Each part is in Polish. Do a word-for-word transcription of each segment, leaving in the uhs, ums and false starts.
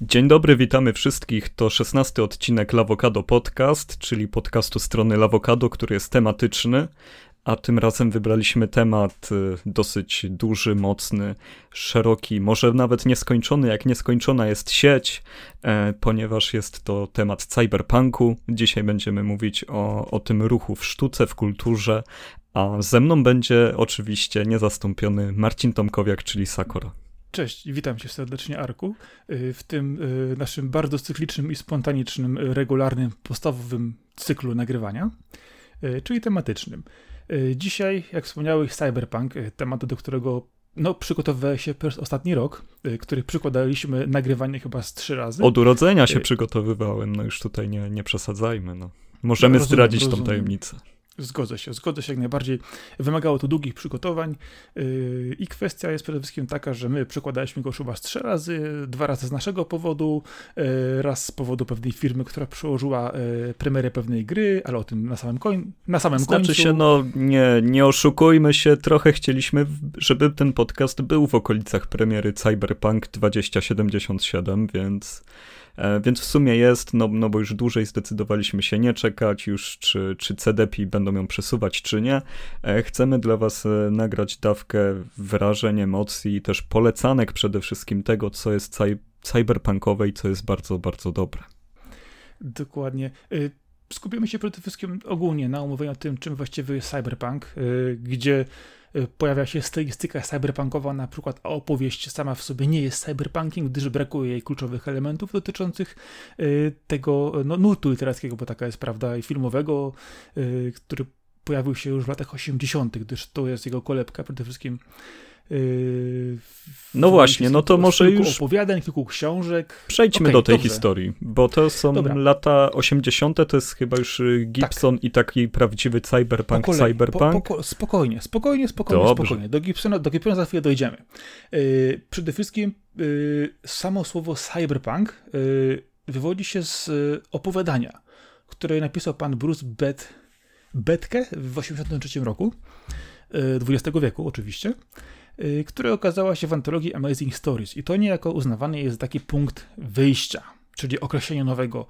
Dzień dobry, witamy wszystkich. To szesnasty odcinek Lawokado Podcast, czyli podcastu strony Lawokado, który jest tematyczny, a tym razem wybraliśmy temat dosyć duży, mocny, szeroki, może nawet nieskończony, jak nieskończona jest sieć, e, ponieważ jest to temat cyberpunku. Dzisiaj będziemy mówić o, o tym ruchu w sztuce, w kulturze, a ze mną będzie oczywiście niezastąpiony Marcin Tomkowiak, czyli Sakora. Cześć, witam cię serdecznie, Arku, w tym naszym bardzo cyklicznym i spontanicznym, regularnym, podstawowym cyklu nagrywania, czyli tematycznym. Dzisiaj, jak wspomniałeś, cyberpunk, temat, do którego no, przygotowywałeś się przez ostatni rok, który przykładaliśmy nagrywanie chyba z trzy razy. Od urodzenia się przygotowywałem, no już tutaj nie, nie przesadzajmy, no. Możemy rozumiem, zdradzić rozumiem. tą tajemnicę. Zgodzę się, zgodzę się jak najbardziej. Wymagało to długich przygotowań yy, i kwestia jest przede wszystkim taka, że my przekładaliśmy go chyba z trzy razy, dwa razy z naszego powodu, yy, raz z powodu pewnej firmy, która przełożyła yy, premierę pewnej gry, ale o tym na samym, koń, na samym znaczy końcu. Znaczy się, no nie, nie oszukujmy się, trochę chcieliśmy, żeby ten podcast był w okolicach premiery Cyberpunk dwa tysiące siedemdziesiąt siedem, więc... Więc w sumie jest, no, no bo już dłużej zdecydowaliśmy się nie czekać już, czy, czy C D P będą ją przesuwać, czy nie. Chcemy dla was nagrać dawkę wrażeń, emocji i też polecanek przede wszystkim tego, co jest cy- cyberpunkowe i co jest bardzo, bardzo dobre. Dokładnie. Skupimy się przede wszystkim ogólnie na omówieniu o tym, czym właściwie jest cyberpunk, gdzie pojawia się stylistyka cyberpunkowa na przykład, a opowieść sama w sobie nie jest cyberpunkiem, gdyż brakuje jej kluczowych elementów dotyczących y, tego no, nurtu literackiego, bo taka jest prawda, i filmowego, y, który pojawił się już w latach osiemdziesiątych, gdyż to jest jego kolebka przede wszystkim. Yy, no właśnie, no to może kilku już opowiadań, kilku książek. Przejdźmy okay, do tej dobrze. historii, bo to są Dobra. lata osiemdziesiąte, to jest chyba już Gibson tak. i taki prawdziwy cyberpunk, po kolei, cyberpunk. Po, po, spokojnie, spokojnie, spokojnie, Dobrze. spokojnie. Do Gibsona, do Gibsona za chwilę dojdziemy. Yy, przede wszystkim yy, samo słowo cyberpunk yy, wywodzi się z yy, opowiadania, które napisał pan Bruce Bet, Betke w osiemdziesiątym trzecim roku, yy, dwudziestego wieku oczywiście, która okazała się w antologii Amazing Stories. I to niejako uznawany jest taki punkt wyjścia, czyli określenie nowego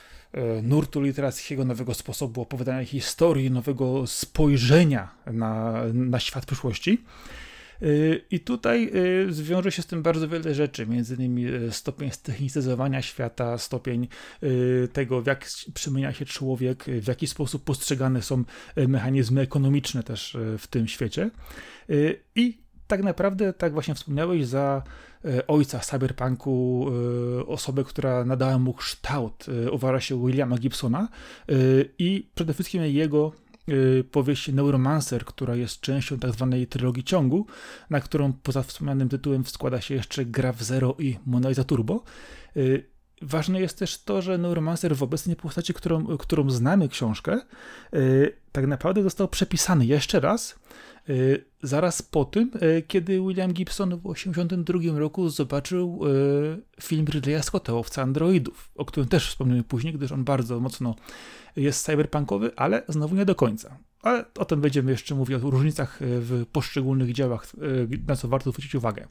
e, nurtu literackiego, nowego sposobu opowiadania historii, nowego spojrzenia na, na świat przyszłości. E, I tutaj e, zwiąże się z tym bardzo wiele rzeczy, między innymi stopień ztechnicyzowania świata, stopień e, tego, w jak przemienia się człowiek, w jaki sposób postrzegane są mechanizmy ekonomiczne też w tym świecie. E, I tak naprawdę, tak właśnie wspomniałeś, za e, ojca cyberpunku, e, osobę, która nadała mu kształt, e, uważa się Williama Gibsona e, i przede wszystkim jego e, powieść Neuromancer, która jest częścią tak zwanej trylogii ciągu, na którą poza wspomnianym tytułem składa się jeszcze Gra w Zero i Mona Lisa Turbo. E, Ważne jest też to, że Neuromancer w obecnej postaci, którą, którą znamy książkę, e, tak naprawdę został przepisany jeszcze raz, e, zaraz po tym, e, kiedy William Gibson w osiemdziesiątym drugim roku zobaczył e, film Ridleya Scotta, Łowca androidów, o którym też wspomniemy później, gdyż on bardzo mocno jest cyberpunkowy, ale znowu nie do końca. Ale o tym będziemy jeszcze mówić, o różnicach w poszczególnych dziełach, e, na co warto zwrócić uwagę.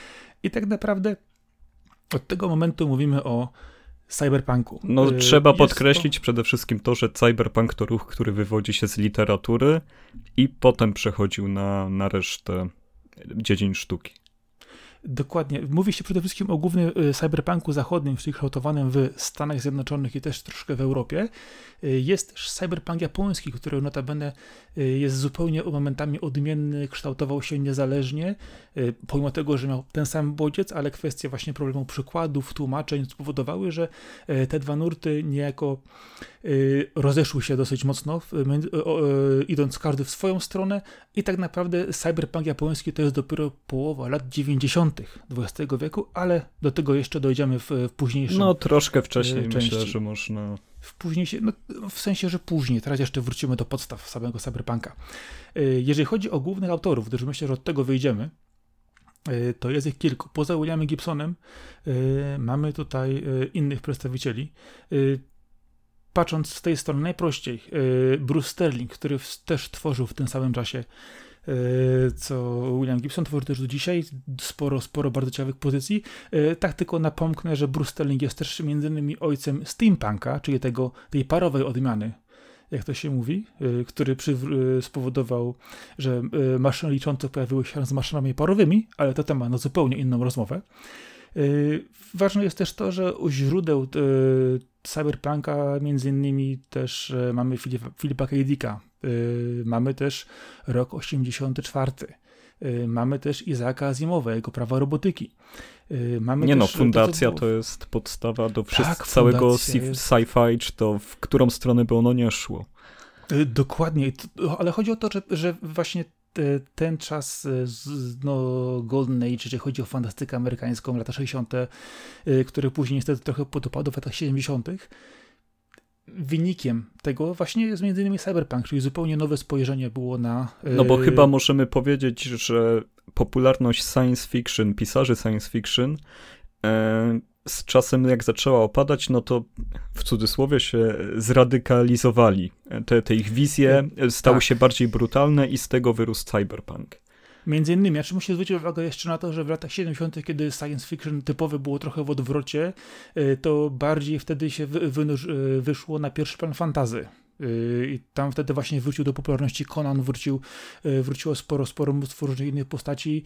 I tak naprawdę od tego momentu mówimy o cyberpunku. No yy, trzeba jest podkreślić to... przede wszystkim to, że cyberpunk to ruch, który wywodzi się z literatury i potem przechodził na, na resztę dziedzin sztuki. Dokładnie. Mówi się przede wszystkim o głównym cyberpunku zachodnim, czyli kształtowanym w Stanach Zjednoczonych i też troszkę w Europie. Jest też cyberpunk japoński, który notabene jest zupełnie momentami odmienny, kształtował się niezależnie, pomimo tego, że miał ten sam bodziec, ale kwestie właśnie problemu przykładów, tłumaczeń spowodowały, że te dwa nurty niejako rozeszły się dosyć mocno, idąc każdy w swoją stronę i tak naprawdę cyberpunk japoński to jest dopiero połowa lat dziewięćdziesiątych dwudziestego wieku, ale do tego jeszcze dojdziemy w, w późniejszym No troszkę wcześniej części. Myślę, że można... W późniejszym, no, w sensie, że później, teraz jeszcze wrócimy do podstaw samego cyberpunka. Jeżeli chodzi o głównych autorów, gdyż myślę, że od tego wyjdziemy, to jest ich kilku. Poza Williamem Gibsonem mamy tutaj innych przedstawicieli. Patrząc z tej strony najprościej, Bruce Sterling, który też tworzył w tym samym czasie co William Gibson tworzy też do dzisiaj, sporo, sporo bardzo ciekawych pozycji. Tak tylko napomknę, że Bruce Sterling jest też między innymi ojcem steampunka, czyli tego, tej parowej odmiany, jak to się mówi, który przy, spowodował, że maszyny liczące pojawiły się z maszynami parowymi, ale to temat na zupełnie inną rozmowę. Ważne jest też to, że u źródeł cyberpunka między innymi też mamy Filipa, Filipa K. Dicka, mamy też rok osiemdziesiąty czwarty, mamy też Isaaca Asimowa, jego Prawa robotyki. Mamy Nie też no, fundacja to, to jest podstawa do wszystkiego, tak, całego jest... sci-fi, czy to w którą stronę by ono nie szło. Dokładnie, ale chodzi o to, że, że właśnie ten czas, no, Golden Age, jeżeli chodzi o fantastykę amerykańską, lata sześćdziesiąte, które później niestety trochę podupadł w latach siedemdziesiątych, wynikiem tego właśnie jest między innymi cyberpunk, czyli zupełnie nowe spojrzenie było na... No bo chyba możemy powiedzieć, że popularność science fiction, pisarzy science fiction e, z czasem jak zaczęła opadać, no to w cudzysłowie się zradykalizowali. Te, te ich wizje stały tak. się bardziej brutalne i z tego wyrósł cyberpunk. Między innymi, ja muszę zwrócić uwagę jeszcze na to, że w latach siedemdziesiątych, kiedy science fiction typowe było trochę w odwrocie, to bardziej wtedy się wy, wy, wyszło na pierwszy plan fantazy. I tam wtedy właśnie wrócił do popularności Conan, wrócił, wróciło sporo, sporo mnóstwo różnych innych postaci,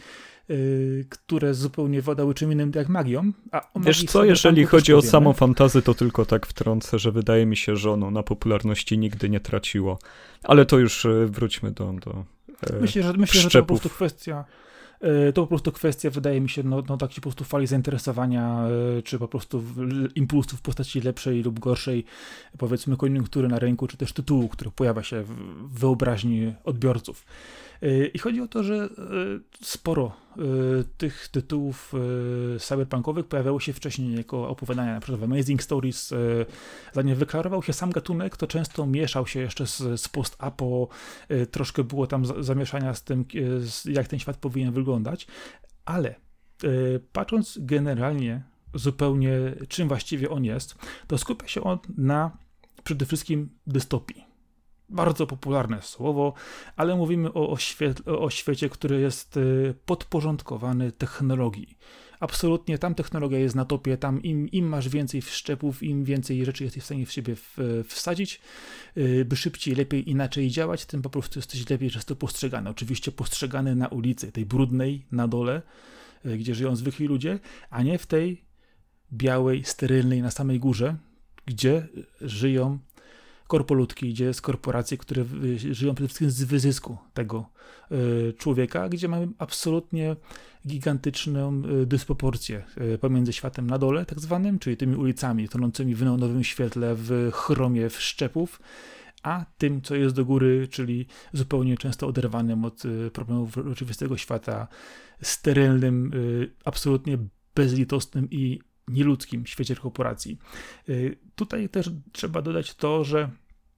które zupełnie władały czym innym jak magią. A o Wiesz co, jeżeli chodzi o samą fantazy, to tylko tak wtrącę, że wydaje mi się, że ono na popularności nigdy nie traciło. Ale to już wróćmy do, do Myślę, że, myślę, że to po prostu kwestia, to po prostu kwestia, wydaje mi się, no, no takiej po prostu fali zainteresowania, czy po prostu impulsów w postaci lepszej lub gorszej, powiedzmy, koniunktury na rynku, czy też tytułu, który pojawia się w wyobraźni odbiorców. I chodzi o to, że sporo tych tytułów cyberpunkowych pojawiało się wcześniej jako opowiadania, na przykład w Amazing Stories. Zanim wyklarował się sam gatunek, to często mieszał się jeszcze z, z post-apo, troszkę było tam zamieszania z tym, jak ten świat powinien wyglądać, ale patrząc generalnie zupełnie czym właściwie on jest, to skupia się on na przede wszystkim dystopii. Bardzo popularne słowo, ale mówimy o, o, świetle, o świecie, który jest podporządkowany technologii. Absolutnie tam technologia jest na topie, tam im, im masz więcej wszczepów, im więcej rzeczy jesteś w stanie w siebie w, wsadzić, by szybciej, lepiej, inaczej działać, tym po prostu jesteś lepiej często postrzegany. Oczywiście postrzegany na ulicy, tej brudnej, na dole, gdzie żyją zwykli ludzie, a nie w tej białej, sterylnej, na samej górze, gdzie żyją korpolutki, gdzie jest korporacje, które żyją przede wszystkim z wyzysku tego y, człowieka, gdzie mamy absolutnie gigantyczną y, dysproporcję y, pomiędzy światem na dole, tak zwanym, czyli tymi ulicami tonącymi w neonowym świetle, w chromie wszczepów, a tym, co jest do góry, czyli zupełnie często oderwanym od y, problemów rzeczywistego świata, sterylnym, y, absolutnie bezlitosnym i nieludzkim świecie korporacji. Tutaj też trzeba dodać to, że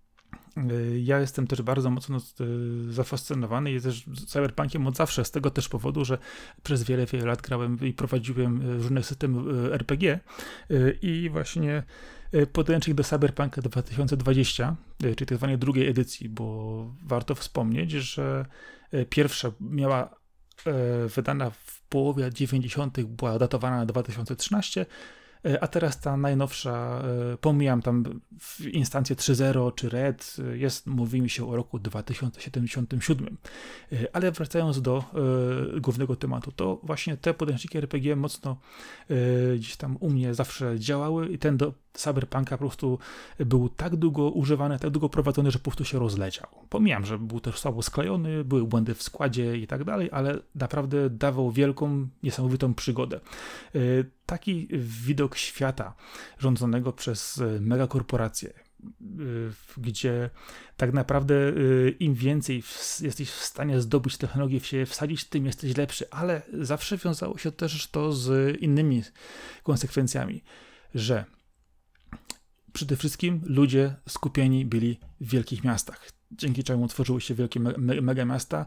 ja jestem też bardzo mocno zafascynowany i też cyberpunkiem od zawsze, z tego też powodu, że przez wiele, wiele lat grałem i prowadziłem różne systemy er pe gie i właśnie podręcznik do Cyberpunka dwa tysiące dwudziestego, czyli tak zwanej drugiej edycji, bo warto wspomnieć, że pierwsza miała wydana w połowie lat dziewięćdziesiątych, była datowana na dwa tysiące trzynasty, a teraz ta najnowsza, pomijam tam w instancję trzy zero czy Red, jest, mówi mi się o roku dwa tysiące siedemdziesiątym siódmym. Ale wracając do y, głównego tematu, to właśnie te podręczniki er pe gie mocno y, gdzieś tam u mnie zawsze działały i ten do Cyberpunka po prostu był tak długo używany, tak długo prowadzony, że po prostu się rozleciał. Pomijam, że był też słabo sklejony, były błędy w składzie i tak dalej, ale naprawdę dawał wielką, niesamowitą przygodę. Y, taki widok świata rządzonego przez megakorporacje, gdzie tak naprawdę im więcej jesteś w stanie zdobyć technologię, w siebie wsadzić, tym jesteś lepszy, ale zawsze wiązało się też to z innymi konsekwencjami, że przede wszystkim ludzie skupieni byli w wielkich miastach, dzięki czemu tworzyły się wielkie me- mega miasta.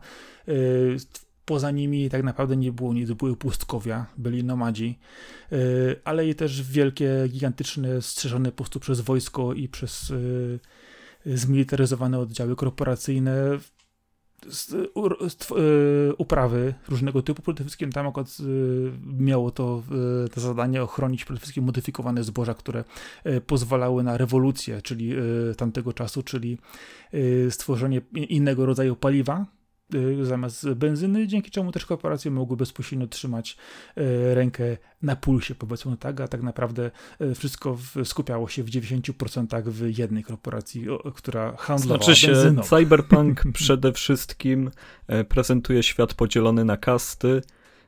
Poza nimi tak naprawdę nie było nic, były pustkowia, byli nomadzi, yy, ale i też wielkie, gigantyczne, strzeżone po prostu przez wojsko i przez yy, zmilitaryzowane oddziały korporacyjne uprawy różnego typu. Przede wszystkim tam akurat miało to, to zadanie ochronić przede wszystkim modyfikowane zboża, które pozwalały na rewolucję, czyli tamtego czasu, czyli stworzenie innego rodzaju paliwa zamiast benzyny, dzięki czemu też korporacje mogły bezpośrednio trzymać rękę na pulsie, powiedzmy tak, a tak naprawdę wszystko skupiało się w dziewięćdziesięciu procentach w jednej korporacji, która handlowała znaczy się, benzyną. Cyberpunk przede wszystkim prezentuje świat podzielony na kasty,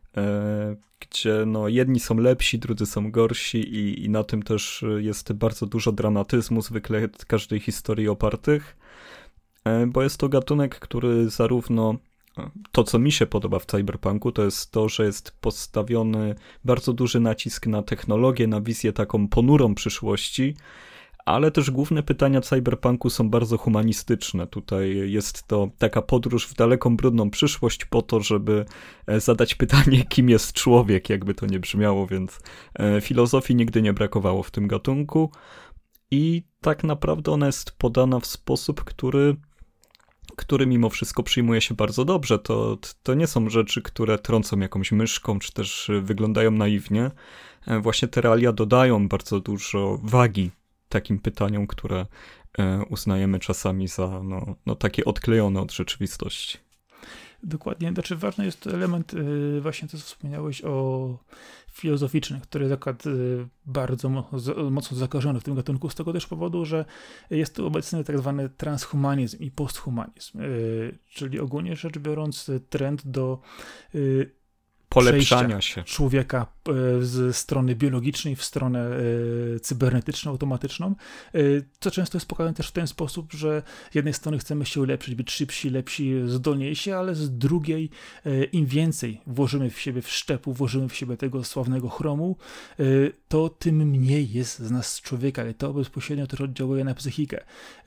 gdzie no, jedni są lepsi, drudzy są gorsi i, i na tym też jest bardzo dużo dramatyzmu zwykle w każdej historii opartych. Bo jest to gatunek, który zarówno, to co mi się podoba w Cyberpunku, to jest to, że jest postawiony bardzo duży nacisk na technologię, na wizję taką ponurą przyszłości, ale też główne pytania Cyberpunku są bardzo humanistyczne. Tutaj jest to taka podróż w daleką, brudną przyszłość po to, żeby zadać pytanie, kim jest człowiek, jakby to nie brzmiało, więc filozofii nigdy nie brakowało w tym gatunku i tak naprawdę ona jest podana w sposób, który który mimo wszystko przyjmuje się bardzo dobrze. To, to nie są rzeczy, które trącą jakąś myszką, czy też wyglądają naiwnie. Właśnie te realia dodają bardzo dużo wagi takim pytaniom, które uznajemy czasami za no, no, takie odklejone od rzeczywistości. Dokładnie, znaczy ważny jest to element yy, właśnie to, co wspomniałeś o filozoficzny, który jest akurat yy, bardzo mo- z- mocno zakażony w tym gatunku z tego też powodu, że jest tu obecny tak zwany transhumanizm i posthumanizm, yy, czyli ogólnie rzecz biorąc trend do yy, polepszania się człowieka z strony biologicznej w stronę cybernetyczną, automatyczną, co często jest pokazane też w ten sposób, że z jednej strony chcemy się ulepszyć, być szybsi, lepsi, zdolniejsi, ale z drugiej im więcej włożymy w siebie wszczepu, włożymy w siebie tego sławnego chromu, to tym mniej jest z nas człowieka i to bezpośrednio też oddziałuje na psychikę.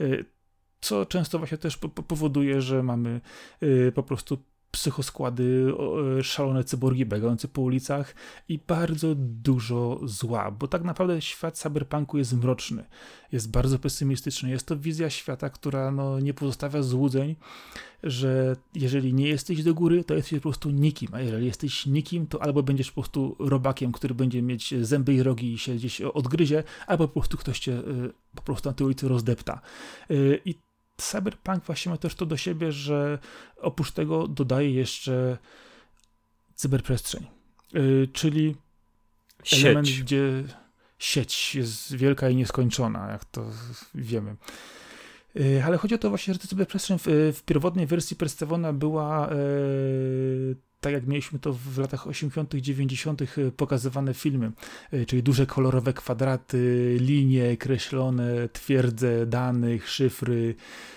Co często właśnie też powoduje, że mamy po prostu psychoskłady, szalone cyborgi biegające po ulicach i bardzo dużo zła, bo tak naprawdę świat cyberpunku jest mroczny, jest bardzo pesymistyczny, jest to wizja świata, która no, nie pozostawia złudzeń, że jeżeli nie jesteś do góry, to jesteś po prostu nikim, a jeżeli jesteś nikim, to albo będziesz po prostu robakiem, który będzie mieć zęby i rogi i się gdzieś odgryzie, albo po prostu ktoś cię po prostu na tej ulicy rozdepta. I Cyberpunk właśnie ma też to do siebie, że oprócz tego dodaje jeszcze cyberprzestrzeń, yy, czyli sieć. element, gdzie sieć jest wielka i nieskończona, jak to wiemy. Yy, ale chodzi o to właśnie, że ta cyberprzestrzeń w, w pierwotnej wersji przedstawiona była yy, tak jak mieliśmy to w latach osiemdziesiątych, dziewięćdziesiątych pokazywane filmy, czyli duże kolorowe kwadraty, linie kreślone, twierdze danych, szyfry,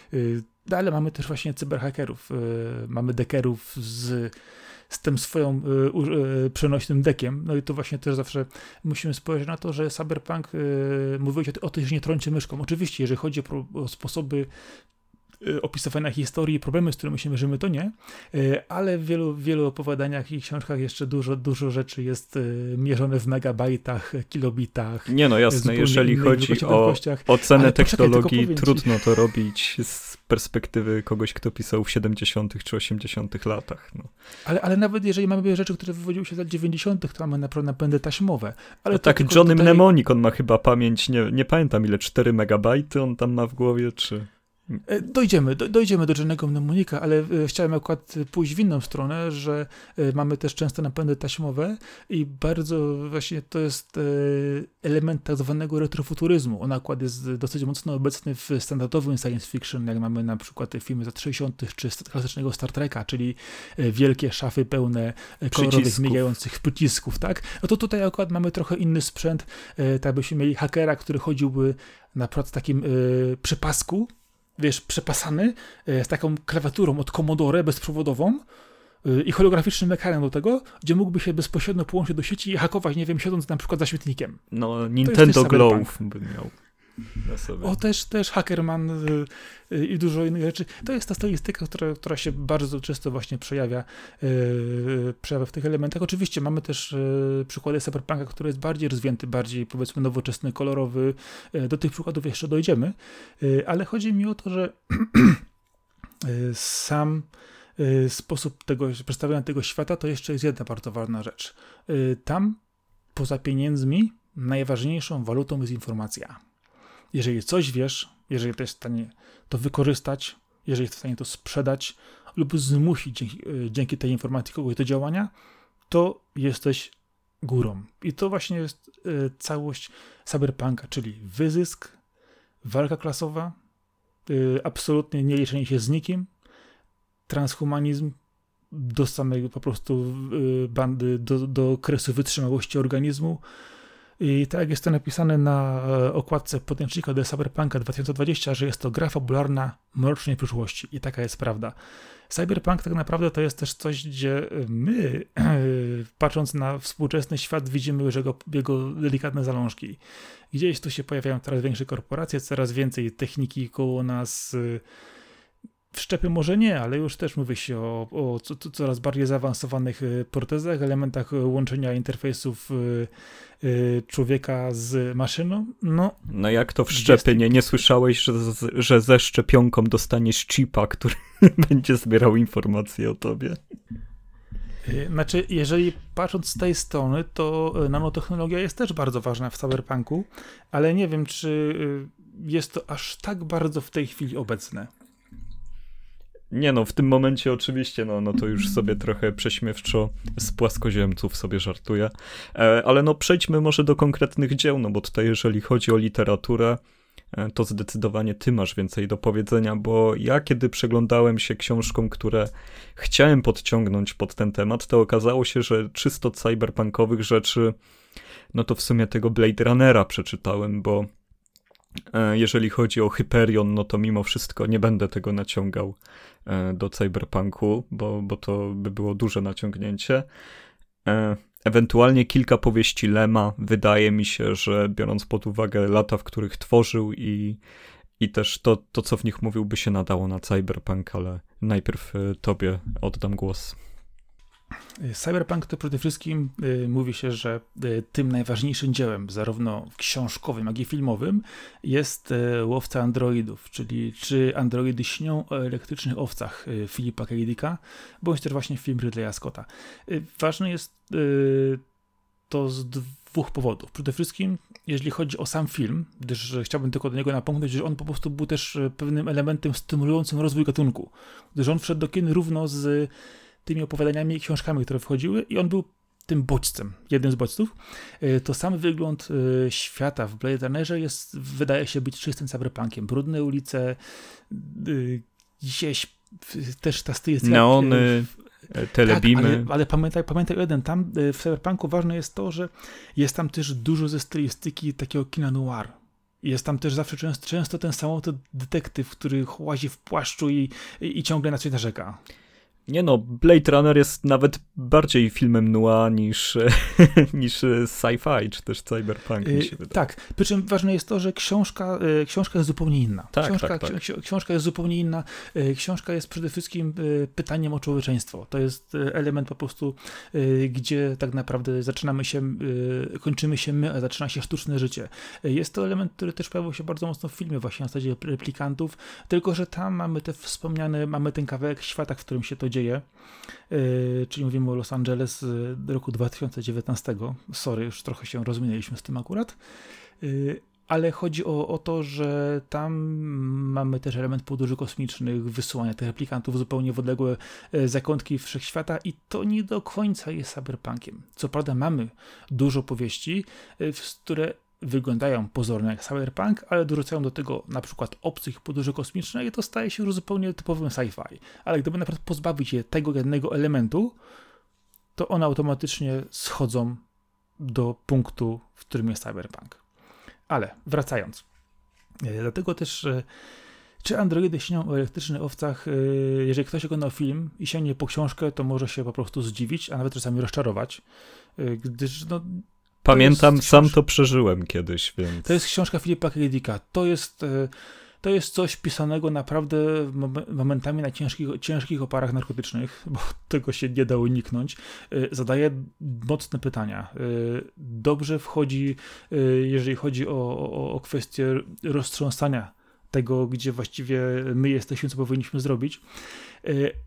ale mamy też właśnie cyberhakerów, mamy dekerów z, z tym swoją przenośnym dekiem, no i to właśnie też zawsze musimy spojrzeć na to, że Cyberpunk mówił o tym, że nie trąci myszką. Oczywiście, jeżeli chodzi o, o sposoby opisywania historii i problemy, z którymi się mierzymy, to nie, ale w wielu, wielu opowiadaniach i książkach jeszcze dużo, dużo rzeczy jest mierzone w megabajtach, kilobitach. Nie no jasne, jeżeli chodzi o ocenę technologii, trudno to robić z perspektywy kogoś, kto pisał w siedemdziesiątych czy osiemdziesiątych latach. No. Ale, ale nawet jeżeli mamy rzeczy, które wywodziły się z lat dziewięćdziesiątych, to mamy naprawdę napędy taśmowe. Ale no tak, Johnny tutaj... Mnemonic, on ma chyba pamięć, nie, nie pamiętam ile, cztery megabajty on tam ma w głowie, czy... Dojdziemy, do, dojdziemy do Johnny'ego Mnemonika, ale e, chciałem akurat pójść w inną stronę, że e, mamy też często napędy taśmowe i bardzo właśnie to jest e, element tak zwanego retrofuturyzmu. On akurat jest dosyć mocno obecny w standardowym science fiction, jak mamy na przykład te filmy z lat sześćdziesiątych czy klasycznego Star Treka, czyli e, wielkie szafy pełne kolorowych, migających przycisków, tak? No to tutaj akurat mamy trochę inny sprzęt, e, tak byśmy mieli hakera, który chodziłby na przykład w takim e, przepasku, wiesz, przepasany, z taką klawiaturą od Commodore bezprzewodową i holograficznym ekranem do tego, gdzie mógłby się bezpośrednio połączyć do sieci i hakować, nie wiem, siedząc na przykład za śmietnikiem. No, Nintendo Glow by miał. O, też, też Hackerman y, y, i dużo innych rzeczy. To jest ta stylistyka, która, która się bardzo często właśnie przejawia, y, przejawia w tych elementach. Oczywiście mamy też y, przykłady cyberpunka, który jest bardziej rozwinięty, bardziej powiedzmy nowoczesny, kolorowy. Y, do tych przykładów jeszcze dojdziemy, y, ale chodzi mi o to, że y, sam sposób tego, przedstawiania tego świata, to jeszcze jest jedna bardzo ważna rzecz. Tam poza pieniędzmi najważniejszą walutą jest informacja. Jeżeli coś wiesz, jeżeli jesteś w stanie to wykorzystać, jeżeli jesteś w stanie to sprzedać lub zmusić dzięki, dzięki tej informacji kogoś do działania, to jesteś górą. I to właśnie jest y, całość cyberpunka, czyli wyzysk, walka klasowa, y, absolutnie nie liczenie się z nikim, transhumanizm do samej po prostu y, bandy, do, do kresu wytrzymałości organizmu. I tak jak jest to napisane na okładce podręcznika do Cyberpunka dwa tysiące dwudziestego, że jest to gra fabularna mrocznej przyszłości. I taka jest prawda. Cyberpunk tak naprawdę to jest też coś, gdzie my, patrząc na współczesny świat, widzimy już jego, jego delikatne zalążki. Gdzieś tu się pojawiają coraz większe korporacje, coraz więcej techniki koło nas. Wszczepy może nie, ale już też mówi się o, o co, co, coraz bardziej zaawansowanych protezach, elementach łączenia interfejsów y, y, człowieka z maszyną. No, no jak to wszczepy? Nie, nie słyszałeś, że, że ze szczepionką dostaniesz chipa, który będzie zbierał informacje o tobie? Znaczy, jeżeli patrząc z tej strony, to nanotechnologia jest też bardzo ważna w cyberpunku, ale nie wiem, czy jest to aż tak bardzo w tej chwili obecne. Nie no, w tym momencie oczywiście, no, no to już sobie trochę prześmiewczo z płaskoziemców sobie żartuję, e, ale no przejdźmy może do konkretnych dzieł, no bo tutaj jeżeli chodzi o literaturę, e, to zdecydowanie ty masz więcej do powiedzenia, bo ja kiedy przeglądałem się książkom, które chciałem podciągnąć pod ten temat, to okazało się, że czysto cyberpunkowych rzeczy, no to w sumie tego Blade Runnera przeczytałem, bo jeżeli chodzi o Hyperion, no to mimo wszystko nie będę tego naciągał do cyberpunku, bo, bo to by było duże naciągnięcie. Ewentualnie kilka powieści Lema. Wydaje mi się, że biorąc pod uwagę lata, w których tworzył i, i też to, to, co w nich mówił, by się nadało na cyberpunk, ale najpierw tobie oddam głos. Cyberpunk to przede wszystkim y, mówi się, że y, tym najważniejszym dziełem, zarówno książkowym, jak i filmowym, jest y, Łowca Androidów, czyli czy androidy śnią o elektrycznych owcach y, Philipa K. Dicka, bądź też właśnie film Ridleya Scotta. Y, ważne jest y, to z dwóch powodów. Przede wszystkim, jeżeli chodzi o sam film, gdyż chciałbym tylko do niego napomknąć, że on po prostu był też pewnym elementem stymulującym rozwój gatunku, gdyż on wszedł do kin równo z tymi opowiadaniami i książkami, które wchodziły i on był tym bodźcem, jednym z bodźców. To sam wygląd świata w Blade Runnerze jest, wydaje się być czystym cyberpunkiem. Brudne ulice, gdzieś też ta stylizacja. Neony, telebimy. Tak, ale, ale pamiętaj, pamiętaj jeden, tam w cyberpunku ważne jest to, że jest tam też dużo ze stylistyki takiego kina noir. Jest tam też zawsze często, często ten samochód detektyw, który łazi w płaszczu i, i, i ciągle na coś narzeka. Nie no, Blade Runner jest nawet bardziej filmem noir niż, niż sci-fi, czy też cyberpunk, mi się wydaje. Tak, przy czym ważne jest to, że książka, książka jest zupełnie inna. Tak, książka, tak, tak. Książka jest zupełnie inna. Książka jest przede wszystkim pytaniem o człowieczeństwo. To jest element po prostu, gdzie tak naprawdę zaczynamy się, kończymy się my, a zaczyna się sztuczne życie. Jest to element, który też pojawił się bardzo mocno w filmie właśnie na zasadzie replikantów, tylko że tam mamy te wspomniane, mamy ten kawałek świata, w którym się to dzieje, yy, czyli mówimy o Los Angeles z roku dwa tysiące dziewiętnastego. Sorry, już trochę się rozminęliśmy z tym akurat. Yy, ale chodzi o, o to, że tam mamy też element podróży kosmicznych, wysyłania tych replikantów zupełnie w odległe zakątki wszechświata i to nie do końca jest cyberpunkiem. Co prawda mamy dużo powieści, yy, które wyglądają pozornie jak cyberpunk, ale dorzucają do tego na przykład obcych podróży kosmiczne i to staje się już zupełnie typowym sci-fi. Ale gdyby na przykład pozbawić je tego jednego elementu, to one automatycznie schodzą do punktu, w którym jest cyberpunk. Ale wracając. Dlatego też czy androidy śnią o elektrycznych owcach, jeżeli ktoś oglądał film i sięgnie po książkę, to może się po prostu zdziwić, a nawet czasami rozczarować, gdyż no Pamiętam, książ... sam to przeżyłem kiedyś, więc... To jest książka Philipa K. Dicka. To jest, to jest coś pisanego naprawdę momentami na ciężkich, ciężkich oparach narkotycznych, bo tego się nie da uniknąć. Zadaje mocne pytania. Dobrze wchodzi, jeżeli chodzi o, o, o kwestię roztrząsania tego, gdzie właściwie my jesteśmy, co powinniśmy zrobić.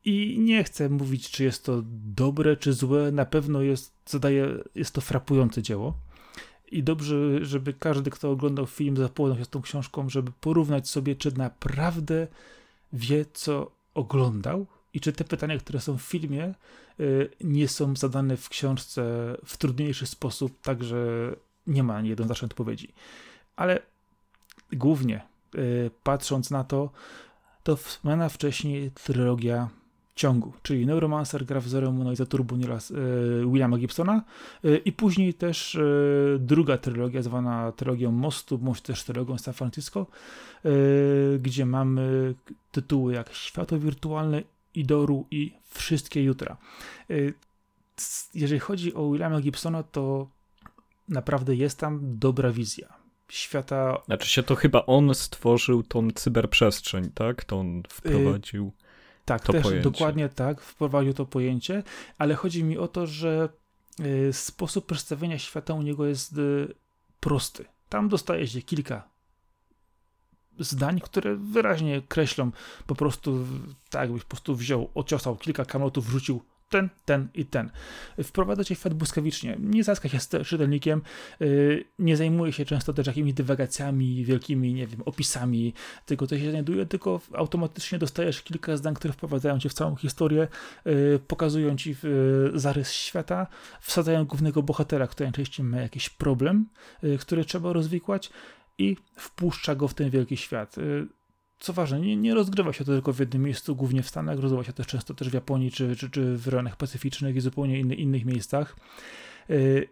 I nie chcę mówić, czy jest to dobre, czy złe. Na pewno jest, zadaje, jest to frapujące dzieło. I dobrze, żeby każdy, kto oglądał film, zapoznał się z tą książką, żeby porównać sobie, czy naprawdę wie, co oglądał i czy te pytania, które są w filmie, nie są zadane w książce w trudniejszy sposób, tak że nie ma jednoznacznej odpowiedzi. Ale głównie patrząc na to, to wspomniana wcześniej trylogia ciągu, czyli Neuromancer, Gra w Zero Moon i Zaturbo Nila e, Williama Gibsona e, i później też e, druga trylogia zwana trylogią Mostu, bądź też trylogią San Francisco, e, gdzie mamy tytuły jak Światło Wirtualne, Idoru i Wszystkie Jutra. E, jeżeli chodzi o Williama Gibsona, to naprawdę jest tam dobra wizja świata. Znaczy się to chyba on stworzył tą cyberprzestrzeń, tak? To on wprowadził e... Tak, to też pojęcie. Dokładnie tak, wprowadził to pojęcie, ale chodzi mi o to, że y, sposób przedstawienia świata u niego jest y, prosty. Tam dostaje się kilka zdań, które wyraźnie kreślą po prostu, tak jakbyś po prostu wziął, ociosał kilka kamotów, wrzucił ten, ten i ten. Wprowadza cię w świat błyskawicznie. Nie zaska się z czytelnikiem, yy, nie zajmuje się często też jakimiś dywagacjami, wielkimi, nie wiem, opisami tego, co się znajduje, tylko automatycznie dostajesz kilka zdań, które wprowadzają cię w całą historię, yy, pokazują ci yy, zarys świata, wsadzają głównego bohatera, który najczęściej ma jakiś problem, yy, który trzeba rozwikłać i wpuszcza go w ten wielki świat. Yy, Co ważne, nie, nie rozgrywa się to tylko w jednym miejscu, głównie w Stanach, rozgrywa się też często też w Japonii, czy, czy, czy w rejonach pacyficznych i zupełnie inny, innych miejscach. Yy,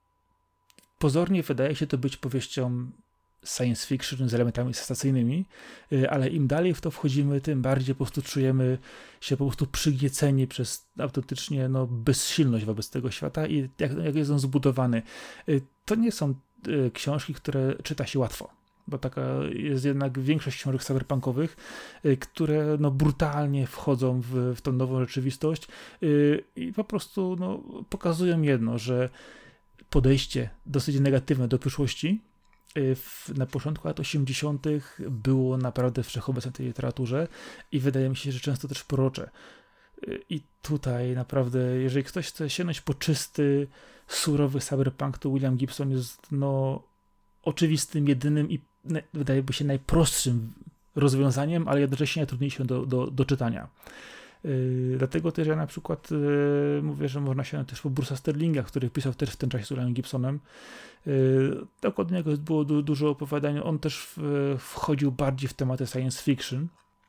pozornie wydaje się to być powieścią science fiction z elementami sensacyjnymi, yy, ale im dalej w to wchodzimy, tym bardziej po prostu czujemy się po prostu przygnieceni przez autentycznie no, bezsilność wobec tego świata i jak, jak jest on zbudowany. Yy, to nie są yy, książki, które czyta się łatwo. Bo taka jest jednak większość książek cyberpunkowych, y, które no, brutalnie wchodzą w, w tą nową rzeczywistość y, i po prostu no, pokazują jedno, że podejście dosyć negatywne do przyszłości y, w, na początku lat osiemdziesiątych było naprawdę wszechobecne w tej literaturze i wydaje mi się, że często też prorocze. Y, I tutaj naprawdę, jeżeli ktoś chce sięgnąć po czysty, surowy cyberpunk, to William Gibson jest no, oczywistym, jedynym i wydaje mi się najprostszym rozwiązaniem, ale jednocześnie najtrudniejszym do, do, do czytania. Yy, dlatego też ja na przykład yy, mówię, że można się też po Bruce'a Sterlinga, który pisał też w tym czasie z Williamem Gibsonem. Yy, tak od niego było du- dużo opowiadań. On też w, wchodził bardziej w tematy science fiction,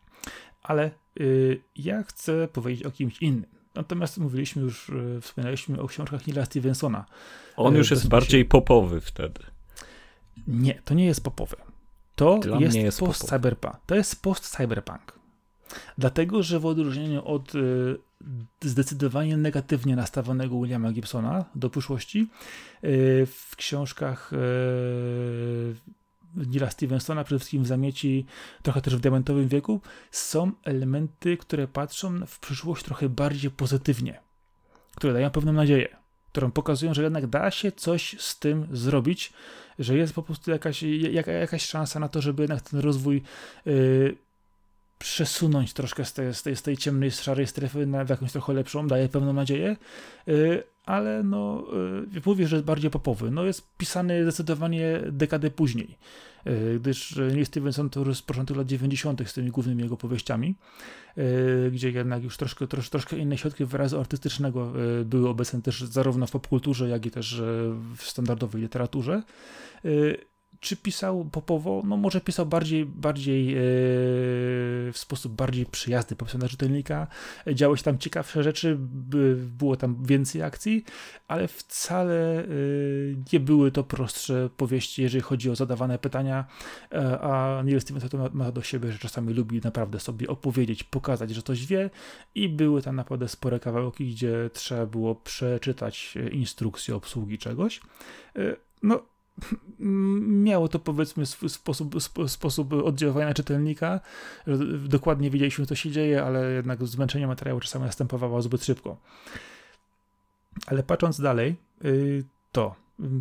ale yy, ja chcę powiedzieć o kimś innym. Natomiast mówiliśmy już, yy, wspominaliśmy o książkach Neila Stephensona. On już jest bardziej popowy wtedy. Nie, to nie jest popowy. To Dla jest, jest post-cyberpunk. To jest post-cyberpunk. Dlatego, że w odróżnieniu od y, zdecydowanie negatywnie nastawionego Williama Gibsona do przyszłości, y, w książkach y, Neila Stephensona, przede wszystkim w Zamieci, trochę też w Diamentowym Wieku, są elementy, które patrzą w przyszłość trochę bardziej pozytywnie, które dają pewną nadzieję, którą pokazują, że jednak da się coś z tym zrobić, że jest po prostu jakaś, jaka, jakaś szansa na to, żeby jednak ten rozwój yy, przesunąć troszkę z tej, z tej, z tej ciemnej, szarej strefy na w jakąś trochę lepszą, daje pewną nadzieję, yy, ale no, yy, mówię, że jest bardziej popowy. No, jest pisany zdecydowanie dekadę później, yy, gdyż Neil Stephenson to z początku lat dziewięćdziesiątych z tymi głównymi jego powieściami, yy, gdzie jednak już troszkę, trosz, troszkę inne środki wyrazu artystycznego yy, były obecne też zarówno w popkulturze, jak i też yy, w standardowej literaturze. Yy, Czy pisał popowo? No może pisał bardziej, bardziej yy, w sposób bardziej przyjazny po prostu dla czytelnika. Działy się tam ciekawsze rzeczy, by, było tam więcej akcji, ale wcale yy, nie były to prostsze powieści, jeżeli chodzi o zadawane pytania, yy, a Neil Stephenson to ma, ma do siebie, że czasami lubi naprawdę sobie opowiedzieć, pokazać, że coś wie i były tam naprawdę spore kawałki, gdzie trzeba było przeczytać instrukcję obsługi czegoś. Yy, no miało to powiedzmy swój sposób, sp- sposób oddziaływania na czytelnika. Dokładnie wiedzieliśmy, co się dzieje, ale jednak zmęczenie materiału czasami następowało zbyt szybko. Ale patrząc dalej, to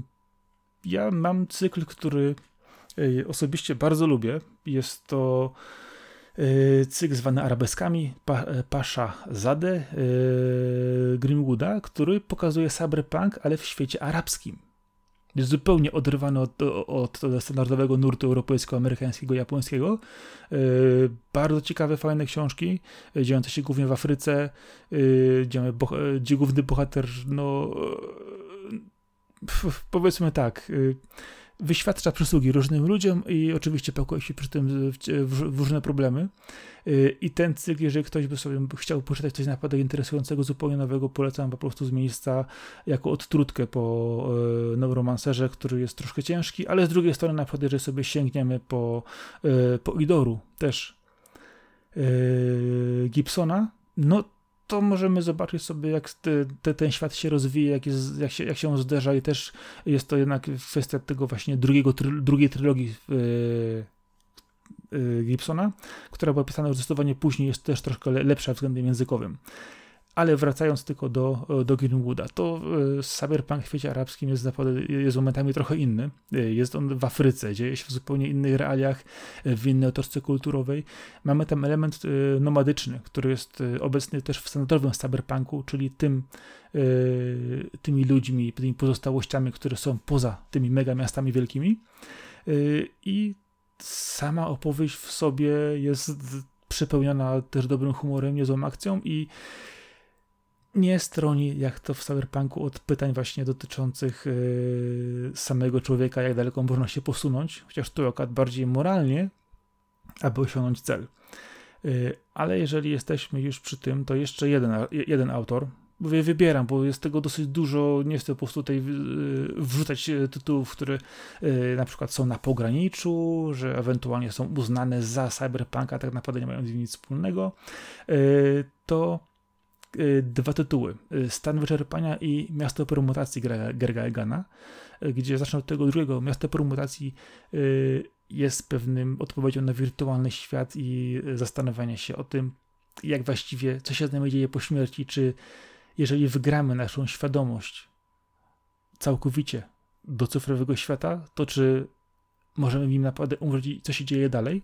ja mam cykl, który osobiście bardzo lubię. Jest to cykl zwany Arabeskami pa, Pasha Zade yy, Greenwooda, który pokazuje cyberpunk, ale w świecie arabskim. Jest zupełnie oderwany od, od, od standardowego nurtu europejsko-amerykańskiego, japońskiego. Yy, bardzo ciekawe, fajne książki, dziejące się głównie w Afryce, yy, gdzie, boh- gdzie główny bohater, no yy, powiedzmy tak, yy, wyświadcza przysługi różnym ludziom i oczywiście pakuje się przy tym w, w, w różne problemy. Yy, I ten cykl, jeżeli ktoś by sobie chciał poczytać coś naprawdę interesującego, zupełnie nowego, polecam po prostu z miejsca jako odtrutkę po yy, Neuromancerze, który jest troszkę ciężki, ale z drugiej strony na przykład, jeżeli sobie sięgniemy po, yy, po Idoru też yy, Gibsona, no to możemy zobaczyć sobie, jak te, te, ten świat się rozwija, jak, jest, jak, się, jak się on zderza i też jest to jednak kwestia tego właśnie drugiego, try, drugiej trylogii yy, yy, Gibsona, która była pisana już zdecydowanie później, jest też troszkę lepsza względem językowym. Ale wracając tylko do, do Greenwooda, to yy, cyberpunk w świecie arabskim jest, jest momentami trochę inny. Yy, jest on w Afryce, dzieje się w zupełnie innych realiach, yy, w innej otoczce kulturowej. Mamy tam element yy, nomadyczny, który jest yy, obecny też w standardowym cyberpunku, czyli tym, yy, tymi ludźmi, tymi pozostałościami, które są poza tymi mega miastami wielkimi. Yy, I sama opowieść w sobie jest przepełniona też dobrym humorem, niezłą akcją i nie stroni, jak to w cyberpunku, od pytań właśnie dotyczących yy, samego człowieka, jak daleko można się posunąć, chociaż tu akurat bardziej moralnie, aby osiągnąć cel. Yy, ale jeżeli jesteśmy już przy tym, to jeszcze jeden, jeden autor, mówię, wybieram, bo jest tego dosyć dużo, nie chcę po prostu tutaj yy, wrzucać tytułów, które yy, na przykład są na pograniczu, że ewentualnie są uznane za cyberpunka, tak naprawdę nie mają z nim nic wspólnego, yy, to dwa tytuły. Stan wyczerpania i Miasto permutacji Gerga Egana, gdzie zacznę od tego drugiego. Miasto permutacji jest pewnym odpowiedzią na wirtualny świat i zastanawianie się o tym, jak właściwie, co się z nami dzieje po śmierci, czy jeżeli wygramy naszą świadomość całkowicie do cyfrowego świata, to czy możemy w nim naprawdę umrzeć i co się dzieje dalej.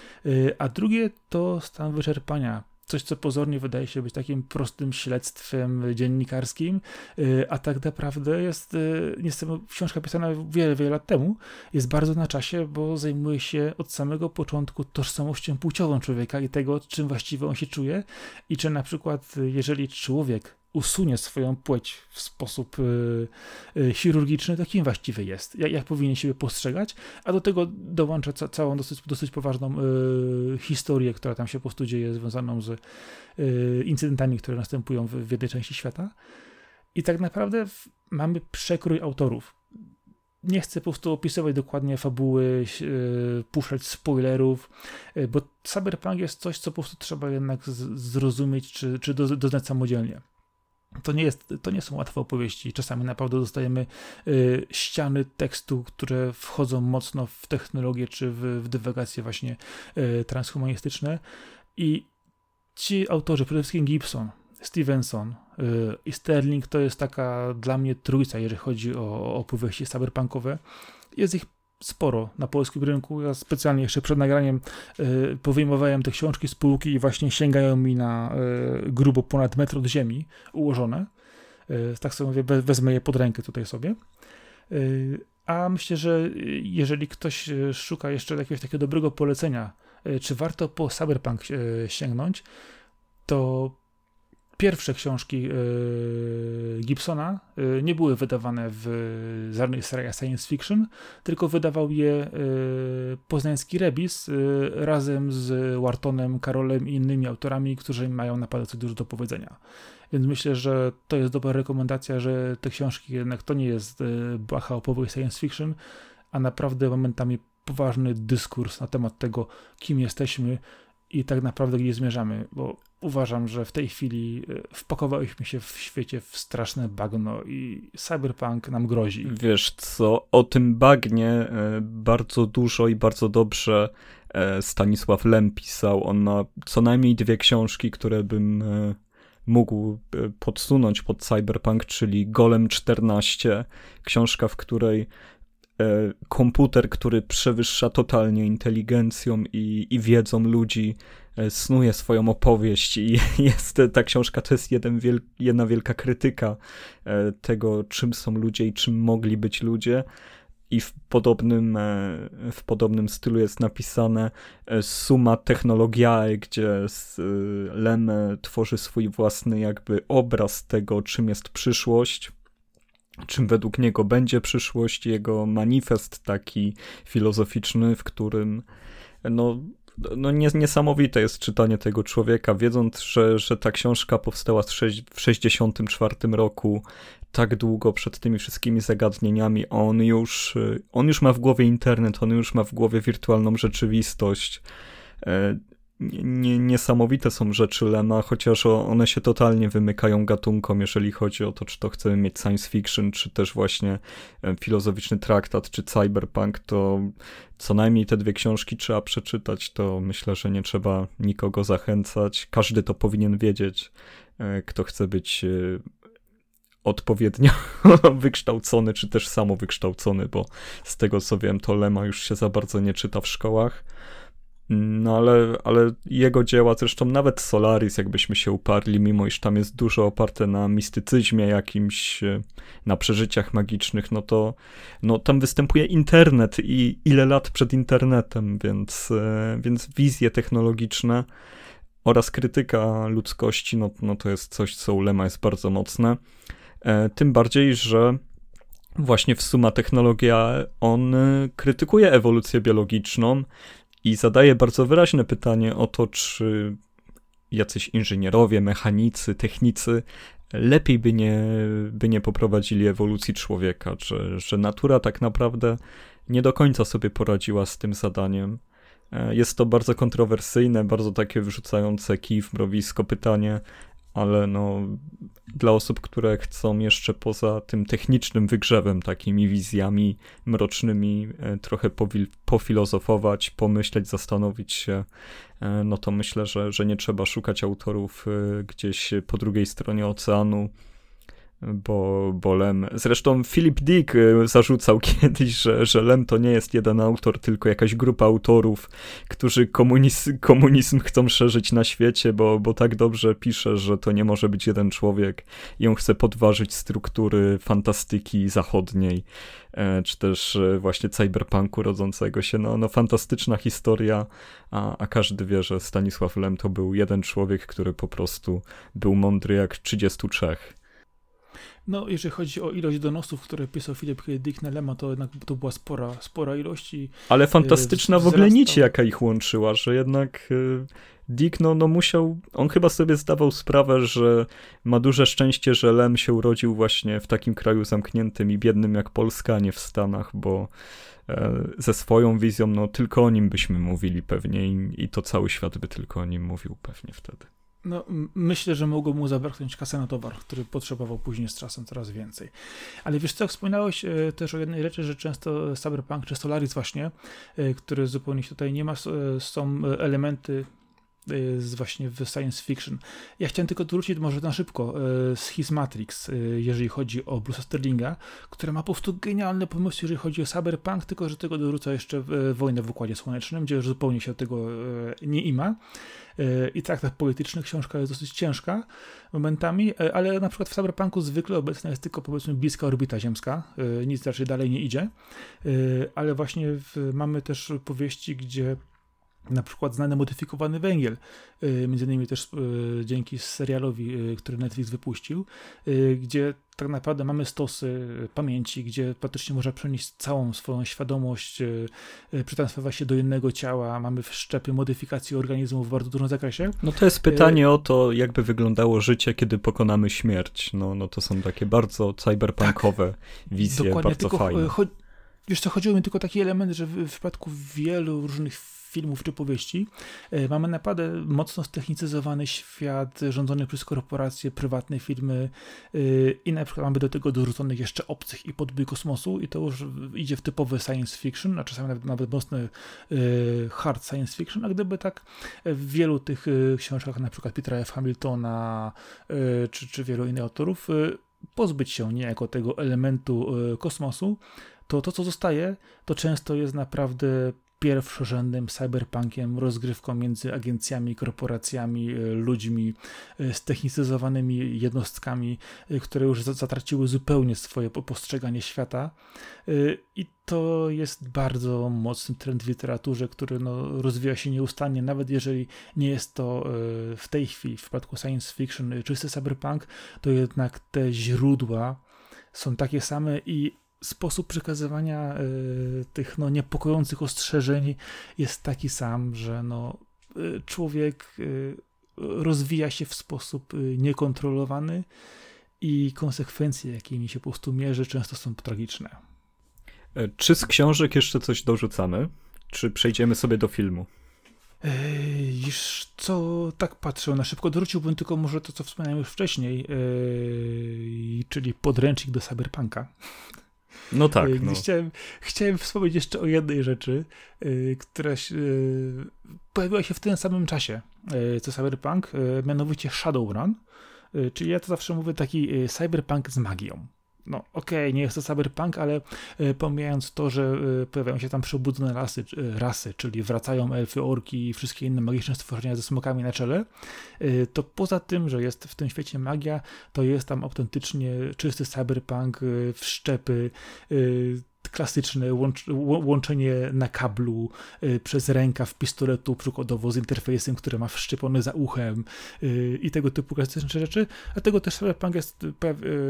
A drugie to stan wyczerpania. Coś, co pozornie wydaje się być takim prostym śledztwem dziennikarskim, a tak naprawdę jest, niestety książka pisana wiele, wiele lat temu, jest bardzo na czasie, bo zajmuje się od samego początku tożsamością płciową człowieka i tego, czym właściwie on się czuje i czy na przykład, jeżeli człowiek usunie swoją płeć w sposób y, y, chirurgiczny, to kim właściwie jest, jak, jak powinien siebie postrzegać, a do tego dołącza ca- całą dosyć, dosyć poważną y, historię, która tam się po prostu dzieje, związaną z y, incydentami, które następują w, w jednej części świata. I tak naprawdę w, mamy przekrój autorów. Nie chcę po prostu opisywać dokładnie fabuły, yy, puszczać spoilerów, yy, bo cyberpunk jest coś, co po prostu trzeba jednak z- zrozumieć, czy, czy do, doznać samodzielnie. To nie, jest, to nie są łatwe opowieści. Czasami naprawdę dostajemy y, ściany tekstu, które wchodzą mocno w technologię czy w, w dywagacje właśnie y, transhumanistyczne. I ci autorzy, przede wszystkim Gibson, Stevenson y, i Sterling, to jest taka dla mnie trójca, jeżeli chodzi o, o opowieści cyberpunkowe. Jest ich sporo na polskim rynku. Ja specjalnie jeszcze przed nagraniem y, powyjmowałem te książki z półki i właśnie sięgają mi na y, grubo ponad metr od ziemi ułożone. Y, tak sobie mówię, we, wezmę je pod rękę tutaj sobie. Y, a myślę, że jeżeli ktoś szuka jeszcze jakiegoś takiego dobrego polecenia, y, czy warto po cyberpunk y, sięgnąć, to pierwsze książki yy, Gibsona yy, nie były wydawane w żadnej serii science fiction, tylko wydawał je yy, poznański Rebis yy, razem z Whartonem, Karolem i innymi autorami, którzy mają naprawdę coś dużo do powiedzenia. Więc myślę, że to jest dobra rekomendacja, że te książki jednak to nie jest yy, błaha opowieść science fiction, a naprawdę momentami poważny dyskurs na temat tego, kim jesteśmy i tak naprawdę gdzie zmierzamy, bo uważam, że w tej chwili wpakowaliśmy się w świecie w straszne bagno i cyberpunk nam grozi. Wiesz co, o tym bagnie bardzo dużo i bardzo dobrze Stanisław Lem pisał. On ma co najmniej dwie książki, które bym mógł podsunąć pod cyberpunk, czyli Golem czternaście, książka, w której komputer, który przewyższa totalnie inteligencją i, i wiedzą ludzi, snuje swoją opowieść i jest, ta książka to jest jeden wiel, jedna wielka krytyka tego, czym są ludzie i czym mogli być ludzie. I w podobnym, w podobnym stylu jest napisane Summa Technologiae, gdzie Lem tworzy swój własny jakby obraz tego, czym jest przyszłość, czym według niego będzie przyszłość, jego manifest taki filozoficzny, w którym no, no niesamowite jest czytanie tego człowieka, wiedząc, że, że ta książka powstała w sześćdziesiątym czwartym roku, tak długo przed tymi wszystkimi zagadnieniami, on już, on już ma w głowie internet, on już ma w głowie wirtualną rzeczywistość. Nie, niesamowite są rzeczy Lema, chociaż one się totalnie wymykają gatunkom, jeżeli chodzi o to, czy to chcemy mieć science fiction, czy też właśnie filozoficzny traktat, czy cyberpunk, to co najmniej te dwie książki trzeba przeczytać, to myślę, że nie trzeba nikogo zachęcać. Każdy to powinien wiedzieć, kto chce być odpowiednio wykształcony, czy też samowykształcony, bo z tego co wiem, to Lema już się za bardzo nie czyta w szkołach. No ale, ale jego dzieła, zresztą nawet Solaris, jakbyśmy się uparli, mimo iż tam jest dużo oparte na mistycyzmie jakimś, na przeżyciach magicznych, no to no, tam występuje internet i ile lat przed internetem, więc, więc wizje technologiczne oraz krytyka ludzkości, no, no to jest coś, co u Lema jest bardzo mocne. Tym bardziej, że właśnie w Summa Technologiae on krytykuje ewolucję biologiczną i zadaje bardzo wyraźne pytanie o to, czy jacyś inżynierowie, mechanicy, technicy lepiej by nie, by nie poprowadzili ewolucji człowieka, że, że natura tak naprawdę nie do końca sobie poradziła z tym zadaniem. Jest to bardzo kontrowersyjne, bardzo takie wrzucające kij w mrowisko pytanie, ale no dla osób, które chcą jeszcze poza tym technicznym wygrzewem, takimi wizjami mrocznymi trochę powil- pofilozofować, pomyśleć, zastanowić się, no to myślę, że, że nie trzeba szukać autorów gdzieś po drugiej stronie oceanu, bo, bo Lem... Zresztą Philip Dick zarzucał kiedyś, że, że Lem to nie jest jeden autor, tylko jakaś grupa autorów, którzy komunizm, komunizm chcą szerzyć na świecie, bo, bo tak dobrze pisze, że to nie może być jeden człowiek i on chce podważyć struktury fantastyki zachodniej, czy też właśnie cyberpunku rodzącego się. No, no fantastyczna historia, a, a każdy wie, że Stanisław Lem to był jeden człowiek, który po prostu był mądry jak trzydziestu trzech. No, jeżeli chodzi o ilość donosów, które pisał Philip K. Dick na Lema, to jednak to była spora, spora ilość. I ale fantastyczna w ogóle nić, jaka ich łączyła, że jednak Dick, no, no musiał, on chyba sobie zdawał sprawę, że ma duże szczęście, że Lem się urodził właśnie w takim kraju zamkniętym i biednym jak Polska, a nie w Stanach, bo ze swoją wizją, no tylko o nim byśmy mówili pewnie i, i to cały świat by tylko o nim mówił pewnie wtedy. No, myślę, że mogło mu zabraknąć kasy na towar, który potrzebował później z czasem coraz więcej. Ale wiesz co, wspominałeś e, też o jednej rzeczy, że często Cyberpunk czy Solaris właśnie, e, który zupełnie się tutaj nie ma, e, są elementy e, z właśnie w science fiction. Ja chciałem tylko wrócić może na szybko e, z His Matrix, e, jeżeli chodzi o Bruce'a Sterlinga, który ma po prostu genialne pomysły, jeżeli chodzi o Cyberpunk, tylko że tego dorzuca jeszcze e, Wojnę w Układzie Słonecznym, gdzie już zupełnie się od tego e, nie ima. I traktat polityczny, książka jest dosyć ciężka momentami, ale na przykład w Cyberpunku zwykle obecna jest tylko powiedzmy bliska orbita ziemska, nic raczej dalej nie idzie, ale właśnie w, mamy też powieści, gdzie na przykład znany modyfikowany węgiel, między innymi też dzięki serialowi, który Netflix wypuścił, gdzie tak naprawdę mamy stosy pamięci, gdzie praktycznie można przenieść całą swoją świadomość, przetransferować się do innego ciała, mamy wszczepy modyfikacji organizmu w bardzo dużym zakresie. No to jest pytanie y- o to, jakby wyglądało życie, kiedy pokonamy śmierć. No, no to są takie bardzo cyberpunkowe tak, wizje, dokładnie, bardzo tylko, fajne. Cho- wiesz co, chodziło mi tylko taki element, że w, w przypadku wielu różnych filmów czy powieści, mamy naprawdę mocno ztechnicyzowany świat rządzony przez korporacje, prywatne firmy i na przykład mamy do tego dorzuconych jeszcze obcych i podbój kosmosu i to już idzie w typowy science fiction, a czasami nawet, nawet mocny hard science fiction, a gdyby tak w wielu tych książkach, na przykład Petera F. Hamiltona czy, czy wielu innych autorów, pozbyć się niejako tego elementu kosmosu, to to, co zostaje, to często jest naprawdę pierwszorzędnym cyberpunkiem, rozgrywką między agencjami, korporacjami, ludźmi, ztechnicyzowanymi jednostkami, które już zatraciły zupełnie swoje postrzeganie świata. I to jest bardzo mocny trend w literaturze, który no, rozwija się nieustannie, nawet jeżeli nie jest to w tej chwili, w przypadku science fiction, czysty cyberpunk, to jednak te źródła są takie same i sposób przekazywania y, tych no, niepokojących ostrzeżeń jest taki sam, że no, y, człowiek y, rozwija się w sposób y, niekontrolowany i konsekwencje, jakimi się po prostu mierzy, często są tragiczne. Czy z książek jeszcze coś dorzucamy? Czy przejdziemy sobie do filmu? Już co tak patrzę, na szybko dorzuciłbym tylko może to, co wspomniałem już wcześniej, yy, czyli podręcznik do cyberpunka. No tak. Yy, no. Chciałem, chciałem wspomnieć jeszcze o jednej rzeczy, yy, która się, yy, pojawiła się w tym samym czasie, yy, co cyberpunk, yy, mianowicie Shadowrun, yy, czyli ja to zawsze mówię taki yy, cyberpunk z magią. No okej, okay, nie jest to cyberpunk, ale y, pomijając to, że y, pojawiają się tam przebudzone rasy, y, rasy, czyli wracają elfy, orki i wszystkie inne magiczne stworzenia ze smokami na czele, y, to poza tym, że jest w tym świecie magia, to jest tam autentycznie czysty cyberpunk, y, wszczepy, y, klasyczne łącz, łączenie na kablu y, przez rękaw pistoletu, przykładowo z interfejsem, który ma wszczepiony za uchem y, i tego typu klasyczne rzeczy, dlatego też cyberpunk jest y,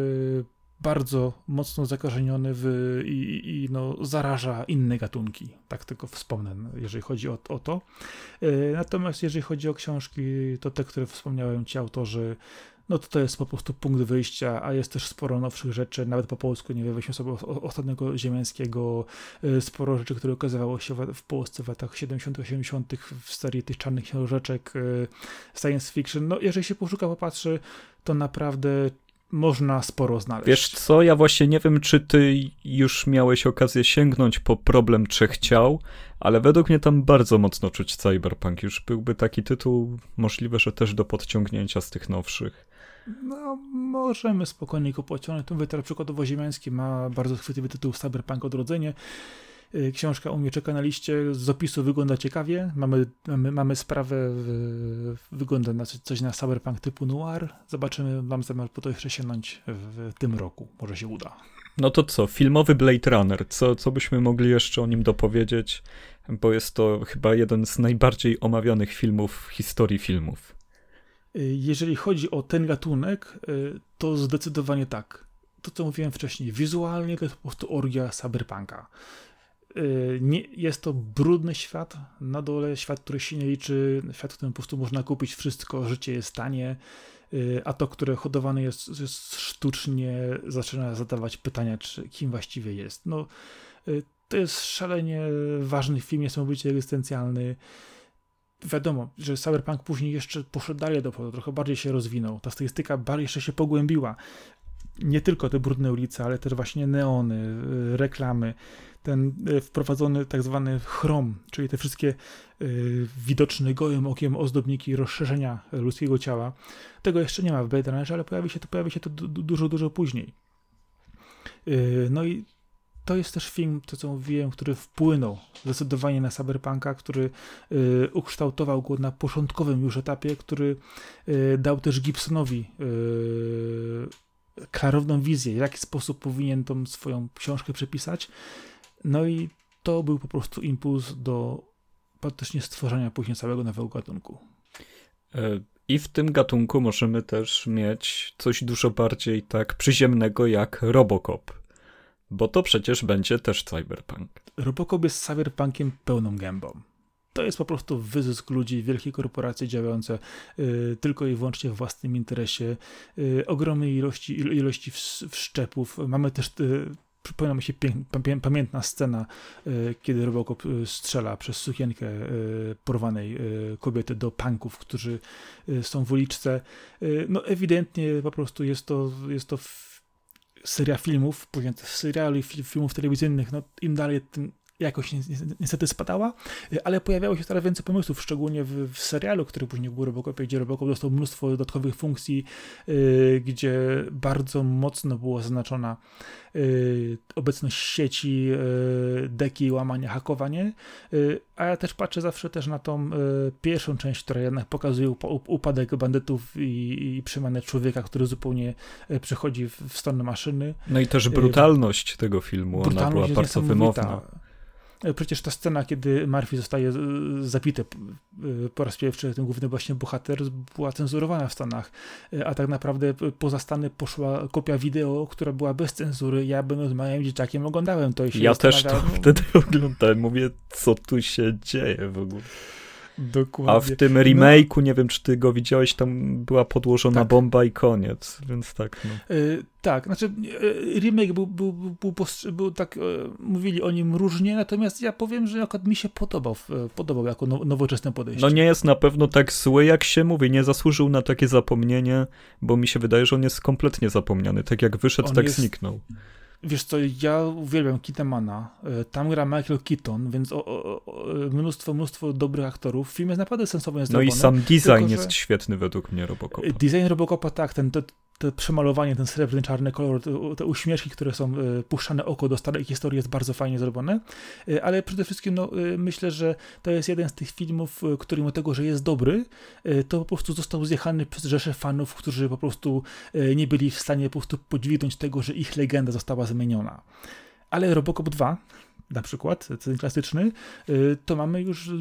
bardzo mocno zakorzeniony w, i, i no, zaraża inne gatunki. Tak tylko wspomnę, jeżeli chodzi o, o to. Natomiast jeżeli chodzi o książki, to te, które wspomniałem ci autorzy, no to to jest po prostu punkt wyjścia, a jest też sporo nowszych rzeczy, nawet po polsku, nie wiem, weźmy sobie Ostatniego Ziemiańskiego, sporo rzeczy, które okazywało się w Polsce w latach siedemdziesiątych, osiemdziesiątych w serii tych czarnych książeczek, science fiction. No jeżeli się poszuka, popatrzy, to naprawdę można sporo znaleźć. Wiesz co, ja właśnie nie wiem, czy ty już miałeś okazję sięgnąć po Problem Trzech Ciał, ale według mnie tam bardzo mocno czuć cyberpunk. Już byłby taki tytuł, możliwe, że też do podciągnięcia z tych nowszych. No, możemy spokojnie go pociągnąć. Tu teraz przykładowo Ziemiański ma bardzo chwytliwy tytuł Cyberpunk Odrodzenie. Książka u mnie czeka na liście, z opisu wygląda ciekawie, mamy, mamy, mamy sprawę, w, wygląda na coś na cyberpunk typu noir, zobaczymy, mam zamiar po to jeszcze sięgnąć w tym roku, może się uda. No to co, filmowy Blade Runner, co, co byśmy mogli jeszcze o nim dopowiedzieć, bo jest to chyba jeden z najbardziej omawianych filmów w historii filmów. Jeżeli chodzi o ten gatunek, to zdecydowanie tak. To, co mówiłem wcześniej, wizualnie to jest po prostu orgia cyberpunka. Nie, jest to brudny świat, na dole świat, który się nie liczy, świat, w którym po prostu można kupić wszystko, życie jest tanie, a to, które hodowane jest, jest sztucznie, zaczyna zadawać pytania, czy, kim właściwie jest. No, to jest szalenie ważny film, niesamowicie egzystencjalny. Wiadomo, że cyberpunk później jeszcze poszedł dalej do przodu, trochę bardziej się rozwinął, ta stylistyka bardziej jeszcze się pogłębiła. Nie tylko te brudne ulice, ale też właśnie neony, reklamy, ten wprowadzony tak zwany chrom, czyli te wszystkie y, widoczne gołym okiem ozdobniki rozszerzenia ludzkiego ciała. Tego jeszcze nie ma w Blade Runnerze, ale pojawi się to, pojawi się to du- dużo, dużo później. Y, no i to jest też film, to co mówiłem, który wpłynął zdecydowanie na cyberpunka, który y, ukształtował go na początkowym już etapie, który y, dał też Gibsonowi y, klarowną wizję, w jaki sposób powinien tą swoją książkę przepisać. No i to był po prostu impuls do praktycznie stworzenia później całego nowego gatunku. I w tym gatunku możemy też mieć coś dużo bardziej tak przyziemnego jak Robocop, bo to przecież będzie też cyberpunk. Robocop jest cyberpunkiem pełną gębą. To jest po prostu wyzysk ludzi, wielkie korporacje działające y, tylko i wyłącznie w własnym interesie, y, ogromnej ilości, ilości wszczepów. Mamy też, y, przypomina mi się pię- pamiętna scena, y, kiedy Robocop y, strzela przez sukienkę y, porwanej y, kobiety do punków, którzy y, są w uliczce. Y, no ewidentnie po prostu jest to, jest to w, seria filmów, później seriali, filmów telewizyjnych. No, im dalej, tym jakoś ni- ni- niestety spadała, ale pojawiało się coraz więcej pomysłów, szczególnie w, w serialu, który później był Robocopie, gdzie Robocop dostał mnóstwo dodatkowych funkcji, yy, gdzie bardzo mocno była zaznaczona yy, obecność sieci, yy, deki, łamanie, hakowanie, yy, a ja też patrzę zawsze też na tą yy, pierwszą część, która jednak pokazuje up- upadek bandytów i, i przemianę człowieka, który zupełnie yy, przechodzi w, w stronę maszyny. No i też brutalność yy, tego filmu, ona była bardzo wymowna. Przecież ta scena, kiedy Murphy zostaje zabity po raz pierwszy, ten główny właśnie bohater, była cenzurowana w Stanach, a tak naprawdę poza Stany poszła kopia wideo, która była bez cenzury. Ja będąc małym dzieciakiem oglądałem to i się Ja też to wtedy oglądałem, mówię, co tu się dzieje w ogóle. Dokładnie. A w tym remake'u, no, nie wiem, czy ty go widziałeś, tam była podłożona tak. bomba i koniec, więc tak. No. Yy, tak, znaczy yy, remake był, był, był, był, był, był tak, yy, mówili o nim różnie, natomiast ja powiem, że akurat mi się podobał, yy, podobał jako now, nowoczesne podejście. No nie jest na pewno tak zły, jak się mówi, nie zasłużył na takie zapomnienie, bo mi się wydaje, że on jest kompletnie zapomniany, tak jak wyszedł, on tak jest... zniknął. Wiesz co, ja uwielbiam Keatemana, tam gra Michael Keaton, więc o, o, o, mnóstwo, mnóstwo dobrych aktorów. Film jest naprawdę sensownie zrobiony. No i sam design tylko, jest świetny według mnie Robocopa. Design Robocopa, tak, ten, to, to przemalowanie, ten srebrny, czarny kolor, te, te uśmieszki, które są y, puszczane oko do starej historii, jest bardzo fajnie zrobione, y, ale przede wszystkim no, y, myślę, że to jest jeden z tych filmów, y, który mimo tego, że jest dobry, y, to po prostu został zjechany przez rzeszę fanów, którzy po prostu y, nie byli w stanie po prostu podźwignąć tego, że ich legenda została zmieniona. Ale Robocop dwa na przykład, ten klasyczny, to mamy już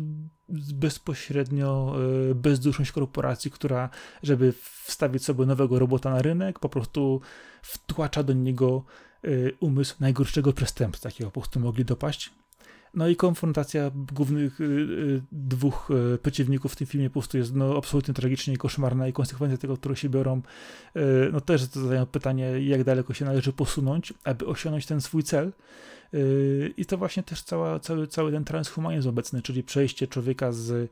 bezpośrednio bezduszność korporacji, która, żeby wstawić sobie nowego robota na rynek, po prostu wtłacza do niego umysł najgorszego przestępcy, jakiego po prostu mogli dopaść. No i konfrontacja głównych y, dwóch y, przeciwników w tym filmie po prostu jest no, absolutnie tragicznie koszmarna i konsekwencje tego, które się biorą, y, no też zadają pytanie, jak daleko się należy posunąć, aby osiągnąć ten swój cel. Y, I to właśnie też cała, cały, cały ten transhumanizm obecny, czyli przejście człowieka z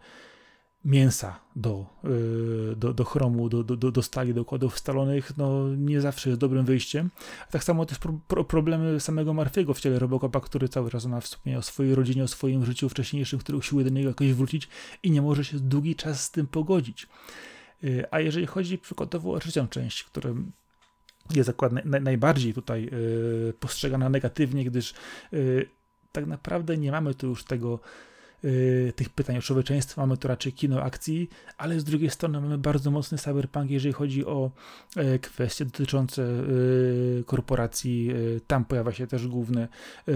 mięsa do, yy, do, do chromu, do, do, do stali, do układów stalonych, no nie zawsze jest dobrym wyjściem. A tak samo też pro, pro, problemy samego Murphy'ego w ciele Robocopa, który cały czas ma wspomnienie o swojej rodzinie, o swoim życiu wcześniejszym, który usiłuje do niego jakoś wrócić i nie może się długi czas z tym pogodzić. Yy, a jeżeli chodzi przykładowo o trzecią część, która jest akurat naj, najbardziej tutaj yy, postrzegana negatywnie, gdyż yy, tak naprawdę nie mamy tu już tego Yy, tych pytań o człowieczeństwo, mamy tu raczej kino akcji, ale z drugiej strony mamy bardzo mocny cyberpunk, jeżeli chodzi o yy, kwestie dotyczące yy, korporacji. Yy, tam pojawia się też główny yy,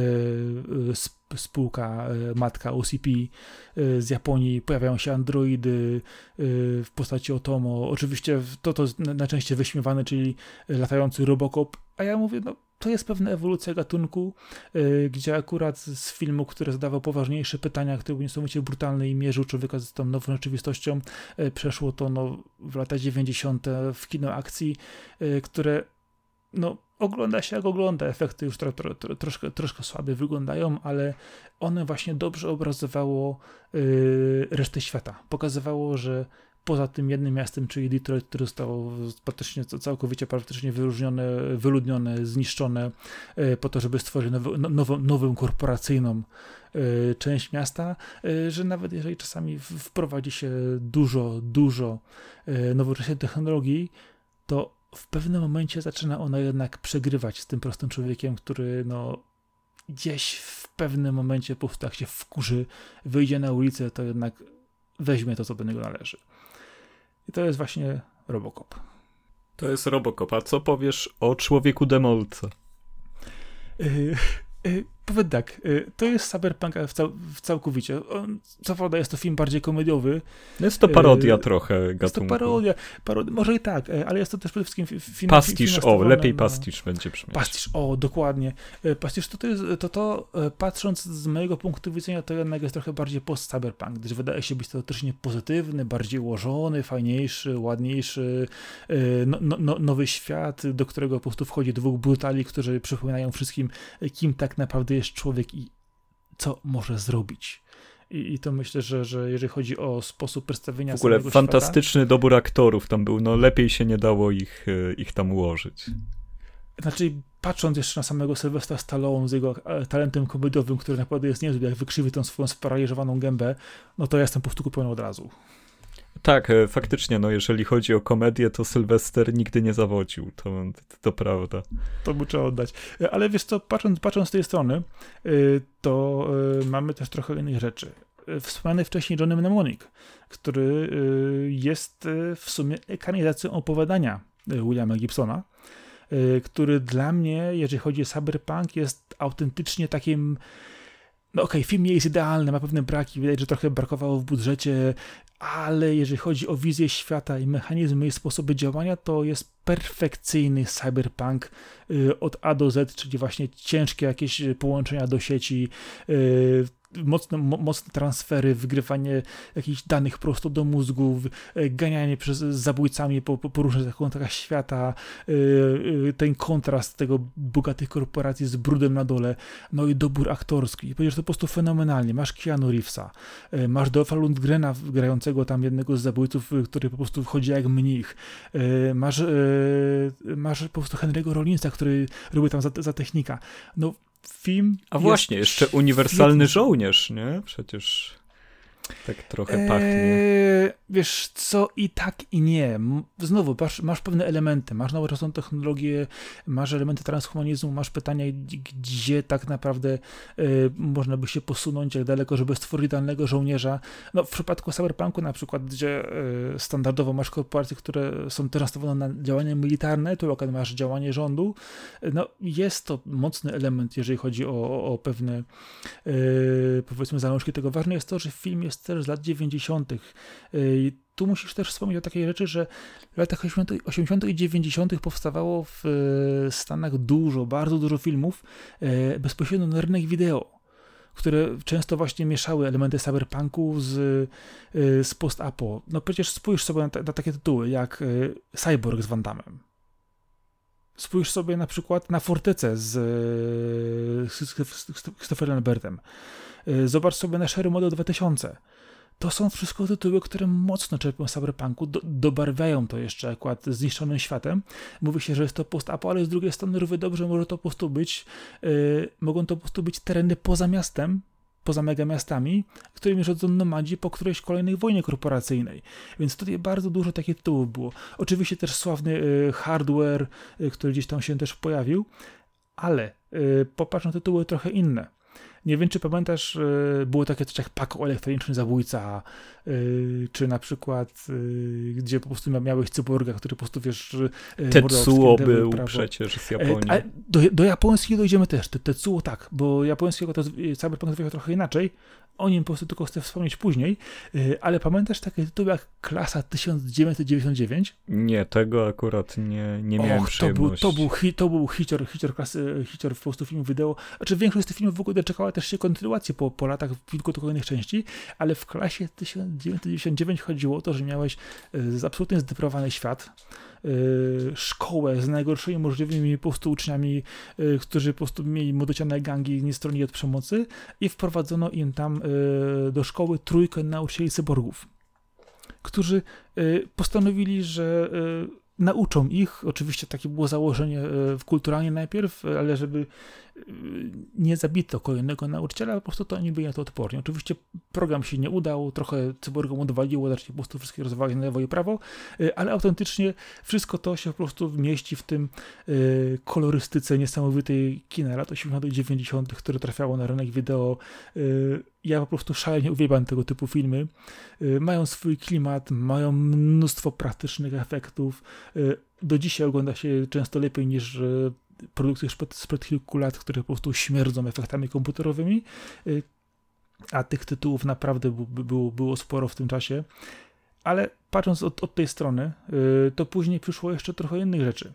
sp- spółka yy, matka O C P yy, z Japonii, pojawiają się androidy yy, w postaci Otomo. Oczywiście to to najczęściej wyśmiewane, czyli latający Robocop, a ja mówię, no to jest pewna ewolucja gatunku, yy, gdzie akurat z filmu, który zadawał poważniejsze pytania, który był niesamowicie brutalny i mierzył człowieka z tą nową rzeczywistością, yy, przeszło to no, w lata dziewięćdziesiąte w kino akcji, yy, które no, ogląda się jak ogląda. Efekty już tro, tro, tro, troszkę, troszkę słabiej wyglądają, ale one właśnie dobrze obrazowało yy, resztę świata. Pokazywało, że poza tym jednym miastem, czyli Detroit, które zostało praktycznie całkowicie praktycznie wyróżnione, wyludnione, zniszczone po to, żeby stworzyć nowy, nową, nową korporacyjną część miasta, że nawet jeżeli czasami wprowadzi się dużo, dużo nowoczesnej technologii, to w pewnym momencie zaczyna ona jednak przegrywać z tym prostym człowiekiem, który no gdzieś w pewnym momencie po prostu jak się wkurzy, wyjdzie na ulicę, to jednak weźmie to, co do niego należy. I to jest właśnie Robocop. To jest Robocop. A co powiesz o Człowieku Demolce? Yy, yy, powiem tak, yy, to jest cyberpunk w, cał, w całkowicie. On, co prawda jest to film bardziej komediowy. Jest to parodia yy, trochę gatunku. Jest to parodia, parodia, może i tak, ale jest to też przede wszystkim film. Pastisz, film o, lepiej pastisz będzie brzmieć. Pastisz, o, dokładnie. Pastisz to, to jest, to, to patrząc z mojego punktu widzenia, to jednak jest trochę bardziej post-cyberpunk, gdyż wydaje się być to też pozytywny, bardziej ułożony, fajniejszy, ładniejszy, no, no, nowy świat, do którego po prostu wchodzi dwóch brutali, którzy przypominają wszystkim, kim tak naprawdę jest człowiek i co może zrobić. I, i to myślę, że, że jeżeli chodzi o sposób przedstawienia w ogóle samego fantastyczny świata, dobór aktorów tam był, no lepiej się nie dało ich, ich tam ułożyć. Znaczy patrząc jeszcze na samego Sylwestra Stallone z jego talentem komediowym, który naprawdę jest niezły, jak wykrzywi tą swoją sparaliżowaną gębę, no to ja jestem po prostu kupiony od razu. Tak, faktycznie, no jeżeli chodzi o komedię, to Sylwester nigdy nie zawodził, to, to, to prawda. To mu trzeba oddać. Ale wiesz co, patrząc, patrząc z tej strony, to mamy też trochę innych rzeczy. Wspomniany wcześniej Johnny Mnemonic, który jest w sumie ekranizacją opowiadania Williama Gibsona, który dla mnie, jeżeli chodzi o cyberpunk, jest autentycznie takim, no okej, okay, film nie jest idealny, ma pewne braki, widać, że trochę brakowało w budżecie, ale jeżeli chodzi o wizję świata i mechanizmy i sposoby działania, to jest perfekcyjny cyberpunk od A do Z, czyli właśnie ciężkie jakieś połączenia do sieci, mocne, mo, mocne transfery, wygrywanie jakichś danych prosto do mózgu, ganianie przez zabójcami po, po, po różnych kątach świata, ten kontrast tego bogatych korporacji z brudem na dole, no i dobór aktorski. I powiedziesz, to po prostu fenomenalnie. Masz Keanu Reevesa, masz Dolpha Lundgrena grającego tam jednego z zabójców, który po prostu wchodzi jak mnich. Masz, masz po prostu Henry'ego Rollinsa, który robi tam za, za technika. No film. A właśnie, jeszcze uniwersalny żołnierz, nie? Przecież tak trochę pachnie. Eee, wiesz co, i tak i nie. Znowu, masz, masz pewne elementy, masz nowoczesną technologię, masz elementy transhumanizmu, masz pytania, gdzie tak naprawdę e, można by się posunąć, jak daleko, żeby stworzyć danego żołnierza. No w przypadku cyberpunku na przykład, gdzie e, standardowo masz korporacje, które są też nastawione na działania militarne, tu akurat masz działanie rządu, no jest to mocny element, jeżeli chodzi o, o, o pewne e, powiedzmy zalążki tego. Ważne jest to, że film jest też z lat dziewięćdziesiątych. Tu musisz też wspomnieć o takiej rzeczy, że w latach osiemdziesiątych i dziewięćdziesiątych powstawało w Stanach dużo, bardzo dużo filmów bezpośrednio na rynek wideo, które często właśnie mieszały elementy cyberpunku z, z post-apo. No przecież spójrz sobie na, ta, na takie tytuły jak Cyborg z Van Dammem. Spójrz sobie na przykład na Fortecę z, z Christopherem Lambertem. Zobacz sobie na Sherry Model dwa tysiące. To są wszystko tytuły, które mocno czerpią z cyberpunku, do, dobarwiają to jeszcze akurat zniszczonym światem. Mówi się, że jest to post-apo, ale z drugiej strony równie dobrze może to po prostu być, yy, mogą to po prostu być tereny poza miastem, poza megamiastami, którymi rządzą nomadzi po którejś kolejnej wojnie korporacyjnej. Więc tutaj bardzo dużo takich tytułów było. Oczywiście też sławny yy, Hardware, yy, który gdzieś tam się też pojawił, ale yy, popatrz na tytuły trochę inne. Nie wiem, czy pamiętasz, było takie coś jak Paco Elektroniczny Zabójca, czy na przykład, gdzie po prostu miałeś cyborga, który po prostu, wiesz... Tetsuo był prawo. Przecież z Japonii. A do, do japońskiego dojdziemy też. Tetsuo tak, bo japońskiego to cyberpunk nazywa trochę inaczej. O nim po prostu tylko chcę wspomnieć później, ale pamiętasz takie tytuły jak Klasa tysiąc dziewięćset dziewięćdziesiąt dziewięć? Nie, tego akurat nie, nie miałem Och, przyjemności. To był, to był, to był hicior, hicior, klasy, hicior po prostu filmów wideo. Znaczy większość z tych filmów w ogóle doczekała też się kontynuacji po, po latach w kilku kolejnych części, ale w Klasie tysiąc dziewięćset dziewięćdziesiąt dziewięć chodziło o to, że miałeś z absolutnie zdeprawowany świat, Yy, szkołę z najgorszymi możliwymi po prostu uczniami, yy, którzy po prostu mieli młodociane gangi, nie stronili od przemocy i wprowadzono im tam yy, do szkoły trójkę nauczycieli cyborgów, którzy yy, postanowili, że yy, nauczą ich, oczywiście takie było założenie yy, kulturalnie najpierw, ale żeby yy, nie zabito kolejnego nauczyciela, po prostu to oni byli na to odporni. Oczywiście program się nie udał, trochę cyborgom odwaliło, znaczy po prostu wszystkie rozwagi na lewo i prawo, yy, ale autentycznie wszystko to się po prostu mieści w tym yy, kolorystyce niesamowitej kina lat osiemdziesiątych dziewięćdziesiątych, które trafiało na rynek wideo. Yy, Ja po prostu szalenie uwielbiam tego typu filmy. Yy, mają swój klimat, mają mnóstwo praktycznych efektów. Yy, do dzisiaj ogląda się często lepiej niż yy, produkcje sprzed, sprzed kilku lat, które po prostu śmierdzą efektami komputerowymi. Yy, a tych tytułów naprawdę b- było, było sporo w tym czasie. Ale patrząc od, od tej strony, yy, to później przyszło jeszcze trochę innych rzeczy.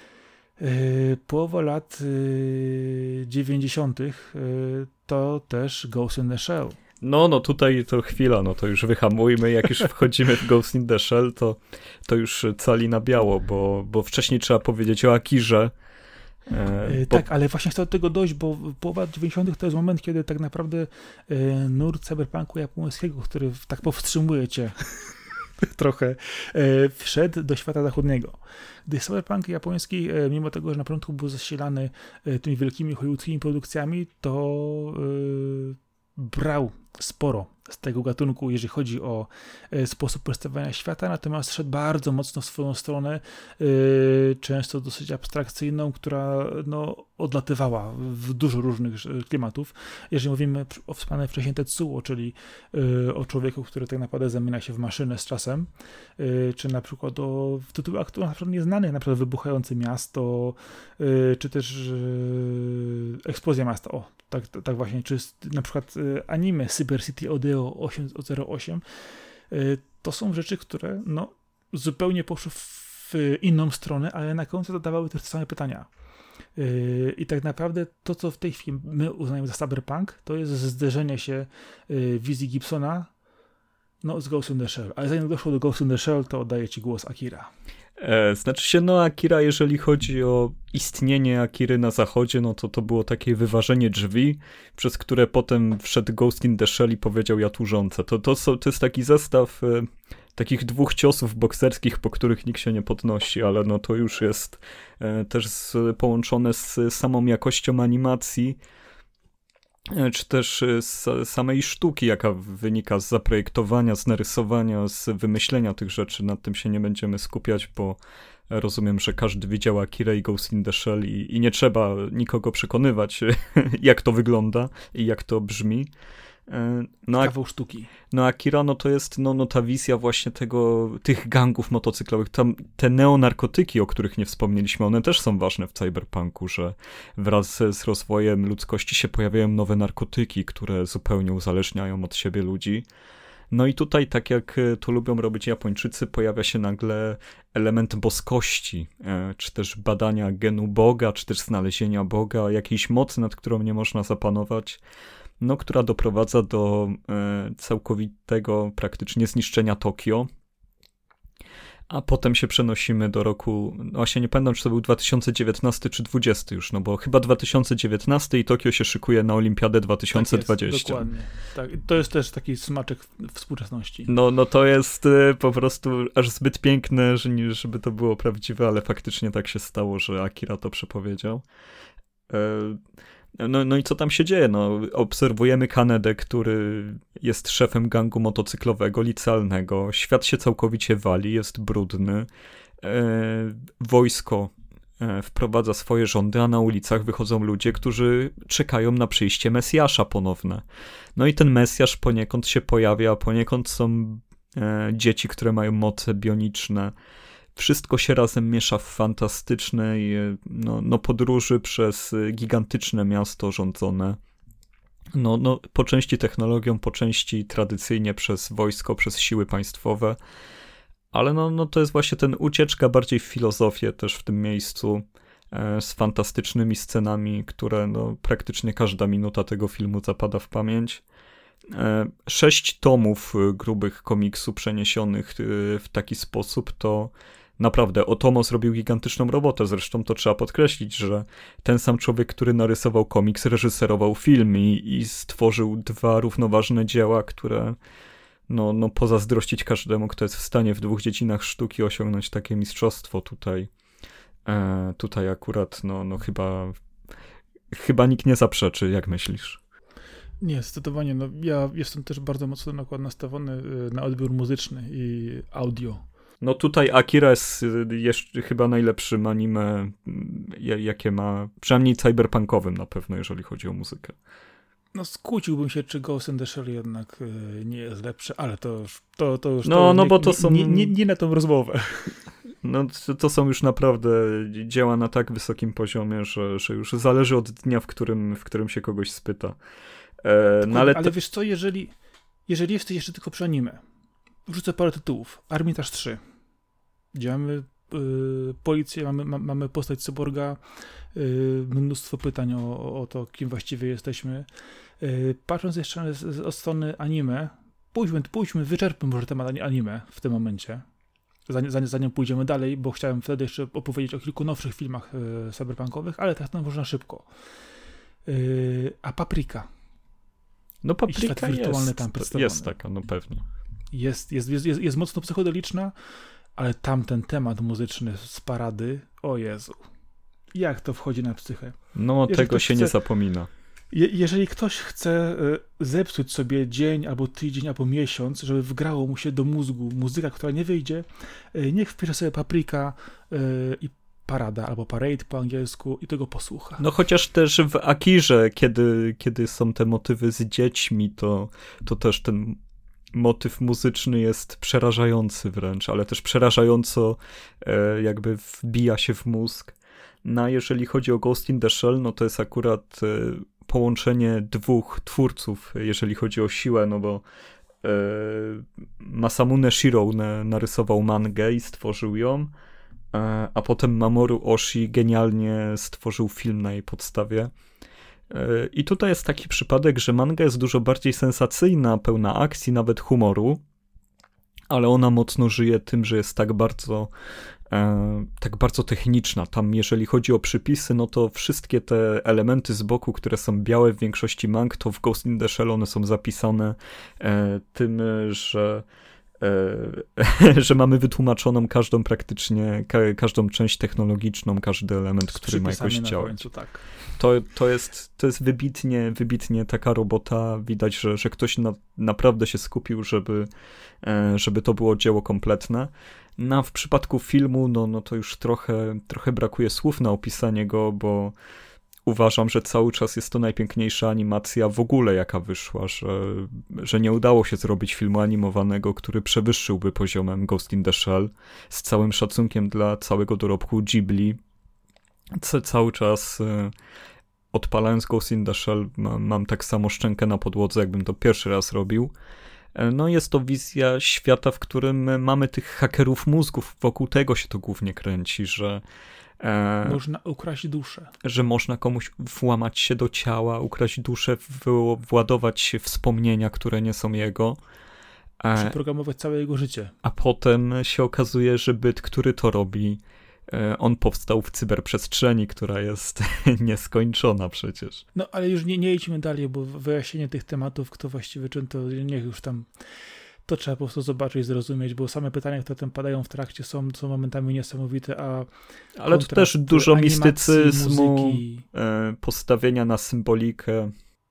Yy, połowa lat yy, dziewięćdziesiątych Yy, to też Ghost in the Shell. No, no tutaj to chwila, no to już wyhamujmy, jak już wchodzimy w Ghost in the Shell, to, to już cali na biało, bo, bo wcześniej trzeba powiedzieć o Akirze. E, yy, bo... Tak, ale właśnie chcę do tego dojść, bo połowa lat dziewięćdziesiątych to jest moment, kiedy tak naprawdę yy, nurt cyberpunku japońskiego, który tak powstrzymuje cię trochę e, wszedł do świata zachodniego. Gdy cyberpunk japoński, e, mimo tego, że na początku był zasilany e, tymi wielkimi hollywoodzkimi produkcjami, to e, brał sporo z tego gatunku, jeżeli chodzi o e, sposób przedstawiania świata, natomiast szedł bardzo mocno w swoją stronę, e, często dosyć abstrakcyjną, która no, odlatywała w dużo różnych klimatów. Jeżeli mówimy o wspomnianej wcześniej Tetsuo, czyli e, o człowieku, który tak naprawdę zamienia się w maszynę z czasem, e, czy na przykład o w tytułach na przykład nieznanych, na przykład Wybuchające Miasto, e, czy też e, Eksplozja Miasta, o, tak, tak właśnie, czy na przykład e, anime Cyber City Odyssey osiem zero osiem, to są rzeczy, które no, zupełnie poszły w inną stronę, ale na końcu zadawały też te same pytania. I tak naprawdę to, co w tej chwili my uznajemy za cyberpunk, to jest zderzenie się wizji Gibsona no, z Ghost in the Shell. Ale zanim doszło do Ghost in the Shell, to oddaję ci głos, Akira. E, znaczy się, no Akira, jeżeli chodzi o istnienie Akiry na zachodzie, no to to było takie wyważenie drzwi, przez które potem wszedł Ghost in the Shell i powiedział ja tu rządzę. To, to, so, to jest taki zestaw e, takich dwóch ciosów bokserskich, po których nikt się nie podnosi, ale no to już jest e, też z, połączone z samą jakością animacji, czy też z samej sztuki, jaka wynika z zaprojektowania, z narysowania, z wymyślenia tych rzeczy. Nad tym się nie będziemy skupiać, bo rozumiem, że każdy widział Akirę i Ghost in the Shell i, i nie trzeba nikogo przekonywać, jak to wygląda i jak to brzmi. No, kawał sztuki. No Akira, no to jest no, no ta wizja właśnie tego, tych gangów motocyklowych. Tam te neonarkotyki, o których nie wspomnieliśmy, one też są ważne w cyberpunku, że wraz z rozwojem ludzkości się pojawiają nowe narkotyki, które zupełnie uzależniają od siebie ludzi. No i tutaj, tak jak to lubią robić Japończycy, pojawia się nagle element boskości, czy też badania genu Boga, czy też znalezienia Boga, jakiejś mocy, nad którą nie można zapanować, no, która doprowadza do e, całkowitego praktycznie zniszczenia Tokio. A potem się przenosimy do roku, no właśnie nie pamiętam, czy to był dwa tysiące dziewiętnasty czy dwudziesty już, no bo chyba dwa tysiące dziewiętnasty i Tokio się szykuje na Olimpiadę dwa tysiące dwudziestą. Tak jest, dokładnie. Tak, to jest też taki smaczek współczesności. No, no to jest e, po prostu aż zbyt piękne, że nie, żeby to było prawdziwe, ale faktycznie tak się stało, że Akira to przepowiedział. E, No, no i co tam się dzieje? No, obserwujemy Kanedę, który jest szefem gangu motocyklowego, licealnego. Świat się całkowicie wali, jest brudny. E, wojsko e, wprowadza swoje rządy, a na ulicach wychodzą ludzie, którzy czekają na przyjście Mesjasza ponowne. No i ten Mesjasz poniekąd się pojawia, poniekąd są e, dzieci, które mają moce bioniczne. Wszystko się razem miesza w fantastycznej no, no podróży przez gigantyczne miasto rządzone no, no, po części technologią, po części tradycyjnie przez wojsko, przez siły państwowe, ale no, no to jest właśnie ten ucieczka bardziej w filozofię też w tym miejscu e, z fantastycznymi scenami, które no, praktycznie każda minuta tego filmu zapada w pamięć. E, sześć tomów grubych komiksu przeniesionych w taki sposób to naprawdę, Otomo zrobił gigantyczną robotę, zresztą to trzeba podkreślić, że ten sam człowiek, który narysował komiks, reżyserował film i, i stworzył dwa równoważne dzieła, które no, no pozazdrościć każdemu, kto jest w stanie w dwóch dziedzinach sztuki osiągnąć takie mistrzostwo tutaj. E, tutaj akurat, no, no chyba, chyba nikt nie zaprzeczy, jak myślisz? Nie, zdecydowanie. No, ja jestem też bardzo mocno nakład nastawiony na odbiór muzyczny i audio. No tutaj Akira jest jeszcze chyba najlepszym anime, jakie ma, przynajmniej cyberpunkowym na pewno, jeżeli chodzi o muzykę. No skłóciłbym się, czy Ghost in the Shell jednak y, nie jest lepszy, ale to już, to, to już no, to no nie, bo to są... nie, nie, nie na tą rozmowę. No to są już naprawdę dzieła na tak wysokim poziomie, że, że już zależy od dnia, w którym, w którym się kogoś spyta. E, no ale, ale to... wiesz co, jeżeli, jeżeli jesteś jeszcze tylko przy anime, wrzucę parę tytułów. Armitage trzy. Gdzie mamy y, policję, mamy, ma, mamy postać cyborga, y, mnóstwo pytań o, o to, kim właściwie jesteśmy. Y, patrząc jeszcze z, z, od strony anime, pójdźmy, pójdźmy, wyczerpmy może temat anime w tym momencie, zanim, zanim, zanim pójdziemy dalej, bo chciałem wtedy jeszcze opowiedzieć o kilku nowszych filmach y, cyberpunkowych, ale teraz to można szybko. Y, a Paprika. No Paprika wirtualny jest, tam jest taka, no pewnie. Jest, jest, jest, jest, jest mocno psychodeliczna, ale tamten temat muzyczny z parady, o Jezu, jak to wchodzi na psychę. No, jeżeli tego się chce, nie zapomina. Je, jeżeli ktoś chce y, zepsuć sobie dzień, albo tydzień, albo miesiąc, żeby wgrało mu się do mózgu muzyka, która nie wyjdzie, y, niech wpisze sobie Paprika y, i Parada, albo Parade po angielsku i tego posłucha. No chociaż też w Akirze, kiedy, kiedy są te motywy z dziećmi, to, to też ten motyw muzyczny jest przerażający wręcz, ale też przerażająco e, jakby wbija się w mózg. No a jeżeli chodzi o Ghost in the Shell, no to jest akurat e, połączenie dwóch twórców, jeżeli chodzi o siłę, no bo e, Masamune Shirow na, narysował mangę i stworzył ją, e, a potem Mamoru Oshii genialnie stworzył film na jej podstawie. I tutaj jest taki przypadek, że manga jest dużo bardziej sensacyjna, pełna akcji, nawet humoru, ale ona mocno żyje tym, że jest tak bardzo, e, tak bardzo techniczna. Tam jeżeli chodzi o przypisy, no to wszystkie te elementy z boku, które są białe w większości mang, to w Ghost in the Shell one są zapisane e, tym, że E, że mamy wytłumaczoną każdą praktycznie, ka, każdą część technologiczną, każdy element, który ma jakoś działać. Tak. To, to, jest, to jest wybitnie, wybitnie taka robota. Widać, że, że ktoś na, naprawdę się skupił, żeby, e, żeby to było dzieło kompletne. No, a w przypadku filmu, no, no to już trochę, trochę brakuje słów na opisanie go, bo uważam, że cały czas jest to najpiękniejsza animacja w ogóle, jaka wyszła, że, że nie udało się zrobić filmu animowanego, który przewyższyłby poziomem Ghost in the Shell, z całym szacunkiem dla całego dorobku Ghibli. C- cały czas y, odpalając Ghost in the Shell mam, mam tak samo szczękę na podłodze, jakbym to pierwszy raz robił. No jest to wizja świata, w którym mamy tych hakerów mózgów, wokół tego się to głównie kręci, że E, można ukraść duszę. Że można komuś włamać się do ciała, ukraść duszę, wy- władować wspomnienia, które nie są jego. E, Przeprogramować całe jego życie. A potem się okazuje, że byt, który to robi, e, on powstał w cyberprzestrzeni, która jest nieskończona przecież. No ale już nie, nie idźmy dalej, bo wyjaśnienie tych tematów, kto właściwie czym, to niech już tam... To trzeba po prostu zobaczyć i zrozumieć, bo same pytania, które tam padają w trakcie, są, są momentami niesamowite, a ale to też dużo mistycyzmu, e, postawienia na symbolikę.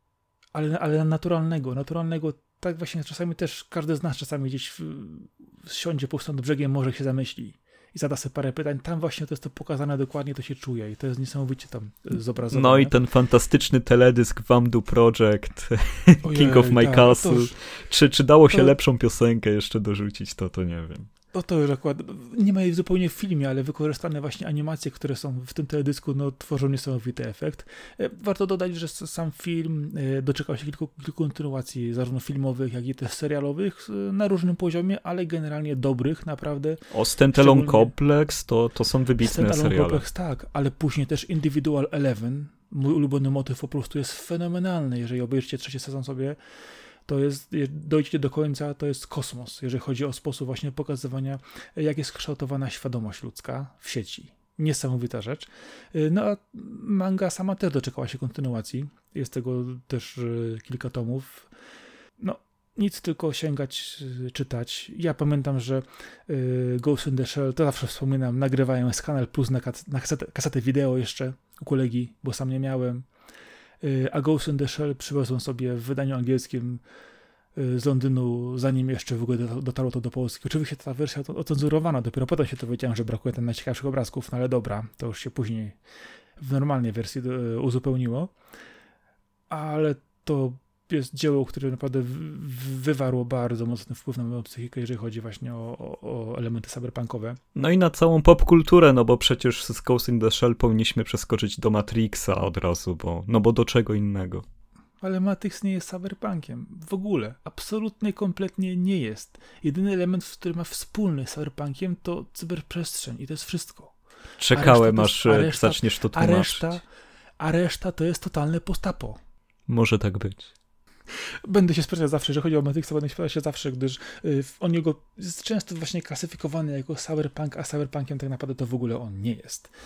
Ale, ale naturalnego, naturalnego, tak właśnie czasami też, każdy z nas czasami gdzieś w, siądzie po prostu nad brzegiem morza się zamyśli i zada sobie parę pytań. Tam właśnie to jest to pokazane dokładnie, to się czuje i to jest niesamowicie tam zobrazowane. No i ten fantastyczny teledysk Vamdu Project, Ojej, King of My tak, Castle. Już, czy, czy dało się to... lepszą piosenkę jeszcze dorzucić, to to nie wiem. No to już akurat, nie ma jej zupełnie w filmie, ale wykorzystane właśnie animacje, które są w tym teledysku, no tworzą niesamowity efekt. Warto dodać, że sam film doczekał się kilku, kilku kontynuacji, zarówno filmowych, jak i też serialowych, na różnym poziomie, ale generalnie dobrych, naprawdę. O Stand-Alone Complex to, to są wybitne Stand-Alone seriale. Complex, tak, ale później też Individual Eleven, mój ulubiony motyw po prostu jest fenomenalny, jeżeli obejrzycie trzeci sezon sobie, to jest, dojdziecie do końca, to jest kosmos, jeżeli chodzi o sposób właśnie pokazywania, jak jest kształtowana świadomość ludzka w sieci. Niesamowita rzecz. No a manga sama też doczekała się kontynuacji. Jest tego też kilka tomów. No, nic, tylko sięgać, czytać. Ja pamiętam, że Ghost in the Shell, to zawsze wspominam, nagrywałem z Kanal Plus na, na kasetę, kasetę wideo jeszcze u kolegi, bo sam nie miałem. A Ghost in the Shell przywiozłem sobie w wydaniu angielskim z Londynu, zanim jeszcze w ogóle dotarło to do Polski. Oczywiście ta wersja ocenzurowana, dopiero potem się dowiedziałem, że brakuje tam najciekawszych obrazków, no ale dobra, to już się później w normalnej wersji uzupełniło. Ale to jest dzieło, które naprawdę wywarło bardzo mocny wpływ na moją psychikę, jeżeli chodzi właśnie o, o, o elementy cyberpunkowe. No i na całą popkulturę, no bo przecież z Ghost in the Shell powinniśmy przeskoczyć do Matrixa od razu, bo, no bo do czego innego. Ale Matrix nie jest cyberpunkiem. W ogóle. Absolutnie, kompletnie nie jest. Jedyny element, który ma wspólny z cyberpunkiem, to cyberprzestrzeń i to jest wszystko. Czekałem, aż reszta, zaczniesz to tłumaczyć. A reszta, a reszta to jest totalne post-apo. Może tak być. Będę się sprawdzać zawsze, jeżeli chodzi o Matrixa, będę się sprawdzać się zawsze, gdyż y, on jego jest często właśnie klasyfikowany jako cyberpunk, a cyberpunkiem tak naprawdę to w ogóle on nie jest.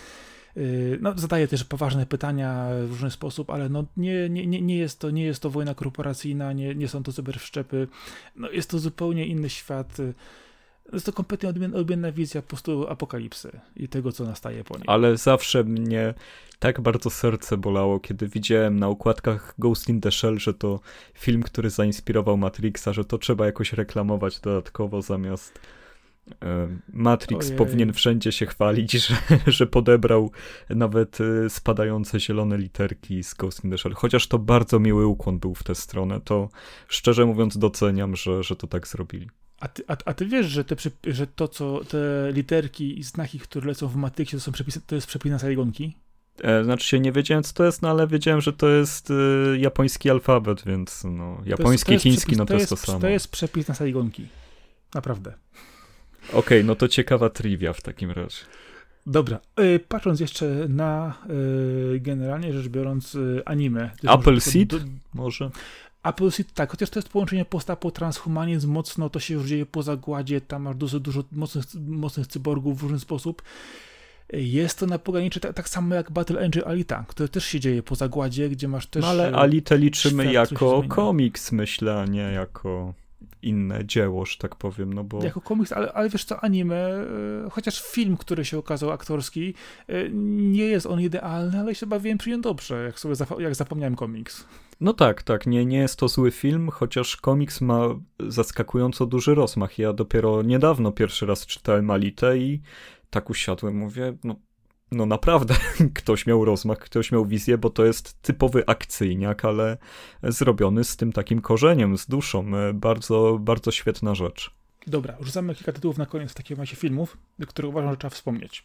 no, zadaje też poważne pytania w różny sposób, ale no, nie, nie, nie, nie, jest to, nie jest to wojna korporacyjna, nie, nie są to cyberszczepy, no, jest to zupełnie inny świat. Jest to kompletnie odmienna, odmienna wizja po prostu apokalipsy i tego, co nastaje po niej. Ale zawsze mnie tak bardzo serce bolało, kiedy widziałem na układkach Ghost in the Shell, że to film, który zainspirował Matrixa, że to trzeba jakoś reklamować dodatkowo zamiast e, Matrix Ojej. Powinien wszędzie się chwalić, że, że podebrał nawet spadające zielone literki z Ghost in the Shell. Chociaż to bardzo miły ukłon był w tę stronę, to szczerze mówiąc doceniam, że, że to tak zrobili. A ty, a, a ty wiesz, że, te, że to, co te literki i znaki, które lecą w Matrixie, to są przepisy, to jest przepis na Saigonki? E, znaczy się nie wiedziałem, co to jest, no ale wiedziałem, że to jest y, japoński alfabet, więc no, japoński, to jest, to jest chiński, przepis, no to, to jest to samo. To jest przepis na Saigonki. Naprawdę. Okej, okay, no to ciekawa trivia w takim razie. Dobra, y, patrząc jeszcze na y, generalnie rzecz biorąc y, anime. Appleseed? Do, może? Appleseed, tak, chociaż to jest połączenie postapo, transhumanizm, mocno to się już dzieje po zagładzie, tam masz dużo, dużo mocnych, mocnych cyborgów w różny sposób. Jest to na poganiczy, tak, tak samo jak Battle Angel Alita, które też się dzieje po zagładzie, gdzie masz też... No ale Alitę liczymy jako komiks, myślę, a nie jako inne dzieło, że tak powiem, no bo... Jako komiks, ale, ale wiesz co, anime, chociaż film, który się okazał aktorski, nie jest on idealny, ale się bawiłem przy nim dobrze, jak sobie zap- jak zapomniałem komiks. No tak, tak, nie, nie jest to zły film, chociaż komiks ma zaskakująco duży rozmach. Ja dopiero niedawno pierwszy raz czytałem Alitę i tak usiadłem, mówię, no, no naprawdę, ktoś miał rozmach, ktoś miał wizję, bo to jest typowy akcyjniak, ale zrobiony z tym takim korzeniem, z duszą. Bardzo, bardzo świetna rzecz. Dobra, rzucamy kilka tytułów na koniec w takim razie filmów, które uważam, że trzeba wspomnieć.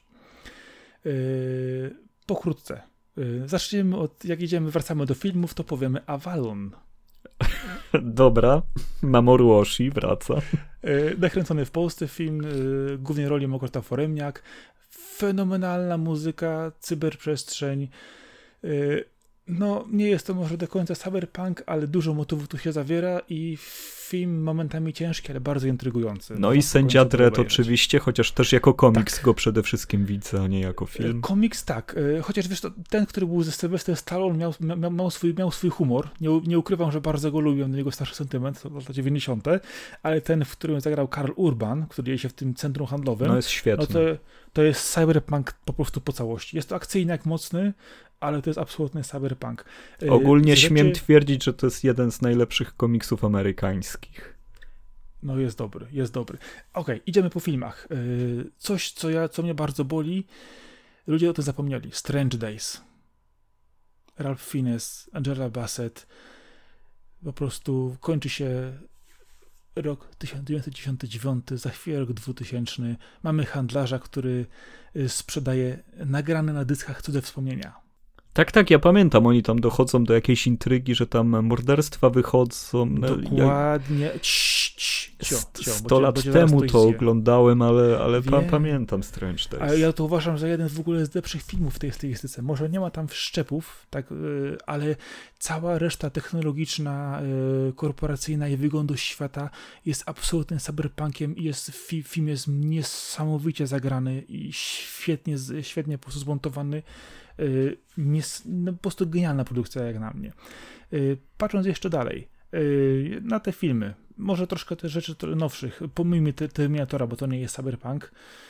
Yy, pokrótce. Yy, zaczniemy od, jak idziemy, wracamy do filmów, to powiemy Avalon. Dobra, Mamoru Oshii wraca. Yy, nakręcony w Polsce film, yy, głównej roli Małgorzata Foremniak. Fenomenalna muzyka, cyberprzestrzeń. Yy, no, nie jest to może do końca cyberpunk, ale dużo motywów tu się zawiera i film momentami ciężki, ale bardzo intrygujący. No i Sędzia Dredd oczywiście, chociaż też jako komiks tak. go przede wszystkim widzę, a nie jako film. Komiks tak, chociaż wiesz, to, ten, który był ze Sylvester Stallone miał, miał, miał, swój, miał swój humor. Nie, nie ukrywam, że bardzo go lubię, do niego starszy sentyment, to lata dziewięćdziesiąte, ale ten, w którym zagrał Karl Urban, który dzieje się w tym centrum handlowym, no jest świetny. No to, to jest cyberpunk po prostu po całości. Jest to akcyjniak mocny, ale to jest absolutny cyberpunk. Ogólnie rzeczy... śmiem twierdzić, że to jest jeden z najlepszych komiksów amerykańskich. No jest dobry, jest dobry. Okej, okay, idziemy po filmach. Coś, co, ja, co mnie bardzo boli, ludzie o tym zapomnieli. Strange Days. Ralph Fiennes, Angela Bassett. Po prostu kończy się rok tysiąc dziewięćset dziewięćdziesiąty dziewiąty, za chwilę rok dwutysięczny. Mamy handlarza, który sprzedaje nagrane na dyskach cudze wspomnienia. Tak, tak, ja pamiętam, oni tam dochodzą do jakiejś intrygi, że tam morderstwa wychodzą. Dokładnie. Cii, cii, cio, cio, sto lat temu to zje. oglądałem, ale, ale pa, pamiętam Strange Days. Ale ja to uważam za jeden z w ogóle z lepszych filmów w tej stylistyce. Może nie ma tam wszczepów, tak, ale cała reszta technologiczna, korporacyjna i wyglądu świata jest absolutnym cyberpunkiem i jest, film jest niesamowicie zagrany i świetnie, świetnie po prostu zmontowany. Yy, nie, no, po prostu genialna produkcja jak na mnie. Yy, patrząc jeszcze dalej yy, na te filmy, może troszkę te rzeczy nowszych, pomijmy te, Terminatora, bo to nie jest cyberpunk.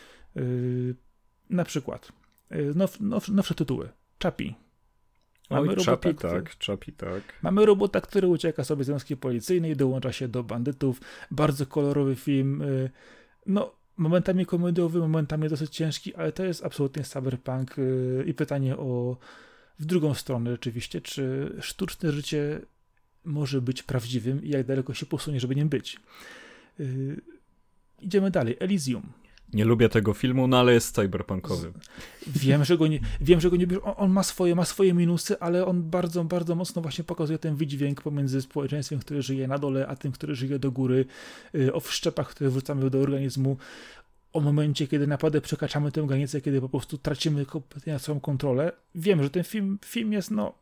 Yy, na przykład yy, now, now, nowsze tytuły. Chappie. Mamy Oj, robota, Chappie, który, tak, Chappie, tak. Mamy robota, który ucieka sobie z związki policyjnej, dołącza się do bandytów. Bardzo kolorowy film. Yy, no momentami komediowy, momentami dosyć ciężki, ale to jest absolutnie cyberpunk yy, i pytanie o w drugą stronę rzeczywiście, czy sztuczne życie może być prawdziwym i jak daleko się posunie, żeby nim być. Yy, idziemy dalej. Elysium. Nie lubię tego filmu, no ale jest cyberpunkowy. Wiem, że go nie, wiem, że go nie on, on ma swoje, ma swoje minusy, ale on bardzo, bardzo mocno właśnie pokazuje ten wydźwięk pomiędzy społeczeństwem, które żyje na dole, a tym, które żyje do góry, yy, o wszczepach, które wrzucamy do organizmu, o momencie, kiedy naprawdę przekraczamy tę granicę, kiedy po prostu tracimy kompletnie nad sobą kontrolę. Wiem, że ten film, film jest, no,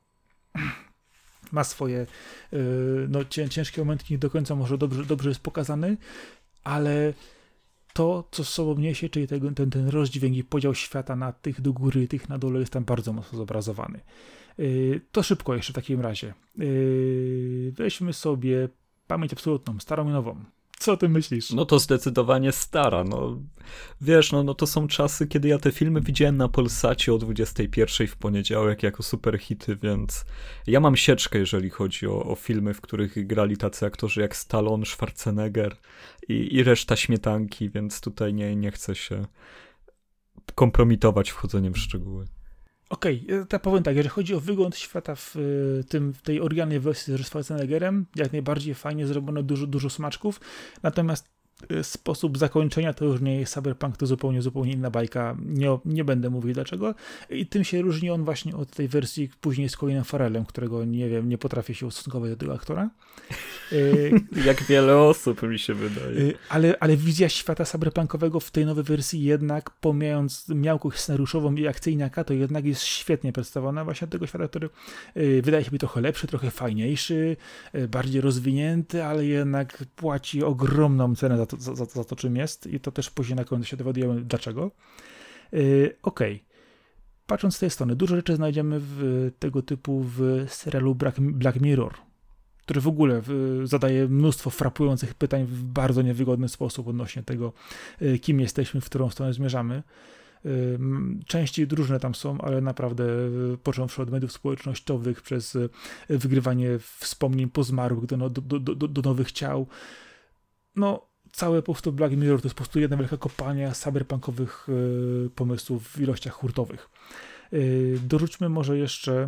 ma swoje yy, no, ciężkie momenty, nie do końca może dobrze, dobrze jest pokazany, ale to, co z sobą niesie, czyli ten, ten, ten rozdźwięk i podział świata na tych do góry, tych na dole jest tam bardzo mocno zobrazowany. Yy, to szybko jeszcze w takim razie. Yy, weźmy sobie pamięć absolutną, starą i nową. Co ty myślisz? No to zdecydowanie stara. No, wiesz, no, no to są czasy, kiedy ja te filmy widziałem na Polsacie o dwudziestej pierwszej w poniedziałek jako superhity, więc ja mam sieczkę, jeżeli chodzi o, o filmy, w których grali tacy aktorzy jak Stallone, Schwarzenegger i, i reszta śmietanki, więc tutaj nie, nie chcę się kompromitować wchodzeniem w szczegóły. Okej, okay, ja powiem tak, jeżeli chodzi o wygląd świata w, tym, w tej oryginalnej wersji z Schwarzeneggerem, jak najbardziej fajnie zrobiono, dużo, dużo smaczków, natomiast sposób zakończenia to już nie jest Cyberpunk, to zupełnie, zupełnie inna bajka, nie, nie będę mówił dlaczego i tym się różni on właśnie od tej wersji później z Colinem Farrellem, którego nie wiem, nie potrafię się ustosunkować do tego aktora. Jak wiele osób mi się wydaje. Ale, ale wizja świata cyberpunkowego w tej nowej wersji jednak, pomijając miałkość scenariuszową i akcyjniaka, to jednak jest świetnie przedstawiona właśnie tego świata, który wydaje się być trochę lepszy, trochę fajniejszy, bardziej rozwinięty, ale jednak płaci ogromną cenę za to, za, za, za to czym jest i to też później na końcu się dowiadujemy dlaczego. Yy, Okej. Okay. Patrząc z tej strony, dużo rzeczy znajdziemy w tego typu w serialu Black, Black Mirror, który w ogóle w, zadaje mnóstwo frapujących pytań w bardzo niewygodny sposób odnośnie tego, yy, kim jesteśmy, w którą stronę zmierzamy. Yy, części różne tam są, ale naprawdę yy, począwszy od mediów społecznościowych przez yy, wygrywanie wspomnień po zmarłych do, do, do, do, do nowych ciał. No, całe po prostu Black Mirror to jest po prostu jedna wielka kopalnia cyberpunkowych y, pomysłów w ilościach hurtowych. Y, dorzućmy może jeszcze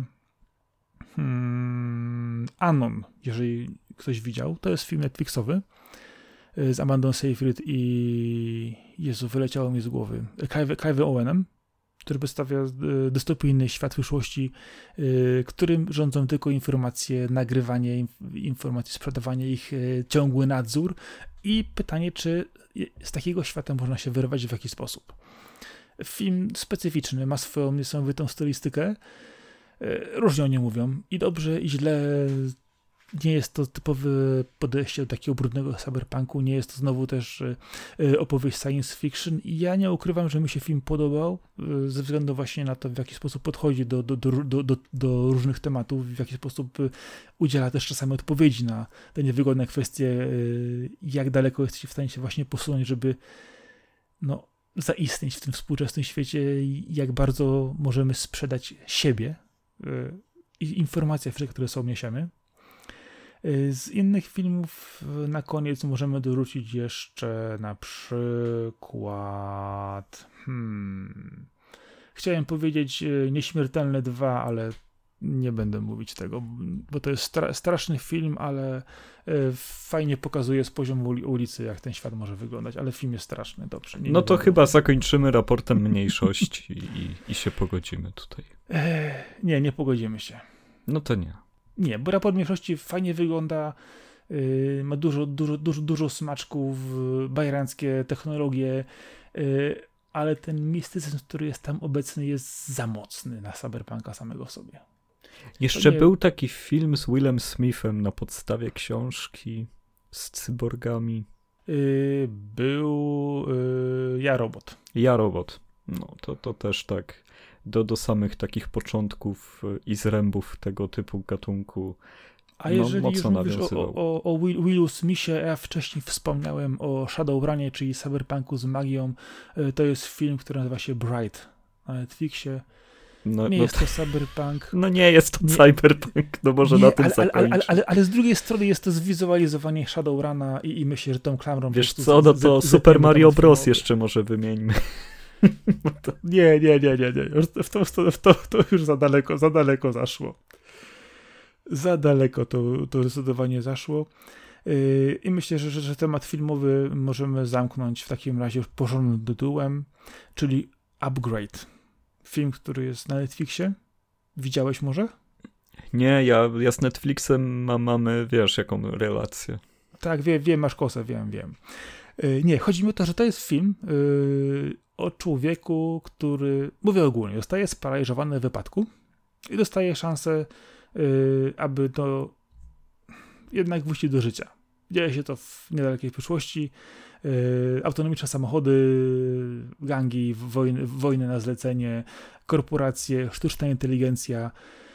hmm, Anon, jeżeli ktoś widział. To jest film Netflixowy y, z Amandą Seyfried i Jezu, wyleciało mi z głowy. Clive Owenem, który przedstawia y, dystopijny świat przyszłości, y, którym rządzą tylko informacje, nagrywanie inf- informacji, sprzedawanie ich, y, ciągły nadzór i pytanie, czy z takiego świata można się wyrwać w jakiś sposób. Film specyficzny, ma swoją niesamowitą stylistykę, y, różnie o nim mówią, i dobrze, i źle. Nie jest to typowe podejście do takiego brudnego cyberpunku, nie jest to znowu też y, opowieść science fiction i ja nie ukrywam, że mi się film podobał y, ze względu właśnie na to, w jaki sposób podchodzi do, do, do, do, do, do różnych tematów, w jaki sposób y, udziela też czasami odpowiedzi na te niewygodne kwestie, y, jak daleko jesteście w stanie się właśnie posunąć, żeby no, zaistnieć w tym współczesnym świecie i jak bardzo możemy sprzedać siebie y, i informacje, które są niesiemy. Z innych filmów na koniec możemy dorzucić jeszcze na przykład hmm, chciałem powiedzieć Nieśmiertelne dwa, ale nie będę mówić tego, bo to jest stra- straszny film, ale fajnie pokazuje z poziomu ulicy, jak ten świat może wyglądać, ale film jest straszny, dobrze. Nie, no nie to chyba mówić. zakończymy raportem mniejszości i, i się pogodzimy tutaj. Ech, nie, nie pogodzimy się. No to nie. Nie, bo raport mniejszości fajnie wygląda, yy, ma dużo, dużo, dużo, dużo smaczków, yy, bajeranckie technologie, yy, ale ten mistycyzm, który jest tam obecny, jest za mocny na cyberpunka samego w sobie. Jeszcze nie... był taki film z Willem Smithem na podstawie książki z cyborgami. Yy, był yy, Ja, Robot. Ja, Robot. No to, to też tak do, do samych takich początków i zrębów tego typu gatunku. A jeżeli no, już mówisz o, o, o Will, Willu Smithie, ja wcześniej wspomniałem o Shadowrunie, czyli cyberpunku z magią. To jest film, który nazywa się Bright na Netflixie. No, nie no jest to cyberpunk. No nie jest to nie, cyberpunk, no może nie, na tym ale, zakończyć. Ale, ale, ale, ale z drugiej strony jest to zwizualizowanie Shadowruna i, i myślę, że tą klamrą... Wiesz co, no to z, Super Mario Bros. Jeszcze może wymieńmy. to... Nie, nie, nie, nie, nie. W to, w to, w to, to już za daleko, za daleko zaszło. Za daleko to, to zdecydowanie zaszło. Yy, I myślę, że, że temat filmowy możemy zamknąć w takim razie już porządnym tytułem, czyli Upgrade. Film, który jest na Netflixie. Widziałeś może? Nie, ja, ja z Netflixem ma, mamy, wiesz, jaką relację. Tak, wiem, wiem, masz kosę, wiem, wiem. Yy, nie, chodzi mi o to, że to jest film yy, o człowieku, który, mówię ogólnie, zostaje sparaliżowany w wypadku i dostaje szansę, yy, aby to jednak wrócić do życia. Dzieje się to w niedalekiej przyszłości. Yy, autonomiczne samochody, gangi, wojny, wojny na zlecenie, korporacje, sztuczna inteligencja.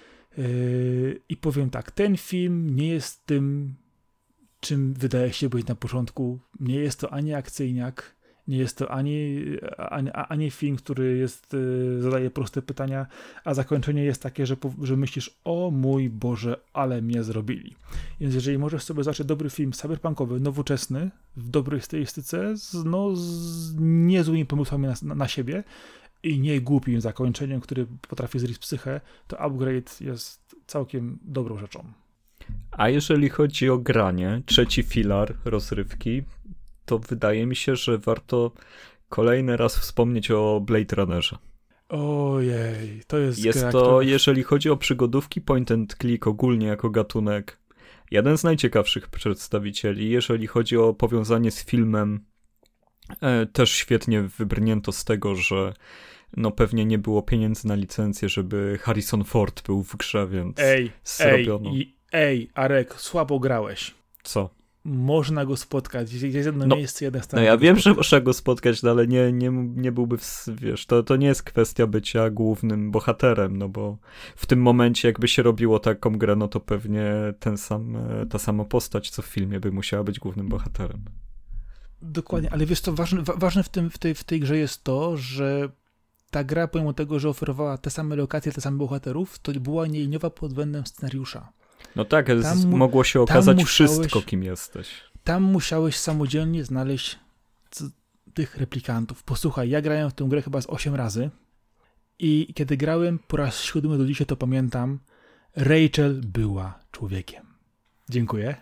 Yy, I powiem tak, ten film nie jest tym, czym wydaje się być na początku. Nie jest to ani akcyjniak, nie jest to ani, ani, ani film, który jest, yy, zadaje proste pytania, a zakończenie jest takie, że, że myślisz, o mój Boże, ale mnie zrobili. Więc jeżeli możesz sobie zacząć dobry film cyberpunkowy, nowoczesny, w dobrej stylistyce, z, no, z niezłymi pomysłami na, na siebie i nie głupim zakończeniem, który potrafi zryć psychę, to Upgrade jest całkiem dobrą rzeczą. A jeżeli chodzi o granie, trzeci filar rozrywki, to wydaje mi się, że warto kolejny raz wspomnieć o Blade Runnerze. Ojej, to jest Jest gra, to, która... jeżeli chodzi o przygodówki, point and click ogólnie jako gatunek, jeden z najciekawszych przedstawicieli. Jeżeli chodzi o powiązanie z filmem, e, też świetnie wybrnięto z tego, że no pewnie nie było pieniędzy na licencję, żeby Harrison Ford był w grze, więc ej, zrobiono. Ej, ej, Arek, słabo grałeś. Co? Można go spotkać, jest jedno no, miejsce, jeden stan. No ja wiem, spotkać. że można go spotkać, no ale nie, nie, nie byłby, w, wiesz, to, to nie jest kwestia bycia głównym bohaterem, no bo w tym momencie jakby się robiło taką grę, no to pewnie ten sam, ta sama postać, co w filmie, by musiała być głównym bohaterem. Dokładnie, ale wiesz co, ważne, ważne w, tym, w, tej, w tej grze jest to, że ta gra, pomimo tego, że oferowała te same lokacje, te same bohaterów, to była nieliniowa pod względem scenariusza. No tak, z, mogło się okazać musiałeś, wszystko, kim jesteś. Tam musiałeś samodzielnie znaleźć c- tych replikantów. Posłuchaj, ja grałem w tę grę chyba z osiem razy i kiedy grałem po raz siódmy do dzisiaj, to pamiętam, Rachel była człowiekiem. Dziękuję.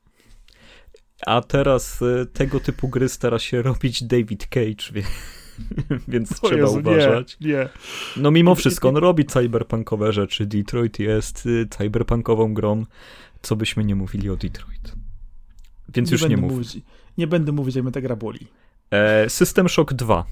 A teraz y, tego typu gry stara się robić David Cage, wie, więc o trzeba Jezu, uważać. Nie, nie. No mimo wszystko, on robi cyberpunkowe rzeczy. Detroit jest y, cyberpunkową grą, co byśmy nie mówili o Detroit. Więc nie już nie mówię. Nie będę mówić, jak mnie ta gra boli. E, System Shock dwa.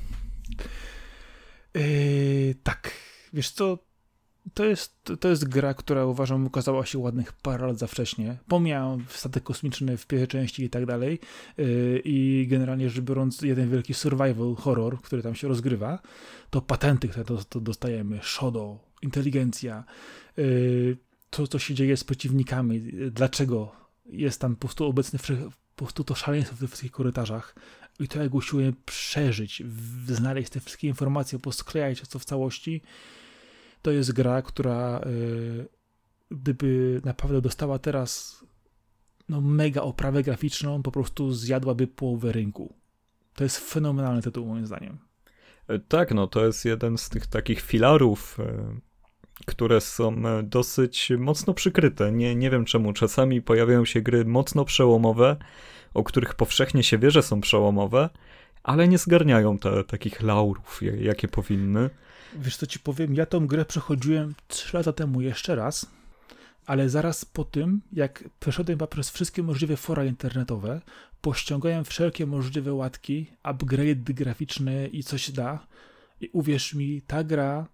Yy, tak, wiesz co, to jest, to jest gra, która uważam ukazała się ładnych parę lat za wcześnie. Pomijam statek kosmiczny w pierwszej części i tak dalej yy, i generalnie rzecz biorąc jeden wielki survival horror, który tam się rozgrywa, to patenty, które to, to dostajemy, Shodo, inteligencja, yy, to co się dzieje z przeciwnikami, dlaczego jest tam po prostu obecny po prostu to szaleństwo w tych wszystkich korytarzach i to jak usiłuję przeżyć, znaleźć te wszystkie informacje, posklejać to w całości, to jest gra, która yy, gdyby naprawdę dostała teraz no mega oprawę graficzną, po prostu zjadłaby połowę rynku. To jest fenomenalny tytuł moim zdaniem. Tak, no to jest jeden z tych takich filarów, yy... które są dosyć mocno przykryte. Nie, nie wiem czemu. Czasami pojawiają się gry mocno przełomowe, o których powszechnie się wie, że są przełomowe, ale nie zgarniają te, takich laurów, jakie powinny. Wiesz co ci powiem? Ja tą grę przechodziłem trzy lata temu jeszcze raz, ale zaraz po tym, jak przeszedłem przez wszystkie możliwe fora internetowe, pościągałem wszelkie możliwe łatki, upgrade graficzne i coś da. I uwierz mi, ta gra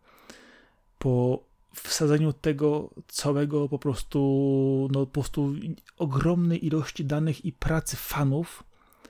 po wsadzeniu tego całego po prostu, no po prostu ogromnej ilości danych i pracy fanów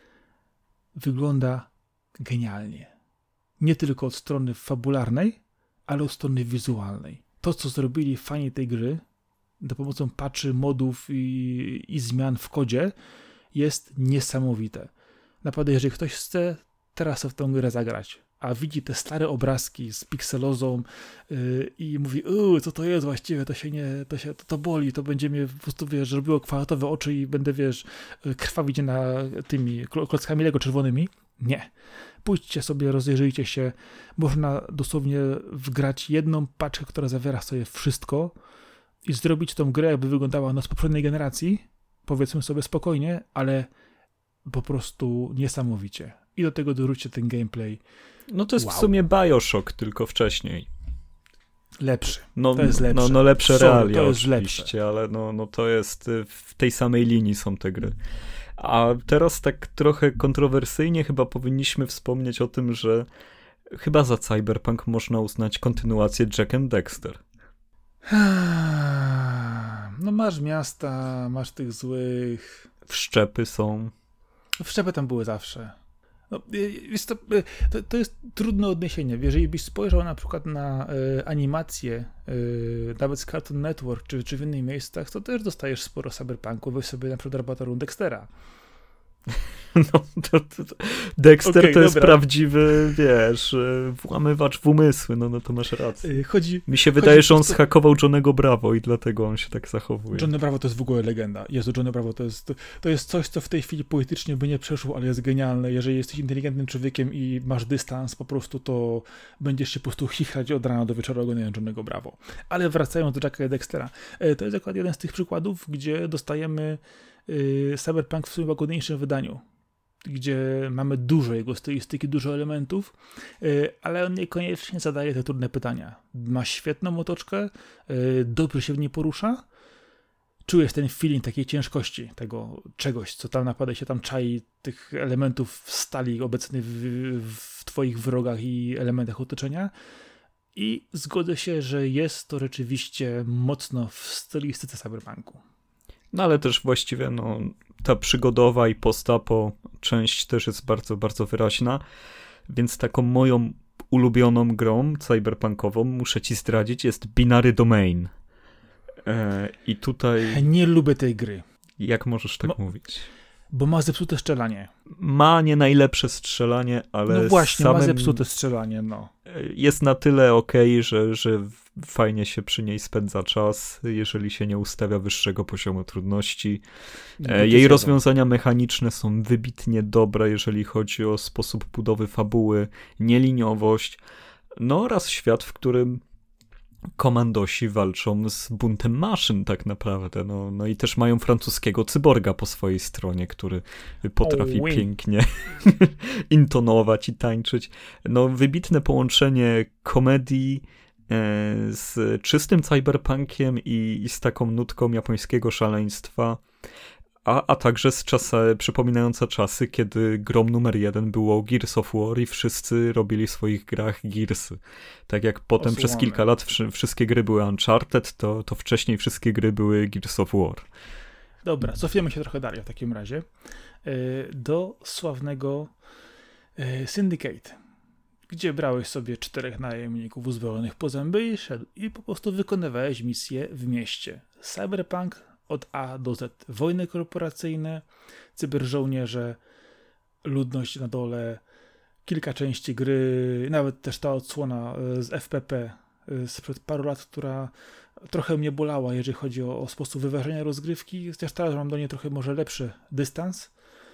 wygląda genialnie. Nie tylko od strony fabularnej, ale od strony wizualnej. To, co zrobili fani tej gry za pomocą patchy, modów i, i zmian w kodzie jest niesamowite. Naprawdę, jeżeli ktoś chce teraz w tę grę zagrać, a widzi te stare obrazki z pikselozą yy, i mówi, uuu, co to jest właściwie, to się nie, to się, to, to boli, to będzie mnie po prostu, wiesz, robiło kwadratowe oczy i będę, wiesz, krwawić na tymi klockami Lego czerwonymi. Nie. Pójdźcie sobie, rozejrzyjcie się. Można dosłownie wgrać jedną paczkę, która zawiera sobie wszystko i zrobić tą grę, jakby wyglądała no z poprzedniej generacji, powiedzmy sobie spokojnie, ale po prostu niesamowicie. I do tego dorzućcie ten gameplay. No to jest wow. w sumie Bioshock, tylko wcześniej. Lepszy. No, to jest lepsze. No, no lepsze Sorry, realia to jest oczywiście, lepsze. ale no, no to jest, w tej samej linii są te gry. A teraz tak trochę kontrowersyjnie chyba powinniśmy wspomnieć o tym, że chyba za Cyberpunk można uznać kontynuację Jak and Dexter. No masz miasta, masz tych złych. Wszczepy są. Wszczepy tam były zawsze. No, jest to, to, to jest trudne odniesienie. Jeżeli byś spojrzał na przykład na e, animacje, e, nawet z Cartoon Network, czy, czy w innych miejscach, to też dostajesz sporo cyberpunku. Weź sobie na przykład Rabatoru Dextera. No, to, to, to. Dexter okay, to jest dobra. prawdziwy, wiesz, włamywacz w umysły, no, no to masz rację. Chodzi, Mi się wydaje, że on prostu... zhakował Johnny'ego Bravo i dlatego on się tak zachowuje. Johnny Bravo to jest w ogóle legenda. Jezu, Johnny Bravo to jest, to, to jest coś, co w tej chwili politycznie by nie przeszło, ale jest genialne. Jeżeli jesteś inteligentnym człowiekiem i masz dystans po prostu, to będziesz się po prostu chichrać od rana do wieczora oglądając Johnny'ego Bravo. Ale wracając do Jacka i Dextera, to jest akurat jeden z tych przykładów, gdzie dostajemy yy, Cyberpunk w swoim łagodniejszym wydaniu, gdzie mamy dużo jego stylistyki, dużo elementów, yy, ale on niekoniecznie zadaje te trudne pytania. Ma świetną otoczkę, yy, dobrze się w niej porusza, czujesz ten feeling takiej ciężkości, tego czegoś, co tam naprawdę się tam czai, tych elementów stali obecnych w, w twoich wrogach i elementach otoczenia. I zgodzę się, że jest to rzeczywiście mocno w stylistyce cyberpunku. No ale też właściwie no, ta przygodowa i post-apo część też jest bardzo, bardzo wyraźna, więc taką moją ulubioną grą cyberpunkową, muszę ci zdradzić, jest Binary Domain. E, I tutaj... Nie lubię tej gry. Jak możesz tak Bo, mówić? Bo ma zepsute strzelanie. Ma nie najlepsze strzelanie, ale No właśnie, samym... ma zepsute strzelanie, no. Jest na tyle okej, że, że fajnie się przy niej spędza czas, jeżeli się nie ustawia wyższego poziomu trudności. No, Jej rozwiązania mechaniczne są wybitnie dobre, jeżeli chodzi o sposób budowy fabuły, nieliniowość, no oraz świat, w którym komandosi walczą z buntem maszyn tak naprawdę. No, no i też mają francuskiego cyborga po swojej stronie, który potrafi oh, pięknie intonować i tańczyć. No wybitne połączenie komedii e, z czystym cyberpunkiem i, i z taką nutką japońskiego szaleństwa, a, a także z czasy, przypominająca czasy, kiedy grą numer jeden było Gears of War i wszyscy robili w swoich grach Gearsy. Tak jak potem Osłony. Przez kilka lat wszy, wszystkie gry były Uncharted, to, to wcześniej wszystkie gry były Gears of War. Dobra, cofniemy się trochę dalej w takim razie do sławnego Syndicate, gdzie brałeś sobie czterech najemników uzbrojonych po zęby i, szedł, i po prostu wykonywałeś misję w mieście. Cyberpunk od A do Z. Wojny korporacyjne, cyberżołnierze, ludność na dole, kilka części gry, nawet też ta odsłona z F P P sprzed paru lat, która trochę mnie bolała, jeżeli chodzi o, o sposób wyważenia rozgrywki, chociaż teraz mam do niej trochę może lepszy dystans.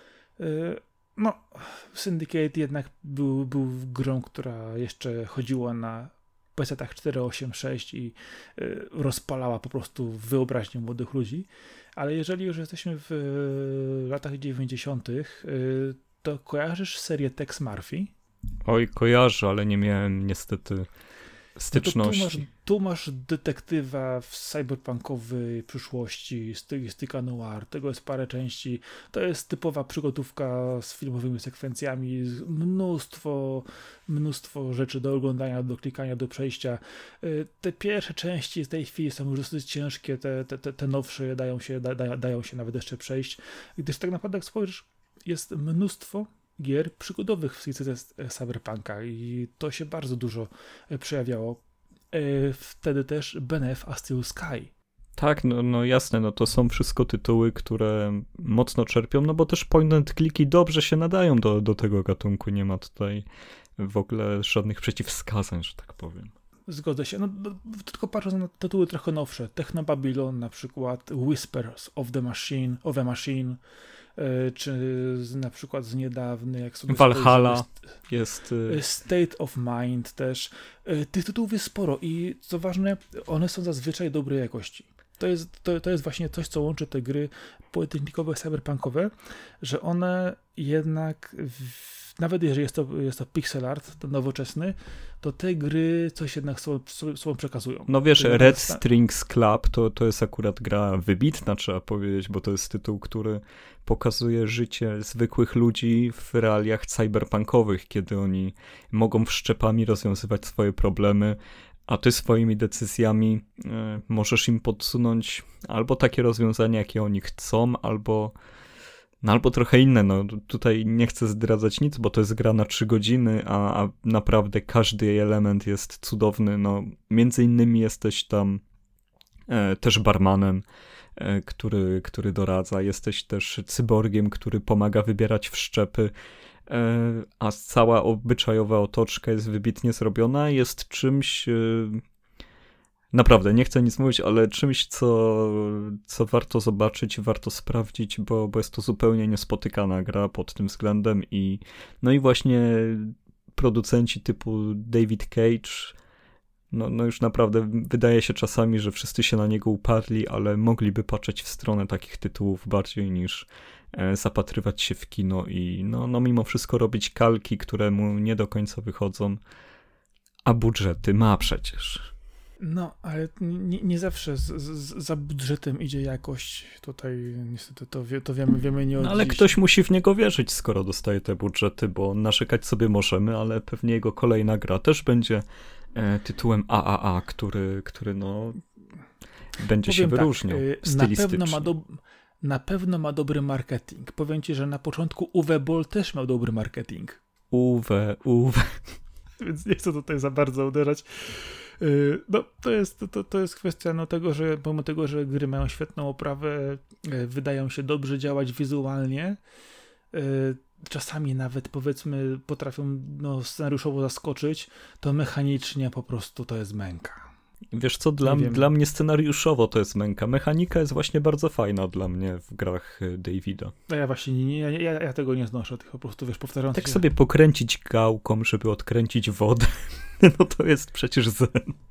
No, Syndicate jednak był, był grą, która jeszcze chodziła na pesetach cztery osiem sześć i y, rozpalała po prostu wyobraźnię młodych ludzi, ale jeżeli już jesteśmy w y, latach dziewięćdziesiątych, y, to kojarzysz serię Tex Murphy? Oj, kojarzę, ale nie miałem niestety styczności. No tu, masz, tu masz detektywa w cyberpunkowej przyszłości, stylistyka noir, tego jest parę części, to jest typowa przygodówka z filmowymi sekwencjami, mnóstwo, mnóstwo rzeczy do oglądania, do klikania, do przejścia. Te pierwsze części w tej chwili są już dosyć ciężkie, te, te, te nowsze dają się, da, dają się nawet jeszcze przejść, gdyż tak naprawdę jak spojrzysz, jest mnóstwo gier przygodowych w stylistyce cyberpunka i to się bardzo dużo przejawiało. Wtedy też B N F, A Steel Sky. Tak, no, no jasne, no to są wszystko tytuły, które mocno czerpią, no bo też point and clicki dobrze się nadają do, do tego gatunku, nie ma tutaj w ogóle żadnych przeciwwskazań, że tak powiem. Zgodzę się, no, tylko patrząc na tytuły trochę nowsze, Techno Babylon na przykład, Whispers of the Machine, of a Machine, czy z, na przykład z niedawnych, jak sobie Valhalla jest... State of Mind też. Tych tytułów jest sporo i co ważne, one są zazwyczaj dobrej jakości. To jest, to, to jest właśnie coś, co łączy te gry poetycznikowe, cyberpunkowe, że one jednak, w, nawet jeżeli jest to, jest to pixel art, to nowoczesny, to te gry coś jednak sobą, sobą przekazują. No wiesz, Red Strings Club to, to jest akurat gra wybitna, trzeba powiedzieć, bo to jest tytuł, który pokazuje życie zwykłych ludzi w realiach cyberpunkowych, kiedy oni mogą wszczepami rozwiązywać swoje problemy, a ty swoimi decyzjami y, możesz im podsunąć albo takie rozwiązania, jakie oni chcą, albo No albo trochę inne, no tutaj nie chcę zdradzać nic, bo to jest gra na trzy godziny, a, a naprawdę każdy jej element jest cudowny, no między innymi jesteś tam e, też barmanem, e, który, który doradza, jesteś też cyborgiem, który pomaga wybierać wszczepy, e, a cała obyczajowa otoczka jest wybitnie zrobiona, jest czymś... E, Naprawdę, nie chcę nic mówić, ale czymś, co, co warto zobaczyć, warto sprawdzić, bo, bo jest to zupełnie niespotykana gra pod tym względem i no i właśnie producenci typu David Cage, no, no już naprawdę wydaje się czasami, że wszyscy się na niego uparli, ale mogliby patrzeć w stronę takich tytułów bardziej niż e, zapatrywać się w kino i no, no mimo wszystko robić kalki, które mu nie do końca wychodzą, a budżety ma przecież. No, ale nie, nie zawsze z, z, za budżetem idzie jakość. Tutaj niestety to, wie, to wiemy, wiemy nie od No ale dziś. ktoś musi w niego wierzyć, skoro dostaje te budżety, bo narzekać sobie możemy, ale pewnie jego kolejna gra też będzie e, tytułem A A A, który, który no będzie Powiem się wyróżniał tak, stylistycznie. Na pewno, ma do, na pewno ma dobry marketing. Powiem ci, że na początku Uwe Boll też miał dobry marketing. Uwe, Uwe. Więc nie chcę tutaj za bardzo uderzać. No, to jest, to, to jest kwestia no, tego, że pomimo tego, że gry mają świetną oprawę, wydają się dobrze działać wizualnie, czasami nawet powiedzmy potrafią no, scenariuszowo zaskoczyć, to mechanicznie po prostu to jest męka. Wiesz co, dla, dla mnie scenariuszowo to jest męka. Mechanika jest właśnie bardzo fajna dla mnie w grach Davida. No ja właśnie nie, ja, ja, ja tego nie znoszę, tych po prostu wiesz, powtarzając Tak się. sobie pokręcić gałką, żeby odkręcić wodę, no to jest przecież zen.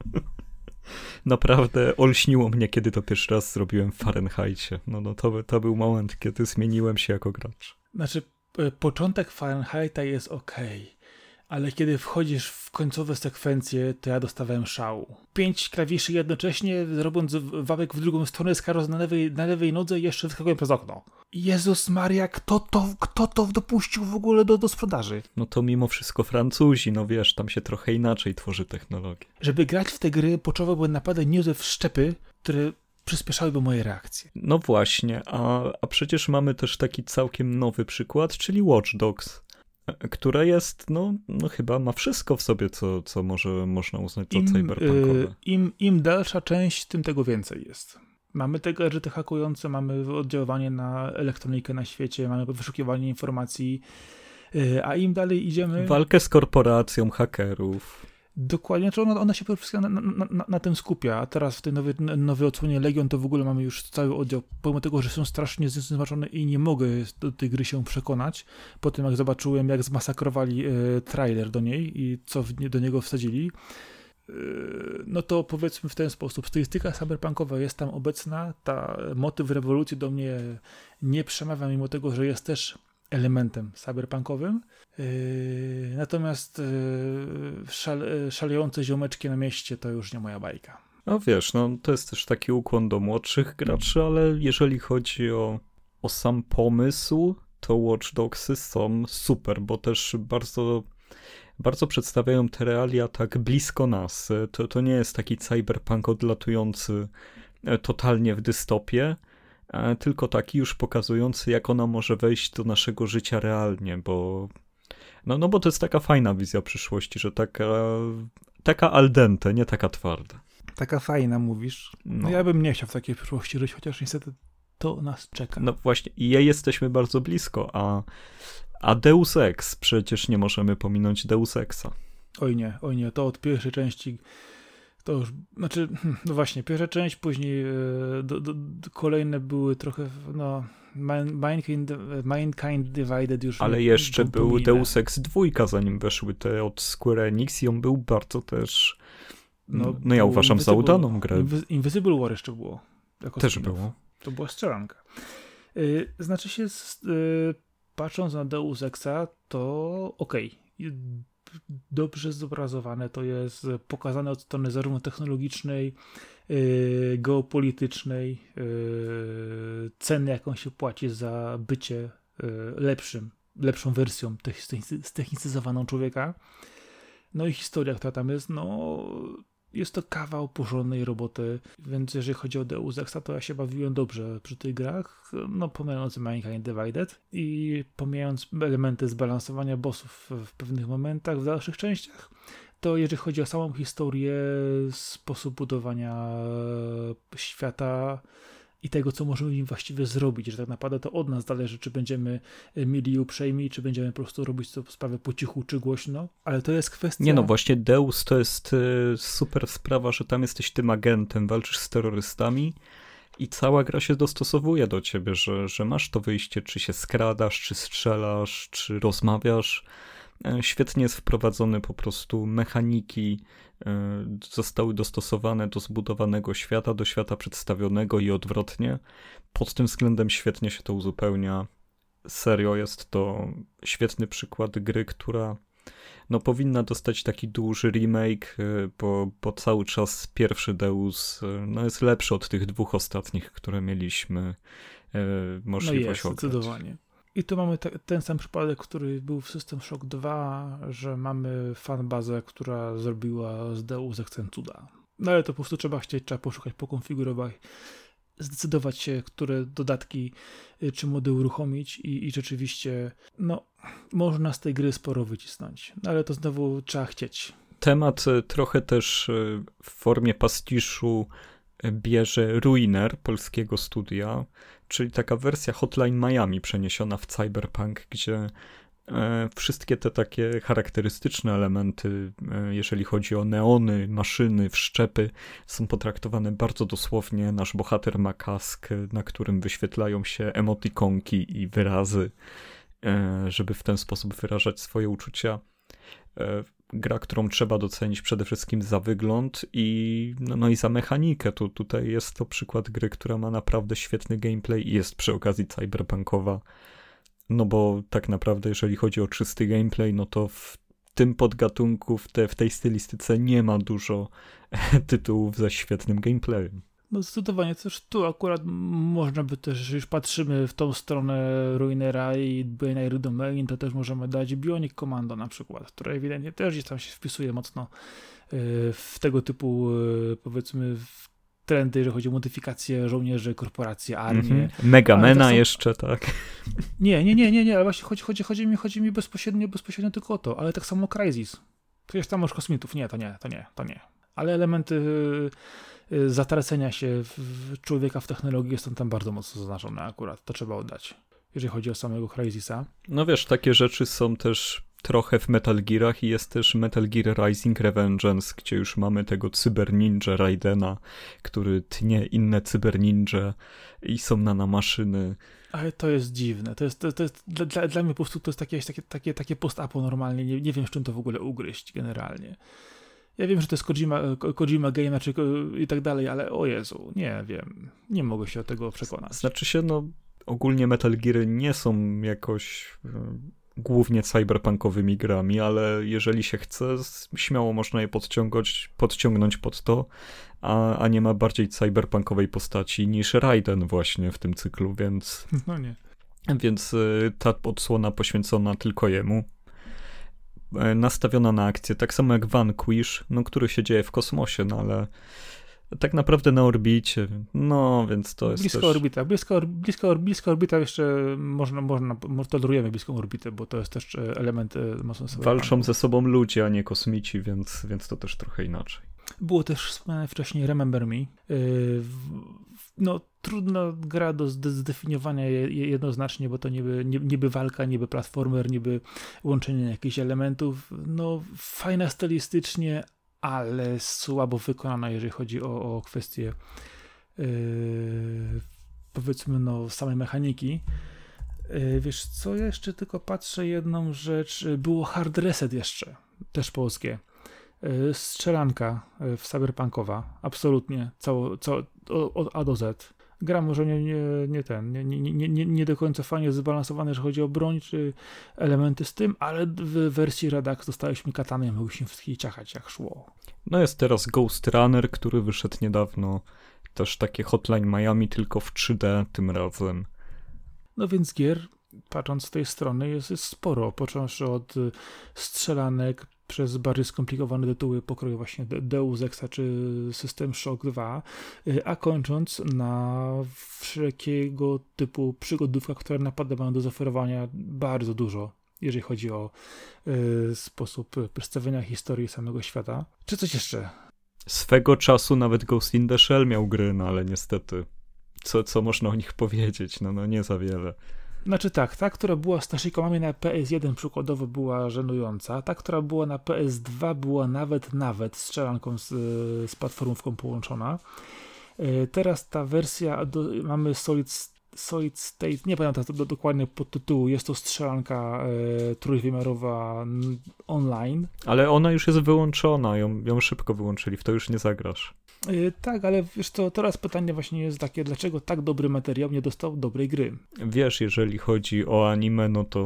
Naprawdę olśniło mnie, kiedy to pierwszy raz zrobiłem w Fahrenheitie. No, no to, to był moment, kiedy zmieniłem się jako gracz. Znaczy, początek Fahrenheita jest okej, ale kiedy wchodzisz w końcowe sekwencje, to ja dostawałem szału. Pięć klawiszy jednocześnie, robiąc wałek w drugą stronę, skacząc na lewej, na lewej nodze i jeszcze wyskakuję przez okno. Jezus Maria, kto to, kto to dopuścił w ogóle do, do sprzedaży? No to mimo wszystko Francuzi, no wiesz, tam się trochę inaczej tworzy technologię. Żeby grać w te gry, potrzebowały naprawdę niezłe wszczepy, które przyspieszałyby moje reakcje. No właśnie, a, a przecież mamy też taki całkiem nowy przykład, czyli Watch Dogs, która jest, no, no chyba ma wszystko w sobie, co, co może można uznać za Im, cyberpunkowe. Y, im, Im dalsza część, tym tego więcej jest. Mamy te gadżety hakujące, mamy oddziaływanie na elektronikę na świecie, mamy wyszukiwanie informacji, y, a im dalej idziemy... Walkę z korporacją hakerów. Dokładnie, znaczy ona, ona się po prostu na, na, na, na tym skupia, a teraz w tej nowej, nowej odsłonie Legion to w ogóle mamy już cały oddział, pomimo tego, że są strasznie zniesmaczone i nie mogę do tej gry się przekonać, po tym jak zobaczyłem, jak zmasakrowali y, trailer do niej i co w, do niego wsadzili, y, no to powiedzmy w ten sposób, stylistyka cyberpunkowa jest tam obecna, ta motyw rewolucji do mnie nie przemawia, mimo tego, że jest też elementem cyberpunkowym. Yy, natomiast yy, szal, szalejące ziomeczki na mieście to już nie moja bajka. No wiesz, no to jest też taki ukłon do młodszych graczy, ale jeżeli chodzi o, o sam pomysł, to Watch Dogsy są super, bo też bardzo, bardzo przedstawiają te realia tak blisko nas. To, to nie jest taki cyberpunk odlatujący totalnie w dystopię, tylko taki już pokazujący, jak ona może wejść do naszego życia realnie, bo no, no bo to jest taka fajna wizja przyszłości, że taka, taka al dente, nie taka twarda. Taka fajna, mówisz? No. no ja bym nie chciał w takiej przyszłości żyć, chociaż niestety to nas czeka. No właśnie, i jej jesteśmy bardzo blisko, a, a Deus Ex, przecież nie możemy pominąć Deus Exa. Oj nie, oj nie, to od pierwszej części to już, znaczy, no właśnie, pierwsza część, później do, do, do kolejne były trochę, no, Mankind, Mankind Divided już. Ale jeszcze był pominę. Deus Ex dwa, zanim weszły te od Square Enix i on był bardzo też, no, no ja uważam za udaną grę. Invisible War jeszcze było. Też było. To była strzelanka. Yy, znaczy się, yy, patrząc na Deus Exa, to okej. Okay. Dobrze zobrazowane to jest, pokazane od strony zarówno technologicznej, yy, geopolitycznej, yy, ceny, jaką się płaci za bycie yy, lepszym, lepszą wersją ztechnicyzowaną człowieka. No i historia, która tam jest, no jest to kawał porządnej roboty, więc jeżeli chodzi o Deus Exa, to ja się bawiłem dobrze przy tych grach, no pomijając Mankind Divided i pomijając elementy zbalansowania bossów w pewnych momentach, w dalszych częściach, to jeżeli chodzi o samą historię, sposób budowania świata i tego, co możemy im właściwie zrobić, że tak naprawdę to od nas zależy, czy będziemy mili i uprzejmi, czy będziemy po prostu robić tę sprawę po cichu, czy głośno, ale to jest kwestia... Nie no, właśnie Deus to jest y, super sprawa, że tam jesteś tym agentem, walczysz z terrorystami i cała gra się dostosowuje do ciebie, że, że masz to wyjście, czy się skradasz, czy strzelasz, czy rozmawiasz. Świetnie jest wprowadzony po prostu mechaniki, zostały dostosowane do zbudowanego świata, do świata przedstawionego i odwrotnie. Pod tym względem świetnie się to uzupełnia. Serio, jest to świetny przykład gry, która no, powinna dostać taki duży remake, bo, bo cały czas pierwszy Deus no, jest lepszy od tych dwóch ostatnich, które mieliśmy możliwość no ograć. jest, zdecydowanie. I tu mamy te, ten sam przypadek, który był w System Shock dwa, że mamy fanbazę, która zrobiła z Deus Exem cuda. No ale to po prostu trzeba chcieć, trzeba poszukać, pokonfigurować, zdecydować się, które dodatki czy mody uruchomić i, i rzeczywiście, no, można z tej gry sporo wycisnąć. No ale to znowu trzeba chcieć. Temat trochę też w formie pastiszu bierze Ruiner polskiego studia, czyli taka wersja Hotline Miami przeniesiona w Cyberpunk, gdzie e, wszystkie te takie charakterystyczne elementy, e, jeżeli chodzi o neony, maszyny, wszczepy, są potraktowane bardzo dosłownie. Nasz bohater ma kask, na którym wyświetlają się emotikonki i wyrazy, e, żeby w ten sposób wyrażać swoje uczucia. E, gra, którą trzeba docenić przede wszystkim za wygląd i, no, no i za mechanikę. Tu, tutaj jest to przykład gry, która ma naprawdę świetny gameplay i jest przy okazji cyberpunkowa. No bo tak naprawdę, jeżeli chodzi o czysty gameplay, no to w tym podgatunku, w, te, w tej stylistyce nie ma dużo tytułów ze świetnym gameplayem. No zdecydowanie, też tu akurat można by też, jeżeli już patrzymy w tą stronę Ruinera i Binary Domain, to też możemy dać Bionic Commando na przykład, które ewidentnie też gdzieś tam się wpisuje mocno w tego typu, powiedzmy, trendy, jeżeli chodzi o modyfikację żołnierzy, korporacje, armię. Mm-hmm. Megamena są... jeszcze, tak. Nie, nie, nie, nie, nie, ale właśnie chodzi, chodzi, chodzi, mi, chodzi mi bezpośrednio, bezpośrednio tylko o to, ale tak samo Crysis. Przecież tam masz kosmitów, nie, to nie, to nie, to nie. Ale elementy zatracenia się w człowieka w technologii są tam bardzo mocno zaznaczone akurat, to trzeba oddać, jeżeli chodzi o samego Crysisa. No wiesz, takie rzeczy są też trochę w Metal Gearach i jest też Metal Gear Rising Revengeance, gdzie już mamy tego cyberninja Raidena, który tnie inne cyberninja i są nanomaszyny. Ale to jest dziwne, to jest, to, to jest dla, dla mnie po prostu to jest takie, takie, takie, takie post-apo normalnie, nie, nie wiem z czym to w ogóle ugryźć generalnie. Ja wiem, że to jest Kojima, Kojima Game czy i tak dalej, ale o Jezu, nie wiem, nie mogę się do tego przekonać. Znaczy się, no ogólnie Metal Geary nie są jakoś y, głównie cyberpunkowymi grami, ale jeżeli się chce, śmiało można je podciągnąć, podciągnąć pod to, a, a nie ma bardziej cyberpunkowej postaci niż Raiden właśnie w tym cyklu, więc... No nie. Więc y, ta odsłona poświęcona tylko jemu. Nastawiona na akcję, tak samo jak Vanquish, no, który się dzieje w kosmosie, no ale tak naprawdę na orbicie, no więc to jest blisko też... orbita, blisko, blisko, blisko orbita jeszcze można, można, tolerujemy bliską orbitę, bo to jest też element mocno sobie. Walczą ze sobą ludzie, a nie kosmici, więc, więc to też trochę inaczej. Było też wspomniane wcześniej Remember Me. No trudna gra do zdefiniowania jednoznacznie, bo to niby, niby walka, niby platformer, niby łączenie jakichś elementów. No fajna stylistycznie, ale słabo wykonana, jeżeli chodzi o, o kwestie yy, powiedzmy no samej mechaniki. Yy, wiesz co, ja jeszcze tylko patrzę jedną rzecz. Było Hard Reset jeszcze, też polskie. Yy, strzelanka yy, cyberpunkowa, absolutnie, cało, cało, od A do Z. Gra może nie, nie, nie ten, nie, nie, nie, nie do końca fajnie zbalansowane, jeżeli chodzi o broń czy elementy z tym, ale w wersji Redux dostaliśmy katany i mogliśmy wszystkich ciachać jak szło. No jest teraz Ghost Runner, który wyszedł niedawno, też takie Hotline Miami, tylko w trzy D tym razem. No więc gier patrząc z tej strony jest, jest sporo, począwszy od strzelanek, przez bardziej skomplikowane tytuły pokroju właśnie Deus Exa czy System Shock dwa, a kończąc na wszelkiego typu przygodówkach, które naprawdę mają do zaoferowania bardzo dużo, jeżeli chodzi o y, sposób przedstawienia historii samego świata. Czy coś jeszcze? Swego czasu nawet Ghost in the Shell miał gry, no ale niestety, co, co można o nich powiedzieć? No, no nie za wiele. Znaczy tak, ta, która była z taszykomami na P S jeden przykładowo była żenująca, ta, która była na P S dwa była nawet, nawet strzelanką z, z platformówką połączona. Teraz ta wersja, do, mamy Solid, Solid State, nie pamiętam to do, dokładnie podtytułu, jest to strzelanka e, trójwymiarowa online. Ale ona już jest wyłączona, ją, ją szybko wyłączyli, w to już nie zagrasz. Yy, tak, ale wiesz co, teraz pytanie właśnie jest takie, dlaczego tak dobry materiał nie dostał dobrej gry? Wiesz, jeżeli chodzi o anime, no to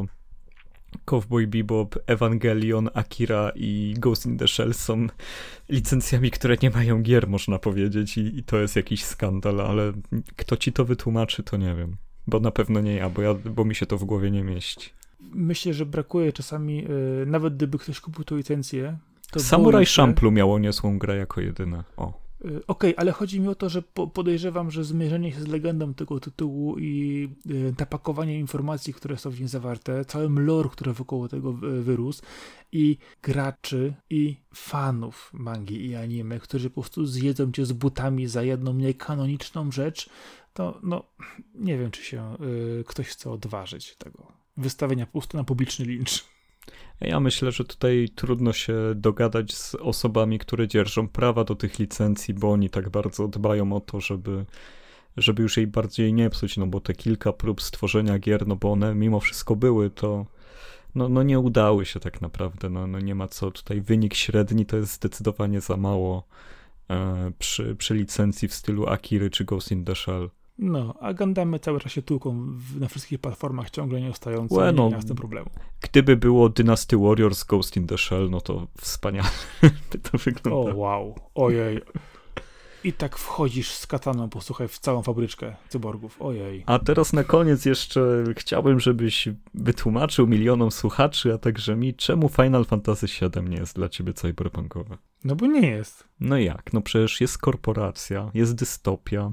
Cowboy Bebop, Evangelion, Akira i Ghost in the Shell są licencjami, które nie mają gier, można powiedzieć, i, i to jest jakiś skandal, ale kto ci to wytłumaczy, to nie wiem. Bo na pewno nie ja, bo, ja, bo mi się to w głowie nie mieści. Myślę, że brakuje czasami, yy, nawet gdyby ktoś kupił tę licencję, to Samurai się... Champloo miało niezłą grę jako jedyne. O. Okej, okay, ale chodzi mi o to, że po, podejrzewam, że zmierzenie się z legendą tego tytułu i y, napakowanie informacji, które są w nim zawarte, całym lore, który wokół tego wyrósł i graczy i fanów mangi i anime, którzy po prostu zjedzą cię z butami za jedną niekanoniczną rzecz, to no nie wiem, czy się y, ktoś chce odważyć tego wystawienia po prostu na publiczny lincz. Ja myślę, że tutaj trudno się dogadać z osobami, które dzierżą prawa do tych licencji, bo oni tak bardzo dbają o to, żeby, żeby już jej bardziej nie psuć, no bo te kilka prób stworzenia gier, no bo one mimo wszystko były, to no, no nie udały się tak naprawdę, no, no nie ma co, tutaj wynik średni to jest zdecydowanie za mało e, przy, przy licencji w stylu Akiry czy Ghost in the Shell. No, a Gundamy cały czas się tłuką w, na wszystkich platformach, ciągle nie ostające, Łe, no, nie ma z tym problemu. Gdyby było Dynasty Warriors Ghost in the Shell, no to wspaniale by to wyglądało. O wow, ojej. I tak wchodzisz z kataną, posłuchaj, w całą fabryczkę cyborgów, ojej. A teraz na koniec jeszcze chciałbym, żebyś wytłumaczył milionom słuchaczy, a także mi, czemu Final Fantasy siedem nie jest dla ciebie cyberpunkowe. No bo nie jest. No jak? No przecież jest korporacja, jest dystopia.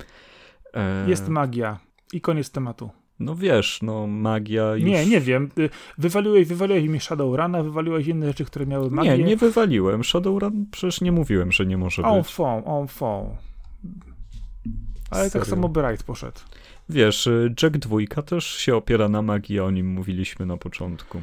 E... Jest magia i koniec tematu. No wiesz, no magia już... Nie, nie wiem. Wywaliłeś, wywaliłeś mi Shadowruna, wywaliłeś inne rzeczy, które miały magię. Nie, nie wywaliłem. Shadowrun przecież nie mówiłem, że nie może on być. Fą, on fą. Ale Serio? tak samo Bright poszedł. Wiesz, Jack dwójka też się opiera na magii, o nim mówiliśmy na początku.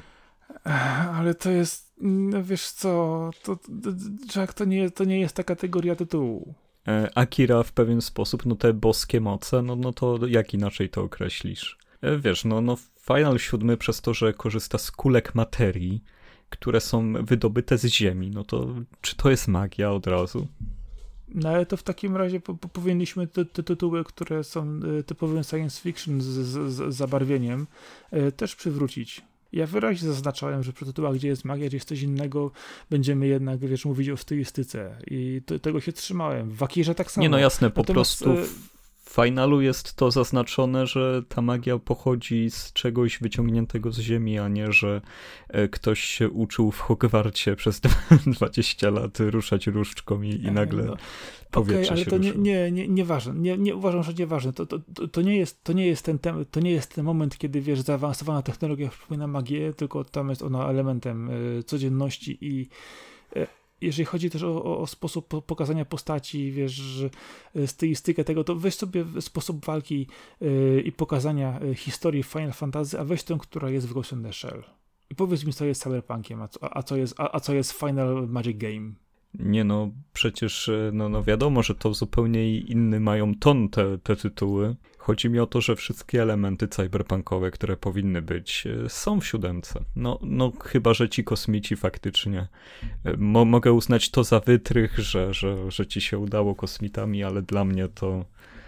Ale to jest, no wiesz co, to, to, Jack to nie, to nie jest ta kategoria tytułu. Akira w pewien sposób, no te boskie moce, no, no to jak inaczej to określisz? Wiesz, no, no Final siedem przez to, że korzysta z kulek materii, które są wydobyte z ziemi, no to czy to jest magia od razu? No ale to w takim razie po, po, powinniśmy te, te tytuły, które są typowym science fiction z, z, z zabarwieniem, e, też przywrócić. Ja wyraźnie zaznaczałem, że przy tytułach, gdzie jest magia, gdzie jest coś innego, będziemy jednak, wiesz, mówić o stylistyce i to, tego się trzymałem. W Akirze tak samo. Nie, no jasne, po Natomiast, prostu w finalu jest to zaznaczone, że ta magia pochodzi z czegoś wyciągniętego z ziemi, a nie, że ktoś się uczył w Hogwarcie przez dwadzieścia lat ruszać różdżką i, i nagle no. powietrze okay, ale się to ruszyło. nie, nie, nie, nieważne. Nie, nie uważam, że nieważne. To, to, to, to, nie jest, to, nie jest ten tem, to nie jest ten moment, kiedy, wiesz, zaawansowana technologia przypomina magię, tylko tam jest ona elementem y, codzienności i y, jeżeli chodzi też o, o, o sposób pokazania postaci, wiesz, że stylistykę tego, to weź sobie sposób walki yy, i pokazania historii Final Fantasy, a weź tę, która jest w Ghost in the Shell. I powiedz mi, co jest cyberpunkiem, a co, a co, jest, a, a co jest Final Magic Game. Nie no, przecież no, no wiadomo, że to zupełnie inny mają ton te, te tytuły. Chodzi mi o to, że wszystkie elementy cyberpunkowe, które powinny być, są w siódemce. No, no chyba, że ci kosmici faktycznie. Mo, mogę uznać to za wytrych, że, że, że ci się udało kosmitami, ale dla mnie to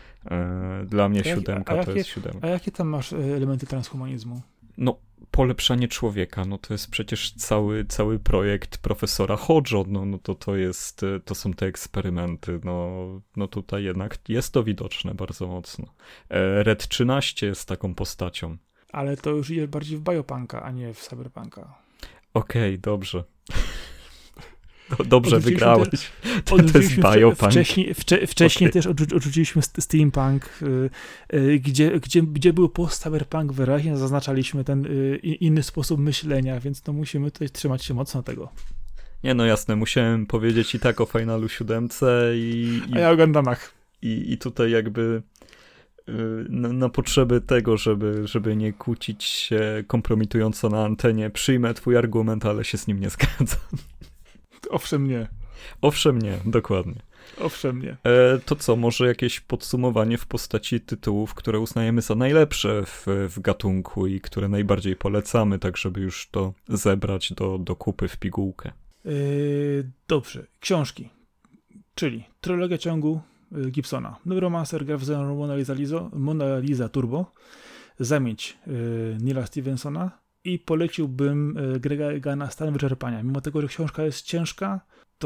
e, dla mnie jak, siódemka to jakie, jest siódemka. A jakie tam masz elementy transhumanizmu? No, polepszanie człowieka, no to jest przecież cały, cały projekt profesora Hodjo, no, no to to jest, to są te eksperymenty, no, no tutaj jednak jest to widoczne bardzo mocno. Red trzynaście jest taką postacią. Ale to już idzie bardziej w biopunka, a nie w cyberpunka. Okej, okay, dobrze. Dobrze wygrałeś. To, to jest biopunk. Wcześniej, wcze, wcześniej okay. też odrzu- odrzuciliśmy steampunk, y, y, gdzie, gdzie, gdzie był post-cyberpunk, wyraźnie zaznaczaliśmy ten y, inny sposób myślenia, więc no musimy tutaj trzymać się mocno tego. Nie no jasne, musiałem powiedzieć i tak o Finalu siódemce i... i A ja o Gundamach. I, i tutaj jakby y, na, na potrzeby tego, żeby, żeby nie kłócić się kompromitująco na antenie, przyjmę twój argument, ale się z nim nie zgadzam. Owszem nie. Owszem nie, dokładnie. Owszem nie. E, to co, może jakieś podsumowanie w postaci tytułów, które uznajemy za najlepsze w, w gatunku i które najbardziej polecamy, tak żeby już to zebrać do, do kupy w pigułkę. Yy, dobrze. Książki. Czyli trylogia ciągu Gibsona. Neuromancer, Graf Zenon, Mona Lisa, Lizo, Mona Lisa Turbo. Zamieć yy, Neila Stephensona. I poleciłbym Grega Egana Stan Wyczerpania. Mimo tego, że książka jest ciężka,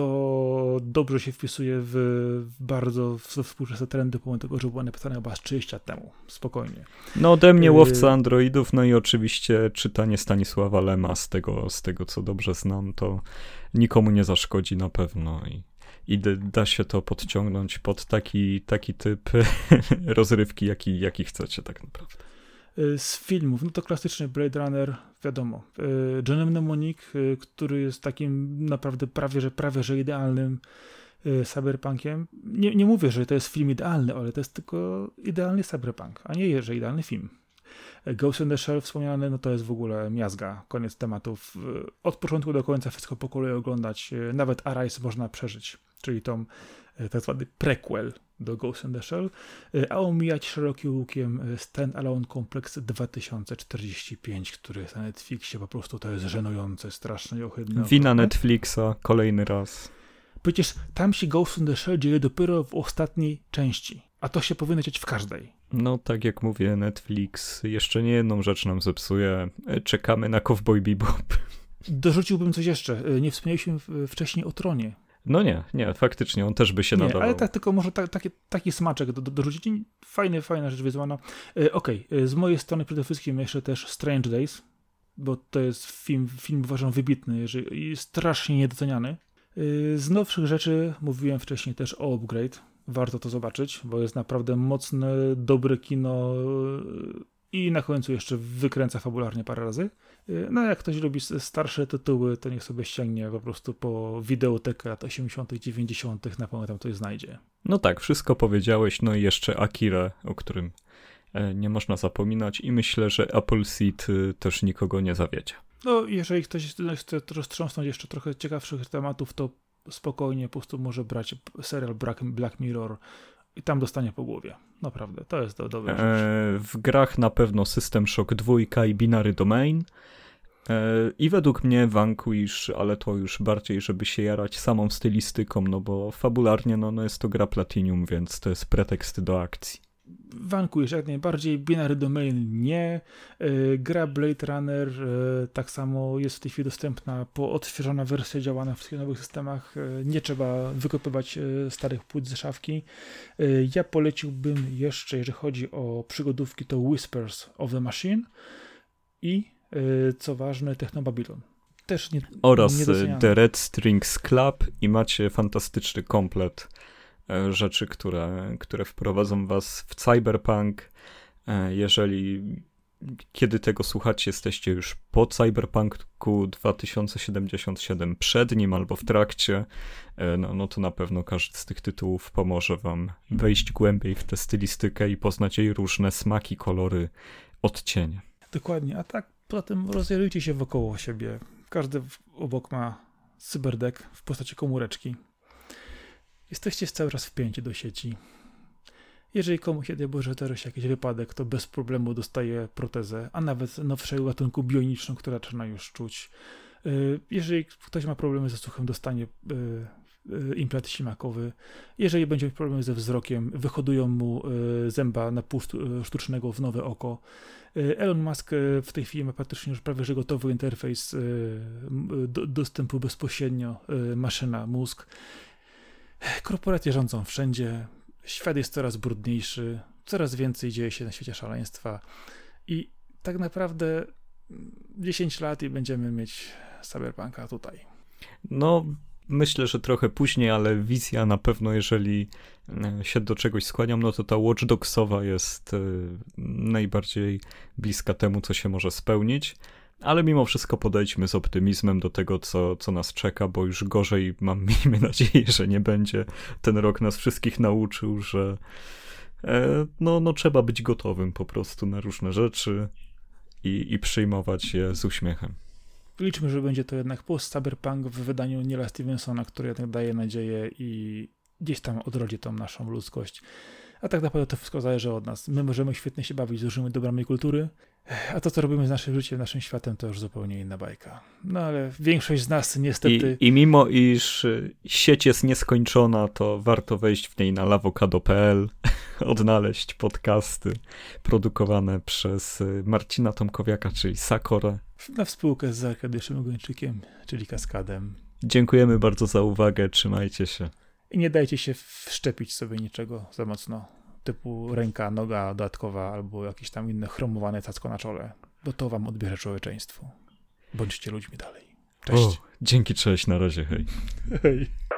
to dobrze się wpisuje w, w bardzo w współczesne trendy, pomimo tego, że była napisana chyba z trzydzieści lat temu. Spokojnie. No ode mnie Łowca Androidów, no i oczywiście czytanie Stanisława Lema z tego, z tego co dobrze znam, to nikomu nie zaszkodzi na pewno i, i da się to podciągnąć pod taki, taki typ rozrywki, jaki, jaki chcecie tak naprawdę. Z filmów, no to klasyczny Blade Runner, wiadomo. John Mnemonic, który jest takim naprawdę prawie, że prawie, że idealnym cyberpunkiem. Nie, nie mówię, że to jest film idealny, ale to jest tylko idealny cyberpunk, a nie, że idealny film. Ghost in the Shell wspomniany, no to jest w ogóle miazga, koniec tematów. Od początku do końca wszystko po kolei oglądać, nawet Arise można przeżyć, czyli tą tak zwany prequel do Ghost in the Shell, a omijać szerokim łukiem Stand Alone Complex dwa tysiące czterdzieści pięć, który jest na Netflixie, po prostu to jest żenujące, straszne i ohydne. Wina Netflixa, kolejny raz. Przecież tam się Ghost in the Shell dzieje dopiero w ostatniej części, a to się powinno dziać w każdej. No tak jak mówię, Netflix jeszcze nie jedną rzecz nam zepsuje. Czekamy na Cowboy Bebop. Dorzuciłbym coś jeszcze. Nie wspomnieliśmy wcześniej o Tronie. No nie, nie, faktycznie, on też by się nie, nadawał. Ale tak tylko może ta, taki, taki smaczek do, do, dorzucić. Fajny, fajna rzecz wyzwana. E, Okej, okay. Z mojej strony przede wszystkim jeszcze też Strange Days, bo to jest film, film uważam wybitny i strasznie niedoceniany. E, z nowszych rzeczy mówiłem wcześniej też o Upgrade. Warto to zobaczyć, bo jest naprawdę mocne, dobre kino i na końcu jeszcze wykręca fabularnie parę razy. No jak ktoś lubi starsze tytuły, to niech sobie ściągnie po prostu po wideotekę lat osiemdziesiątych, dziewięćdziesiątych, na pewno tam coś znajdzie. No tak, wszystko powiedziałeś, no i jeszcze Akira, o którym nie można zapominać i myślę, że Appleseed też nikogo nie zawiedzie. No jeżeli ktoś chce roztrząsnąć jeszcze trochę ciekawszych tematów, to spokojnie po prostu może brać serial Black Mirror i tam dostanie po głowie. Naprawdę, to jest do, dobra rzecz. E, w grach na pewno System Shock dwa i Binary Domain. E, I według mnie Vanquish, ale to już bardziej, żeby się jarać samą stylistyką, no bo fabularnie no, no jest to gra Platinum, więc to jest pretekst do akcji. Vanquish jak najbardziej, Binary Domain nie, yy, gra Blade Runner yy, tak samo jest w tej chwili dostępna, po odświeżona wersja działa na wszystkich nowych systemach, yy, nie trzeba wykopywać yy, starych płyt ze szafki. Yy, ja poleciłbym jeszcze, jeżeli chodzi o przygodówki, to Whispers of the Machine i yy, co ważne, Techno Babylon. Też nie, oraz The Red Strings Club i macie fantastyczny komplet rzeczy, które, które wprowadzą was w cyberpunk. Jeżeli kiedy tego słuchacie, jesteście już po cyberpunku dwa tysiące siedemdziesiąt siedem, przed nim albo w trakcie, no, no to na pewno każdy z tych tytułów pomoże wam wejść głębiej w tę stylistykę i poznać jej różne smaki, kolory, odcienie. Dokładnie, a tak poza tym rozjarujcie się wokoło siebie. Każdy obok ma cyberdeck w postaci komóreczki. Jesteście cały czas wpięci do sieci. Jeżeli komuś, nie Boże, teraz jakiś wypadek, to bez problemu dostaje protezę, a nawet nowszego gatunku bioniczną, która zaczyna już czuć. Jeżeli ktoś ma problemy ze słuchem, dostanie implant ślimakowy. Jeżeli będzie miał problemy ze wzrokiem, wyhodują mu zęba na pół sztucznego w nowe oko. Elon Musk w tej chwili ma praktycznie już prawie że gotowy interfejs do, dostępu bezpośrednio maszyna, mózg. Korporacje rządzą wszędzie, świat jest coraz brudniejszy, coraz więcej dzieje się na świecie szaleństwa i tak naprawdę dziesięć lat i będziemy mieć Cyberpunka tutaj. No, myślę, że trochę później, ale wizja na pewno, jeżeli się do czegoś skłaniam, no to ta Watch Dogsowa jest najbardziej bliska temu, co się może spełnić. Ale mimo wszystko podejdźmy z optymizmem do tego, co, co nas czeka, bo już gorzej, mam, miejmy nadzieję, że nie będzie. Ten rok nas wszystkich nauczył, że e, no, no trzeba być gotowym po prostu na różne rzeczy i, i przyjmować je z uśmiechem. Liczmy, że będzie to jednak post-cyberpunk w wydaniu Neila Stephensona, który jednak daje nadzieję i gdzieś tam odrodzi tą naszą ludzkość. A tak naprawdę to wszystko zależy od nas. My możemy świetnie się bawić z różnymi dobrami kultury, a to, co robimy z naszym życiem, naszym światem, to już zupełnie inna bajka. No ale większość z nas niestety... I, i mimo iż sieć jest nieskończona, to warto wejść w niej na lawokado kropka p l, odnaleźć podcasty produkowane przez Marcina Tomkowiaka, czyli Sakorę. Na współkę z Arkadiuszem Gończykiem, czyli Kaskadem. Dziękujemy bardzo za uwagę, trzymajcie się. I nie dajcie się wszczepić sobie niczego za mocno, typu ręka, noga dodatkowa albo jakieś tam inne chromowane cacko na czole, bo to wam odbierze człowieczeństwo. Bądźcie ludźmi dalej. Cześć. O, dzięki, cześć, na razie, hej. Hej.